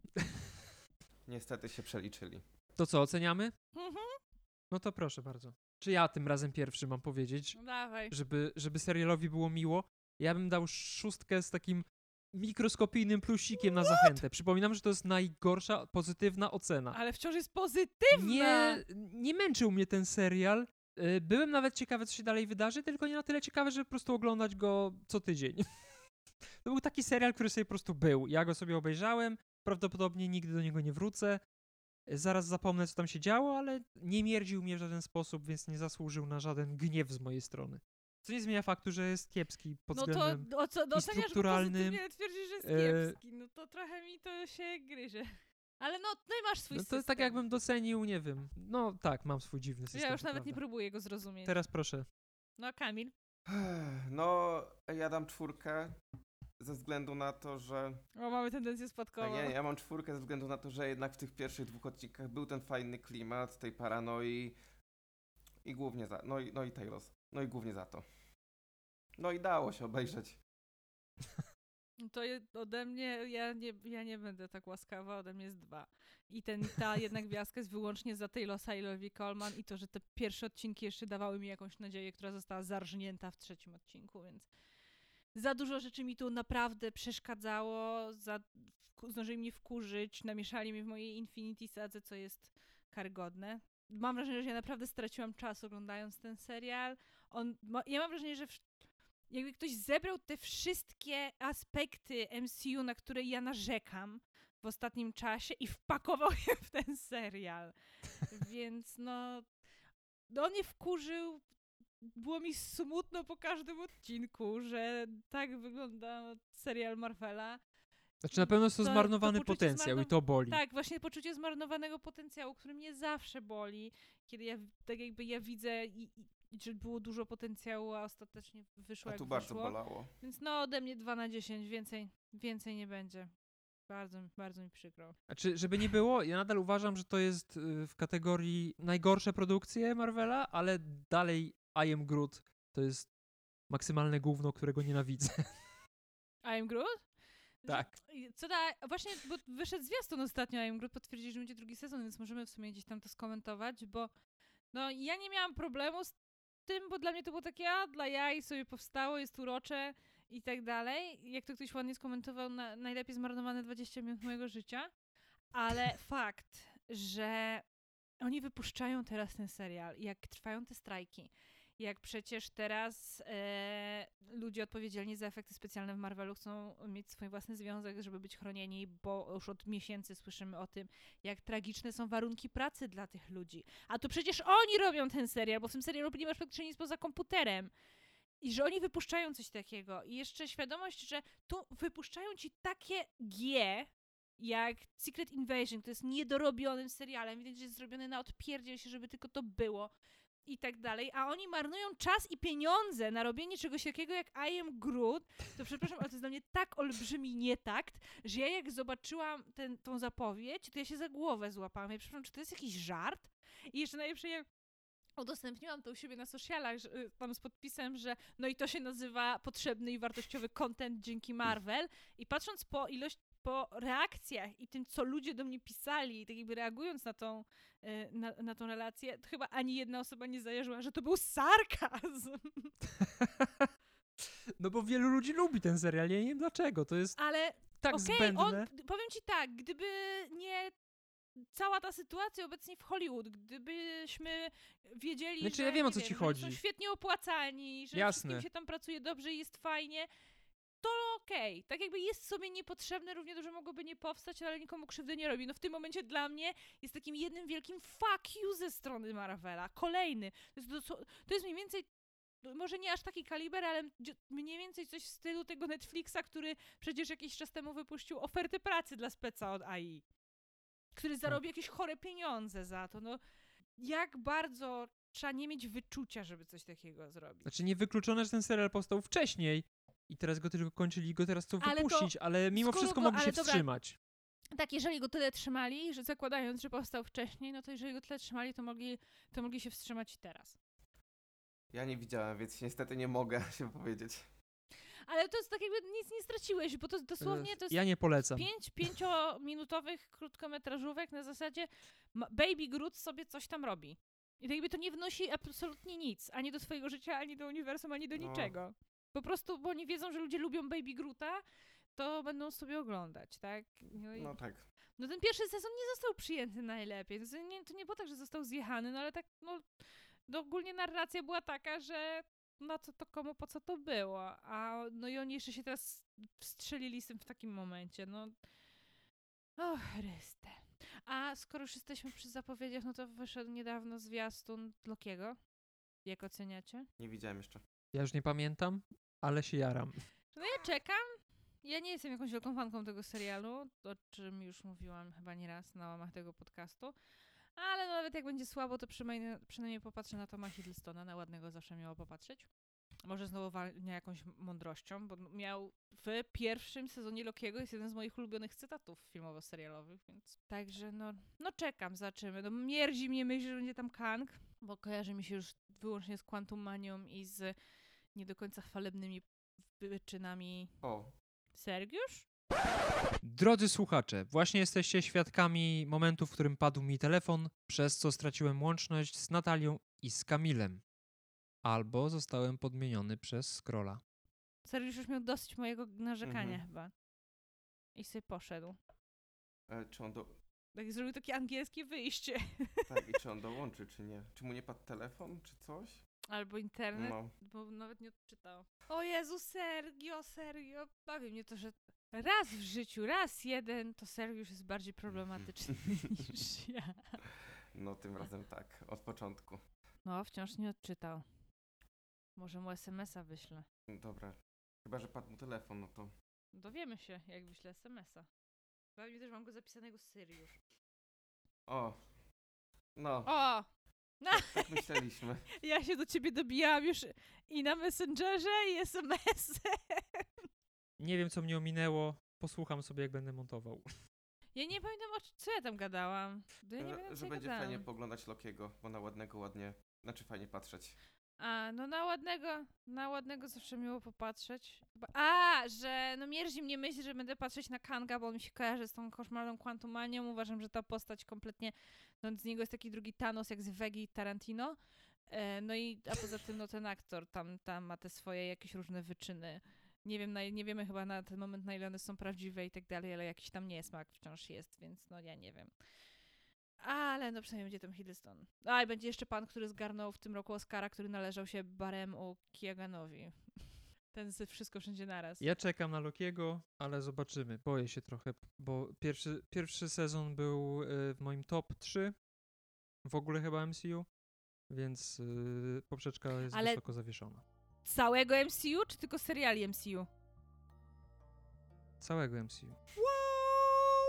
Niestety się przeliczyli. To co, oceniamy? Mhm. No to proszę bardzo. Czy ja tym razem pierwszy mam powiedzieć, No dawaj. żeby, żeby serialowi było miło? Ja bym dał szóstkę z takim mikroskopijnym plusikiem na zachętę. Przypominam, że to jest najgorsza pozytywna ocena. Ale wciąż jest pozytywna. Nie, nie męczył mnie ten serial. Y, Byłem nawet ciekawy, co się dalej wydarzy, tylko nie na tyle ciekawy, żeby po prostu oglądać go co tydzień. To był taki serial, który sobie po prostu był. Ja go sobie obejrzałem, prawdopodobnie nigdy do niego nie wrócę. Zaraz zapomnę, co tam się działo, ale nie mierdził mnie w żaden sposób, więc nie zasłużył na żaden gniew z mojej strony. Co nie zmienia faktu, że jest kiepski pod No względem... to o co, no, i oceniasz go strukturalnym, pozytywnie, ale twierdzisz, że jest e, kiepski. No to trochę mi to się gryzie. Ale no, ty masz swój No to system. jest tak, jakbym docenił, nie wiem. No tak, mam swój dziwny system. Ja już to nawet nie prawda. próbuję go zrozumieć. Teraz proszę. No, Kamil. No, ja dam czwórkę ze względu na to, że... O, mamy tendencję spadkową. Tak, nie, ja mam czwórkę ze względu na to, że jednak w tych pierwszych dwóch odcinkach był ten fajny klimat tej paranoi i głównie za... No i, no i Talos. No i głównie za to. No i dało się obejrzeć. To je, ode mnie, ja nie, ja nie będę tak łaskawa, ode mnie jest dwa. I ten, ta jedna gwiazdka jest wyłącznie za Taylosa i Olivia Colman i to, że te pierwsze odcinki jeszcze dawały mi jakąś nadzieję, która została zarżnięta w trzecim odcinku, więc za dużo rzeczy mi tu naprawdę przeszkadzało, za, wku, zdążyli mnie wkurzyć, namieszali mnie w mojej Infinity Sadze, co jest karygodne. Mam wrażenie, że ja naprawdę straciłam czas oglądając ten serial. On, ma, ja mam wrażenie, że w, jakby ktoś zebrał te wszystkie aspekty M C U, na które ja narzekam w ostatnim czasie i wpakował je w ten serial. Więc no, no on mnie wkurzył. Było mi smutno po każdym odcinku, że tak wygląda serial Marvela. Znaczy na pewno jest to To- to zmarnowany poczucie potencjał zmarnow- i to boli. Tak, właśnie poczucie zmarnowanego potencjału, który mnie zawsze boli, kiedy ja tak jakby ja widzę, i, i, że było dużo potencjału, a ostatecznie wyszło A jak tu bardzo wyszło. bolało. Więc no ode mnie dwa na dziesięć, więcej, więcej nie będzie. Bardzo, bardzo mi przykro. Znaczy, żeby nie było, ja nadal uważam, że to jest y, w kategorii najgorsze produkcje Marvela, ale dalej I Am Groot to jest maksymalne gówno, którego nienawidzę. I Am Groot? Tak. Co da, właśnie, bo wyszedł zwiastun ostatnio I Am Groot, potwierdzili, że będzie drugi sezon, więc możemy w sumie gdzieś tam to skomentować, bo no ja nie miałam problemu z tym, bo dla mnie to było takie, a dla jaj sobie powstało, jest urocze i tak dalej. Jak to ktoś ładnie skomentował, na, najlepiej zmarnowane dwadzieścia minut mojego życia, ale fakt, że oni wypuszczają teraz ten serial, jak trwają te strajki, jak przecież teraz e, ludzie odpowiedzialni za efekty specjalne w Marvelu chcą mieć swój własny związek, żeby być chronieni, bo już od miesięcy słyszymy o tym, jak tragiczne są warunki pracy dla tych ludzi. A to przecież oni robią ten serial, bo w tym serialu nie masz praktycznie nic poza komputerem. I że oni wypuszczają coś takiego. I jeszcze świadomość, że tu wypuszczają ci takie G, jak Secret Invasion, to jest niedorobionym serialem. Widać, że jest zrobione na odpierdziel się, żeby tylko to było. i tak dalej, a oni marnują czas i pieniądze na robienie czegoś takiego jak I Am Groot, to przepraszam, ale to jest dla mnie tak olbrzymi nietakt, że ja jak zobaczyłam ten, tą zapowiedź, to ja się za głowę złapałam. Ja przepraszam, czy to jest jakiś żart? I jeszcze najlepsze, jak udostępniłam to u siebie na socialach, że, tam z podpisem, że no i to się nazywa potrzebny i wartościowy content dzięki Marvel, i patrząc po ilość, po reakcjach i tym, co ludzie do mnie pisali, tak jakby reagując na tą, na, na tą relację, to chyba ani jedna osoba nie zajarzyła, że to był sarkazm. No bo wielu ludzi lubi ten serial, ja nie wiem dlaczego, to jest Ale tak okej, zbędne. on, powiem ci tak, gdyby nie cała ta sytuacja obecnie w Hollywood, gdybyśmy wiedzieli, Znaczy, że, ja wiem, o nie co wiem, ci że chodzi. są świetnie opłacani, że Jasne. wszystkim się tam pracuje dobrze i jest fajnie, to okej. Okay. Tak jakby jest sobie niepotrzebne, równie dobrze mogłoby nie powstać, ale nikomu krzywdy nie robi. No w tym momencie dla mnie jest takim jednym wielkim fuck you ze strony Marvela. Kolejny. To jest, dosł- to jest mniej więcej, może nie aż taki kaliber, ale mniej więcej coś w stylu tego Netflixa, który przecież jakiś czas temu wypuścił ofertę pracy dla speca od A I, który zarobi jakieś chore pieniądze za to. No jak bardzo trzeba nie mieć wyczucia, żeby coś takiego zrobić. Znaczy niewykluczone, że ten serial powstał wcześniej i teraz go tylko kończyli i go teraz chcą Ale to wypuścić, ale mimo skoro wszystko go- mogli ale się dobra, wstrzymać. Tak, jeżeli go tyle trzymali, że zakładając, że powstał wcześniej, no to jeżeli go tyle trzymali, to mogli, to mogli się wstrzymać i teraz. Ja nie widziałem, więc niestety nie mogę się wypowiedzieć. Ale to jest tak jakby nic nie straciłeś, bo to dosłownie to jest Ja nie polecam. pięć pięciominutowych krótkometrażówek na zasadzie ma- Baby Groot sobie coś tam robi. I tak jakby to nie wnosi absolutnie nic, ani do twojego życia, ani do uniwersum, ani do No. niczego. Po prostu, bo oni wiedzą, że ludzie lubią Baby Groota, to będą sobie oglądać, tak? No, i, No tak. no ten pierwszy sezon nie został przyjęty najlepiej. To nie, to nie było tak, że został zjechany, no ale tak, no, no ogólnie narracja była taka, że na co to komu, po co to było. A no i oni jeszcze się teraz wstrzelili z tym w takim momencie, no. O Chryste. A skoro już jesteśmy przy zapowiedziach, no to wyszedł niedawno zwiastun Lokiego. Jak oceniacie? Nie widziałem jeszcze. Ja już nie pamiętam, ale się jaram. No ja czekam. Ja nie jestem jakąś wielką fanką tego serialu, o czym już mówiłam chyba nieraz na łamach tego podcastu. Ale no nawet jak będzie słabo, to przynajmniej, przynajmniej popatrzę na Toma Hiddlestona, na ładnego zawsze miało popatrzeć. Może znowu walnie jakąś mądrością, bo miał w pierwszym sezonie Lokiego, jest jeden z moich ulubionych cytatów filmowo-serialowych, więc także no, no czekam, zobaczymy. No mierdzi mnie myśl, że będzie tam Kang, bo kojarzy mi się już wyłącznie z Quantum Manią i z nie do końca chwalebnymi wyczynami. O, Sergiusz? Drodzy słuchacze, właśnie jesteście świadkami momentu, w którym padł mi telefon, przez co straciłem łączność z Natalią i z Kamilem. Albo zostałem podmieniony przez Scrolla. Sergiusz już miał dosyć mojego narzekania Mhm. chyba. I sobie poszedł. e, czy on do... Tak zrobił takie angielskie wyjście. Tak, i czy on dołączy, czy nie? Czy mu nie padł telefon, czy coś? Albo internet, No. bo nawet nie odczytał. O Jezu, Sergio, Sergio. Bawi mnie to, że raz w życiu, raz jeden, to Sergiusz jest bardziej problematyczny niż ja. No, tym razem tak, od początku. No, wciąż nie odczytał. Może mu es em es a wyślę. No dobra. Chyba że padł mu telefon, no to... Dowiemy się, jak wyślę es em es a. Bawi mnie też, mam go zapisanego Syriusz. O! No, O! tak myśleliśmy. Ja się do ciebie dobijałam już i na Messengerze, i es em esem. Nie wiem, co mnie ominęło. Posłucham sobie, jak będę montował. Ja nie pamiętam, o c- co ja tam gadałam. Ja nie E, pamiętam, co że ja będzie gadałam. fajnie poglądać Lokiego, bo na ładnego ładnie... Znaczy fajnie patrzeć. A, no na ładnego, na ładnego zawsze miło popatrzeć. Chyba- A, że no mierzi mnie myśl, że będę patrzeć na Kanga, bo on mi się kojarzy z tą koszmarną Quantumanią. Uważam, że ta postać kompletnie, no z niego jest taki drugi Thanos, jak z Vegi Tarantino. E, no i, a poza tym, no ten aktor tam, tam ma te swoje jakieś różne wyczyny. Nie wiem, na, nie wiemy chyba na ten moment, na ile one są prawdziwe i tak dalej, ale jakiś tam niesmak wciąż jest, więc no ja nie wiem. Ale no przynajmniej będzie tam Hiddleston. A i będzie jeszcze pan, który zgarnął w tym roku Oscara, który należał się Baremu Keoganowi. Ten z Wszystko Wszędzie Naraz. Ja czekam na Lokiego, ale zobaczymy. Boję się trochę, bo pierwszy, pierwszy sezon był y, w moim top trzy w ogóle chyba em c u, więc y, poprzeczka jest Ale- wysoko zawieszona. Całego em c u, czy tylko seriali em c u? Całego em c u. Wow!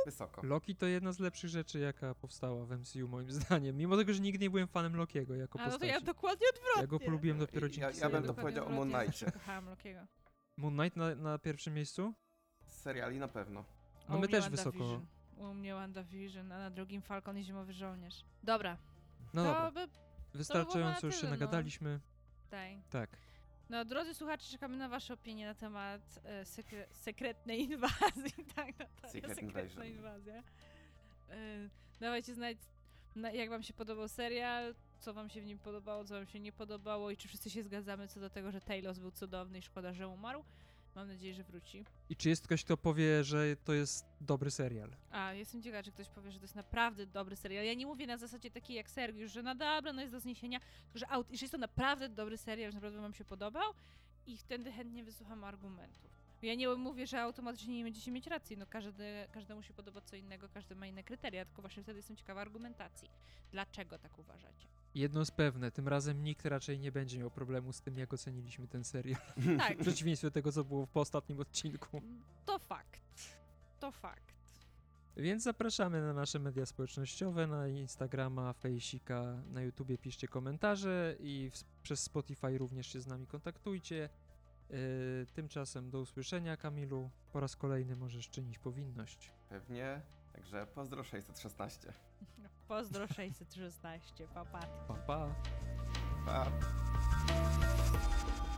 Wysoko. Loki to jedna z lepszych rzeczy, jaka powstała w M C U moim zdaniem. Mimo tego, że nigdy nie byłem fanem Lokiego jako A no to postaci. ja dokładnie odwrotnie. Ja go polubiłem dopiero Ja- dzięki ja bym serialowi. to Dokładnie powiedział o Moon odwrotnie, Knightie. zawsze kochałam Lokiego. Moon Knight na, na pierwszym miejscu? Z seriali na pewno. A No u my mnie też WandaVision. wysoko. U mnie WandaVision, a na drugim Falcon i Zimowy Żołnierz. Dobra, No to dobra, by... wystarczająco już się tyle, no. nagadaliśmy. Daj. Tak. No, drodzy słuchacze, czekamy na wasze opinie na temat e, sekre sekretnej inwazji. Tak, Natalia, Secret sekretna Invasion. inwazja. E, dawajcie znać, na, jak wam się podobał serial, co wam się w nim podobało, co wam się nie podobało i czy wszyscy się zgadzamy co do tego, że Talos był cudowny i szkoda, że umarł. Mam nadzieję, że wróci. I czy jest ktoś, kto powie, że to jest dobry serial? A, jestem ciekawa, czy ktoś powie, że to jest naprawdę dobry serial. Ja nie mówię na zasadzie takiej jak Sergiusz, że no dobra, no jest do zniesienia, tylko że, aut- że jest to naprawdę dobry serial, że naprawdę wam się podobał i wtedy chętnie wysłucham argumentów. Ja nie mówię, że automatycznie nie będziecie mieć racji, no każdy, każdemu się podoba co innego, każdy ma inne kryteria, tylko właśnie wtedy jestem ciekawa argumentacji. Dlaczego tak uważacie? Jedno jest pewne, tym razem nikt raczej nie będzie miał problemu z tym, jak oceniliśmy ten serial. Tak, W przeciwieństwie do tego, co było po ostatnim odcinku. to fakt. To fakt. Więc zapraszamy na nasze media społecznościowe, na Instagrama, Fejsika, na YouTubie piszcie komentarze i w, przez Spotify również się z nami kontaktujcie. Yy, tymczasem do usłyszenia, Kamilu. Po raz kolejny możesz czynić powinność. Pewnie. Także pozdro sześćset szesnaście. Pozdro sześćset szesnaście, pa pa. Pa, pa. Pa.